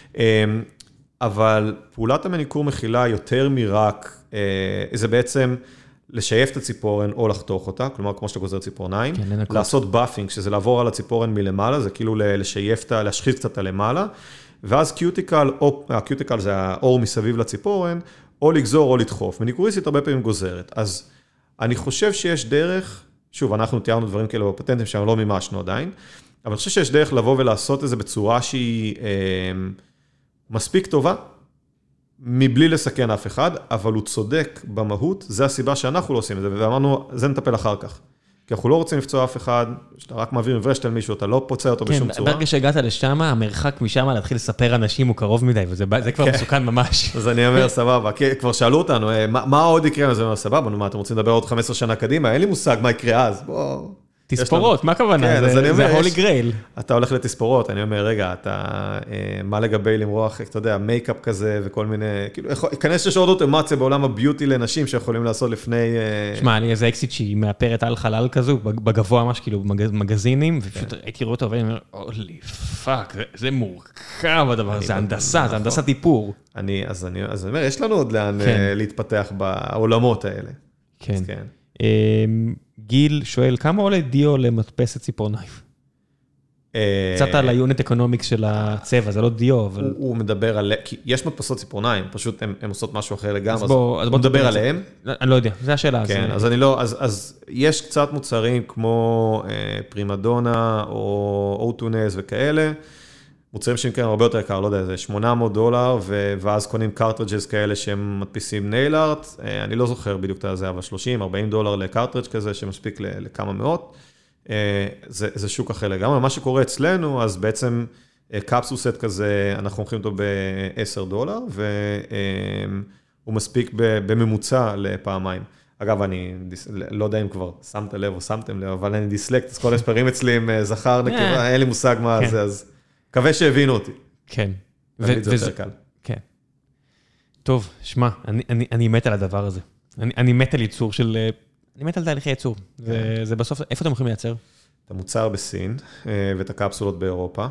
אבל פעולת המניקור מכילה יותר מרק, זה בעצם לשייף את הציפורן או לחתוך אותה, כלומר, כמו שאתה גוזר ציפורניים, לעשות באפינג, שזה לעבור על הציפורן מלמעלה, זה כאילו לשייף אותה, להשחיז קצת למעלה, ואז קיוטיקל, הקיוטיקל זה האור מסביב לציפורן, או לגזור או לדחוף. מניקוריסטית הרבה פעמים גוזרת. אז אני חושב שיש דרך, שוב, אנחנו תיארנו דברים כאלה בפטנטים שאנחנו לא מימשנו עדיין, אבל אני חושב שיש דרך לבוא ולעשות את זה בצורה שהיא מספיק טובה, מבלי לסכן אף אחד, אבל הוא צודק במהות, זה הסיבה שאנחנו לא עושים את זה, ואמרנו, זה נטפל אחר כך. כי אנחנו לא רוצים לפצוע אף אחד, שאתה רק מעביר מברשת על מישהו, אתה לא פוצע אותו בשום צורה. ברגע שהגעת לשם, המרחק משם להתחיל לספר אנשים הוא קרוב מדי, וזה כבר מסוכן ממש. אז אני אומר, סבבה, כבר שאלו אותנו, מה עוד יקרה? אז אני אומר, סבבה, מה, אתם רוצים לדבר עוד 15 שנה קדימה? אין לי מושג מה יקרה אז, בוא... תספורות, מה הכוונה? זה הולי גרייל. אתה הולך לתספורות, אני אומר, רגע, מה לגבי למרוח, אתה יודע, מייקאפ כזה וכל מיני, כאילו, כנס שיש עוד אוטומציה בעולם הביוטי לנשים שיכולים לעשות לפני... שמע, אני איזה אקסיט שהיא מאפרת על חלל כזו, בגבוה ממש, כאילו, מגזינים, ופשוט הייתי רואה אותו, ואני אומר, אולי, פאק, זה מורכב הדבר, זה הנדסה, זה הנדסת איפור. אז אני אומר, יש לנו עוד לאן להתפתח בעולמות האלה. כן. גיל שואל, כמה עולה דיו למדפסת ציפורניים? קצת על היונט אקונומיקס של הצבע, זה לא דיו, אבל... הוא מדבר על... כי יש מדפסות ציפורניים, פשוט הן עושות משהו אחר לגמרי, אז בוא נדבר עליהם. אני לא יודע, זה השאלה. כן, אז אני לא... אז יש קצת מוצרים כמו פרימדונה או אוטונז וכאלה, מוצרים שנקראים הרבה יותר יקר, לא יודע, זה $800, ואז קונים קרטרג'ס כאלה שהם מדפיסים נייל ארט, אני לא זוכר בדיוק את זה, אבל $30-40 לקרטרג' כזה, שמספיק לכמה מאות, זה שוק אחר לגמרי. מה שקורה אצלנו, אז בעצם קפסוסט כזה, אנחנו מוכרים אותו $10, והוא מספיק בממוצע לפעמיים. אגב, אני לא יודע אם כבר שמת לב או שמתם לב, אבל אני דיסלקט, אז כל הספרים אצלי עם זכר נקבה, אין לי מושג מה זה, אז... מקווה שהבינו אותי. כן. זה יותר קל. כן. טוב, שמע, אני מת על הדבר הזה. אני מת על ייצור של... אני מת על תהליכי ייצור. זה בסוף... איפה אתם יכולים לייצר? את המוצר בסין, ואת הקפסולות באירופה.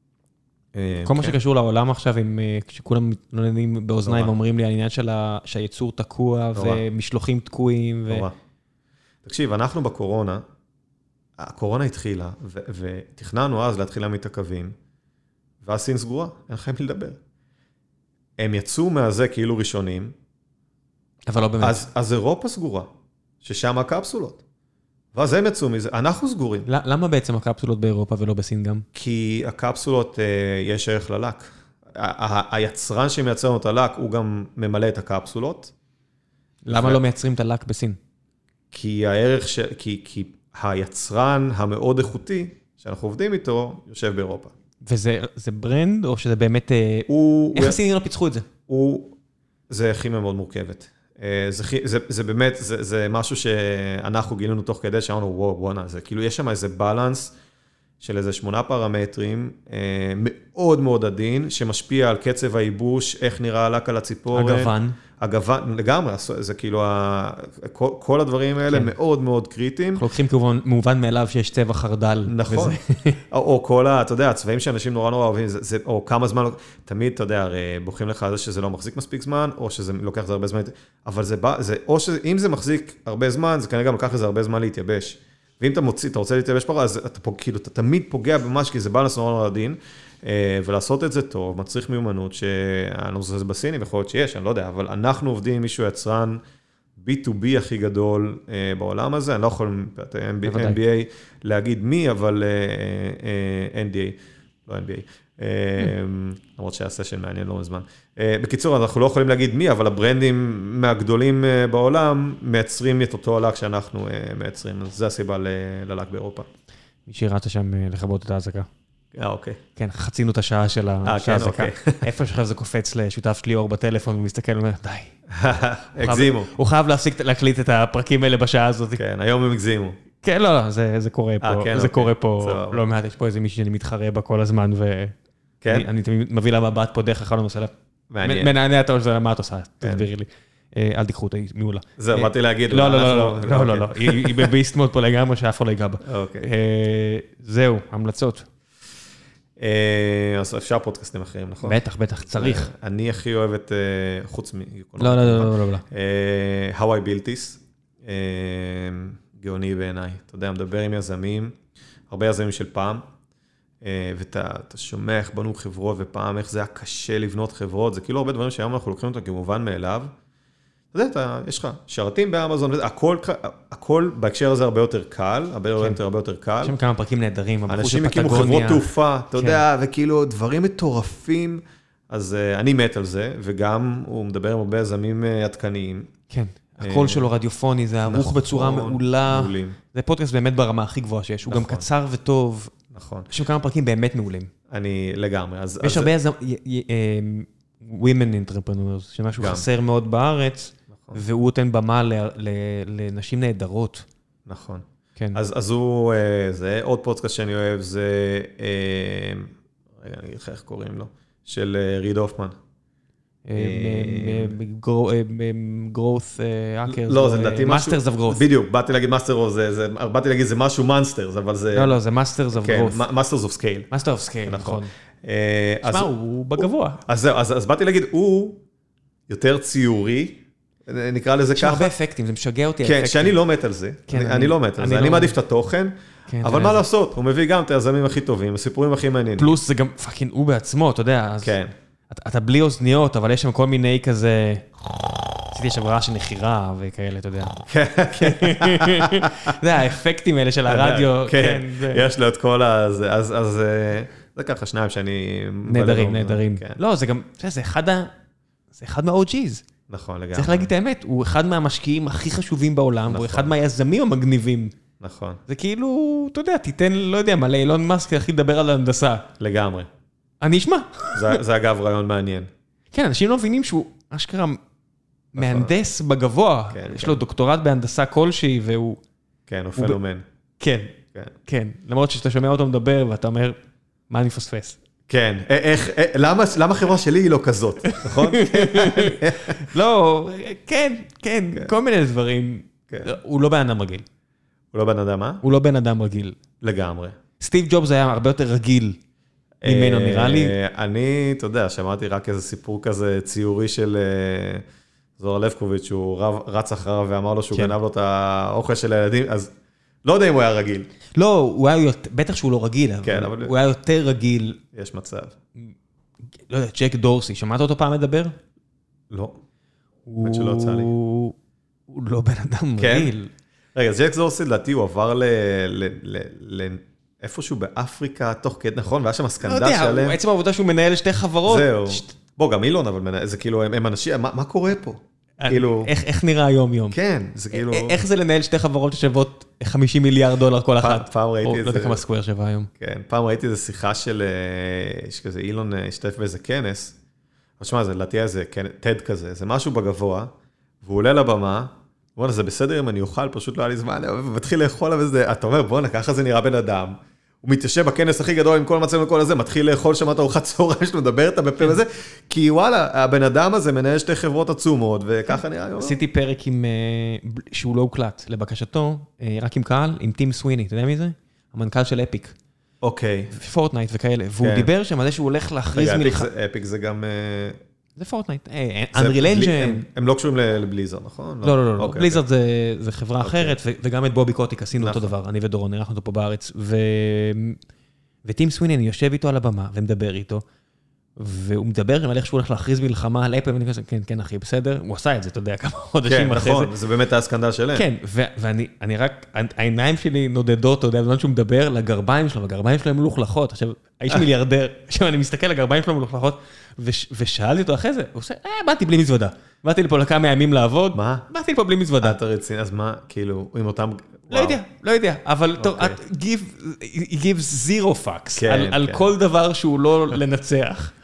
כל מה שקשור לעולם עכשיו, כשכולם מתלוננים באוזניים, אומרים לי על העניין שהייצור תקוע, ומשלוחים תקועים. תקשיב, אנחנו בקורונה, הקורונה התחילה, ותכננו אז להתחיל להעמיד את הקווים, ואז סין סגורה, אין לכם מי לדבר. הם יצאו מהזה כאילו ראשונים, אבל לא באמת. אז אירופה סגורה, ששם הקפסולות. ואז הם יצאו מזה, אנחנו סגורים. למה בעצם הקפסולות באירופה ולא בסין גם? כי הקפסולות יש ערך ללק. היצרן שמייצר את הלק, הוא גם ממלא את הקפסולות. למה לא מייצרים את הלק בסין? כי הערך, כי היצרן המאוד איכותי, שאנחנו עובדים איתו, יושב באירופה. וזה ברנד, או שזה באמת... איך הסינים לא פיצחו את זה? זה כימיה מאוד מורכבת. זה באמת, זה משהו שאנחנו גילינו תוך כדי, שאמרנו, וואו, זה כאילו, יש שם איזה בלנס של איזה 8 פרמטרים, מאוד מאוד עדין, שמשפיע על קצב הייבוש, איך נראה הלק על הציפורן. הגוון, לגמרי, זה כאילו, כל הדברים האלה מאוד מאוד קריטיים. אנחנו לוקחים כמובן מאליו שיש צבע חרדל. נכון. או כל, אתה יודע, הצבעים שאנשים נורא אוהבים, או כמה זמן, תמיד, אתה יודע, בוחרים לך על זה שזה לא מחזיק מספיק זמן, או שזה לוקח זה הרבה זמן, אבל או שאם זה מחזיק הרבה זמן, זה כנראה גם לקח לזה הרבה זמן להתייבש. ואם אתה רוצה להתייבש פרה, אז אתה תמיד פוגע במש, כי זה בלנס נורא עדין, ולעשות את זה טוב, מצריך מיומנות, שאני לא חושב שזה בסיני, ויכול להיות שיש, אני לא יודע, אבל אנחנו עובדים עם מישהו יצרן B2B הכי גדול בעולם הזה, אני לא יכול NBA להגיד מי, אבל NDA, לא NBA, למרות שהסשן מעניין לא מזמן. בקיצור, אנחנו לא יכולים להגיד מי, אבל הברנדים מהגדולים בעולם מייצרים את אותו הלק שאנחנו מייצרים, אז זה הסיבה ללק באירופה. מי שיראת שם לכבות את ההזקה. אוקיי. כן, חצינו את השעה של ההזקה. איפה שחייב זה קופץ לשותף שלי אור בטלפון, ומסתכל ואומר, די, הגזימו. הוא חייב להפסיק להקליט את הפרקים האלה בשעה הזאת. כן, היום הם הגזימו. כן, לא, זה קורה פה. כן, זה קורה אוקיי. פה לא מעט, יש פה איזה מישהי שאני מתחרה בה כל הזמן, ואני תמיד מביא לה מבט פה דרך אחד למסלה. מעניין. מנענע את זה, מה את עושה? תסבירי לי. אל תיקחו אותה, היא מעולה. זהו, באתי להגיד. לא, היא בביסט מוד פה לגמרי, שאף אחד לא ייגע בה. זהו, המלצות. אז אפשר פודקאסטים אחרים, נכון? בטח, צריך. אני הכי אוהב את, חוץ לא. How I Built This, גאוני בעיניי. אתה יודע, מדבר עם יזמים, הרבה יזמים של פעם, ואתה שומע איך בנו חברות, ופעם איך זה היה קשה לבנות חברות, זה כאילו הרבה דברים שהיום אנחנו לוקחים אותם כמובן מאליו. אתה יודע, יש לך שרתים באמזון, הכל בהקשר הזה הרבה יותר קל, הרבה יותר קל. יש שם כמה פרקים נהדרים, אנשים הקימו חברות תעופה, אתה יודע, וכאילו דברים מטורפים, אז אני מת על זה, וגם הוא מדבר עם הרבה יזמים עדכניים. כן, הקול שלו רדיופוני, זה ערוך בצורה מעולה. זה פודקאסט באמת ברמה הכי גבוהה שיש, הוא גם קצר וטוב. נכון. יש שם כמה פרקים באמת מעולים. אני לגמרי. יש הרבה women entrepreneurs, שמשהו חסר מאוד בארץ, והוא נותן במה לנשים נהדרות. נכון. כן. אז הוא, זה עוד פודקאסט שאני אוהב, זה, רגע, אני אגיד לך איך קוראים לו, של ריד הופמן. growth hackers. לא, זה לדעתי משהו. Masters of growth. בדיוק, באתי להגיד זה משהו Monsters, אבל זה... לא, זה Masters of growth. Masters of scale. Masters of scale, נכון. שמע, הוא בגבוה. אז באתי להגיד, הוא יותר ציורי, נקרא לזה ככה. יש הרבה אפקטים, זה משגע אותי. כן, שאני לא מת על זה. אני לא מת על זה. אני מעדיף את התוכן, אבל מה לעשות? הוא מביא גם את היזמים הכי טובים, הסיפורים הכי מעניינים. פלוס זה גם פאקינג הוא בעצמו, אתה יודע. כן. אתה בלי אוזניות, אבל יש שם כל מיני כזה... עשיתי שברה של נחירה וכאלה, אתה יודע. כן, כן. זה האפקטים האלה של הרדיו. כן, יש לו את כל הזה. אז זה ככה שניים שאני... נהדרים. לא, זה גם... זה אחד מה-OGs. נכון, לגמרי. צריך להגיד את האמת, הוא אחד מהמשקיעים הכי חשובים בעולם, הוא אחד מהיזמים המגניבים. נכון. זה כאילו, אתה יודע, תיתן, לא יודע מה, לאילון מאסק הכי לדבר על ההנדסה. לגמרי. אני אשמע. זה אגב רעיון מעניין. כן, אנשים לא מבינים שהוא אשכרה מהנדס בגבוה. יש לו דוקטורט בהנדסה כלשהי, והוא... כן, הוא פנומן. כן, כן. למרות שאתה שומע אותו מדבר, ואתה אומר, מה אני מפספס? כן, למה החברה שלי היא לא כזאת, נכון? לא, כן, כל מיני דברים. הוא לא בן אדם רגיל. הוא לא בן אדם מה? הוא לא בן אדם רגיל. לגמרי. סטיב ג'ובס היה הרבה יותר רגיל ממנו, נראה לי. אני, אתה יודע, שמעתי רק איזה סיפור כזה ציורי של זוהר לבקוביץ', שהוא רץ אחריו ואמר לו שהוא גנב לו את האוכל של הילדים, אז לא יודע אם הוא היה רגיל. לא, הוא היה, בטח שהוא לא רגיל, אבל הוא היה יותר רגיל. יש מצב. לא יודע, ג'ק דורסי, שמעת אותו פעם מדבר? לא. באמת שלא יצא לי. הוא לא בן אדם רגיל. רגע, ג'ק דורסי, לדעתי, הוא עבר איפשהו באפריקה, תוך כדי, נכון? והיה שם הסקנדל שלהם. לא יודע, עצם העבודה שהוא מנהל שתי חברות. זהו. בוא, גם אילון, אבל זה כאילו, הם אנשים, מה קורה פה? איך נראה היום-יום? כן, זה כאילו... איך זה לנהל שתי חברות ששוות $50 מיליארד כל אחת? פעם ראיתי את זה... לא יודע כמה סקוואר שווה היום. כן, פעם ראיתי איזו שיחה של... יש כזה, אילון השתתף באיזה כנס, אבל שמע, זה לדעתי איזה TED כזה, זה משהו בגבוה, והוא עולה לבמה, בוא'נה, זה בסדר אם אני אוכל, פשוט לא היה לי זמן, ומתחיל לאכול וזה, אתה אומר, בוא'נה, ככה זה נראה בן אדם, הוא מתיישב בכנס הכי גדול עם כל המצב וכל הזה, מתחיל לאכול שם את ארוחת צהריים שלו, מדבר איתה בפה וזה, כי וואלה, הבן אדם הזה מנהל שתי חברות עצומות, וככה נראה היום. עשיתי פרק שהוא לא הוקלט, לבקשתו, רק עם קהל, עם טים סוויני, אתה יודע מי זה? המנכ"ל של אפיק. אוקיי. פורטנייט וכאלה, והוא דיבר שם על זה שהוא הולך להכריז מלחמה. אפיק זה גם... זה פורטנייט, אנריל אנג'ן. הם לא קשורים לבליזרד, נכון? לא, בליזרד זה חברה אחרת, וגם את בובי קוטיק עשינו אותו דבר, אני ודורון, ערכנו אותו פה בארץ, וטים סוויני, אני יושב איתו על הבמה, ומדבר איתו, והוא מדבר על איך שהוא הולך להכריז מלחמה על אפל, ואני כזה, כן, אחי, בסדר, הוא עשה את זה, אתה יודע, כמה חודשים אחרי זה. כן, נכון, זה באמת הסקנדל שלהם. כן, ואני רק, העיניים שלי נודדות, אתה יודע, בזמן שהוא מדבר, לגרביים שלו, והגרביים שלו הם מלוכלכות, עכשיו, האיש מיליארדר, עכשיו אני מסתכל, הגרביים שלו מלוכלכות, ושאלתי אותו אחרי זה, הוא עושה, באתי בלי מזוודה. באתי לפה לכמה ימים לעבוד, באתי לפה בלי מזוודה. אתה רציני, אז מה, כאילו, עם אותם... לא יודע, אבל טוב, he gives zero fucks על כל דבר שהוא לא לנצח.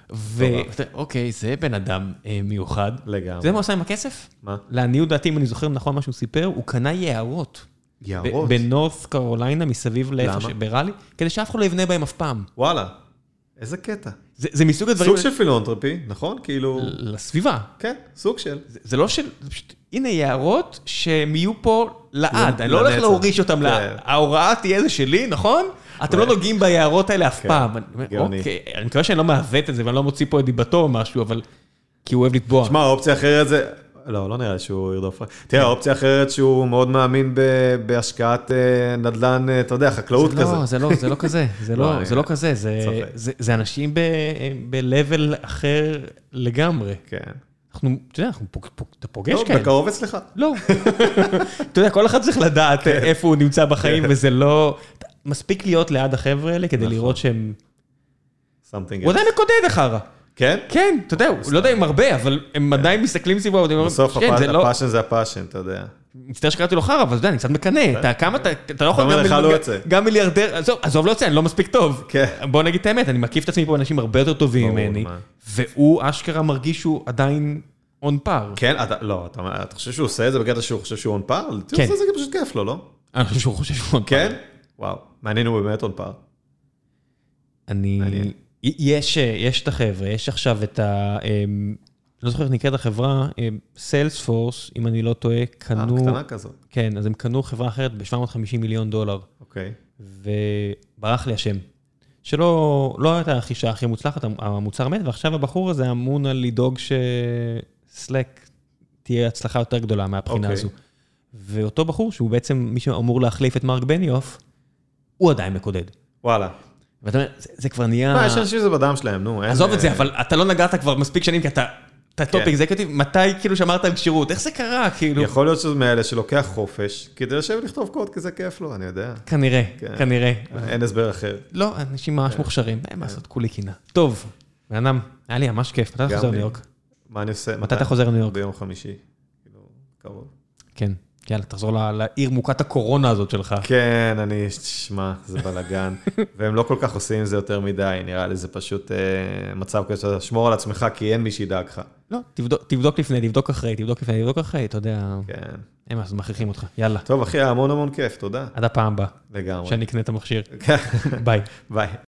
ואוקיי, זה בן אדם מיוחד. לגמרי. זה מה עושה עם הכסף? מה? לעניות דעתי, אם אני זוכר נכון מה שהוא סיפר, הוא קנה יערות. יערות? בנורת' קרוליינה, מסביב לאיפה שבראלי, כדי שאף אחד לא יבנה בהם אף פעם. וואלה, איזה קטע. זה מסוג הדברים... סוג של פילנתרופי, נכון? כאילו... לסביבה. כן, סוג של. זה לא של... הנה יערות שהם יהיו פה לעד. אני לא הולך להוריש אותם לעד. ההוראה תהיה זה שלי, נכון? אתם לא נוגעים ביערות האלה אף פעם. אני מקווה שאני לא מעוות את זה, ואני לא מוציא פה את דיבתו או משהו, אבל... כי הוא אוהב לתבוע. תשמע, האופציה אחרת זה... לא נראה לי שהוא ירדוף. תראה, האופציה אחרת שהוא מאוד מאמין בהשקעת נדל"ן, אתה יודע, חקלאות כזה. זה לא כזה. זה לא כזה. זה אנשים ב-level אחר לגמרי. כן. אתה יודע, אתה פוגש כאלה. לא, בקרוב אצלך. לא. אתה יודע, כל אחד צריך לדעת איפה הוא נמצא בחיים, וזה לא... מספיק להיות ליד החבר'ה האלה כדי לראות שהם... הוא עדיין מקודד אחרה. כן? כן, אתה יודע, הוא לא יודע אם הרבה, אבל הם עדיין מסתכלים סביבו. בסוף הפאשן זה הפאשן, אתה יודע. מצטער שקראתי לו חרא, אבל אתה יודע, אני קצת מקנה. אתה לא יכול גם מיליארדר, עזוב לא יוצא, אני לא מספיק טוב. בוא נגיד את האמת, אני מקיף את עצמי פה אנשים הרבה יותר טובים ממני, והוא אשכרה מרגיש שהוא עדיין און פאר. כן? לא, אתה חושב שהוא עושה את זה בקטע שהוא חושב שהוא און פאר? כן. זה פשוט כיף לו, לא? אני חושב שהוא חושב שהוא און פאר. כן? וואו, מעניין הוא באמת און פאר. יש את החבר'ה, יש עכשיו את ה... לא זוכר איך נקראת החברה, סיילספורס, אם אני לא טועה, קנו... קטנה כזאת. כן, אז הם קנו חברה אחרת ב$750 מיליון. אוקיי. וברח לי השם. שלא הייתה הרכישה הכי מוצלחת, המוצר מת, ועכשיו הבחור הזה אמון על לדאוג שסלק תהיה הצלחה יותר גדולה מהבחינה הזו. ואותו בחור, שהוא בעצם מי שאמור להחליף את מרק בניוף, הוא עדיין מקודד. וואלה. ואתה אומר, זה כבר נהיה... יש אנשים שזה בדם שלהם, נו. עזוב את זה, אבל אתה לא נגעת כבר מספיק שנים, כי אתה טופ אקזקוטיב, מתי כאילו שמרת על כשירות? איך זה קרה, כאילו? יכול להיות שזה מאלה שלוקח חופש, כדי לשבת לכתוב קוד, כי זה כיף לו, אני יודע. כנראה. אין הסבר אחר. לא, אנשים ממש מוכשרים, מה לעשות, כולי קינה. טוב, בנאדם, היה לי ממש כיף. מתי אתה חוזר לניו יורק? מה אני עושה? מתי אתה חוזר לניו יורק? ביום חמישי. קרוב. כן. יאללה, תחזור לעיר מוכת הקורונה הזאת שלך. כן, תשמע, זה בלגן. והם לא כל כך עושים זה יותר מדי, נראה לי זה פשוט מצב כזה, שמור על עצמך, כי אין מי שידאג לך. לא, תבדוק לפני, תבדוק אחרי, אתה יודע. כן. הם אז מכריחים אותך, יאללה. טוב, אחי, המון כיף, תודה. עד הפעם הבאה. לגמרי. שאני אקנה את המכשיר. ביי. ביי.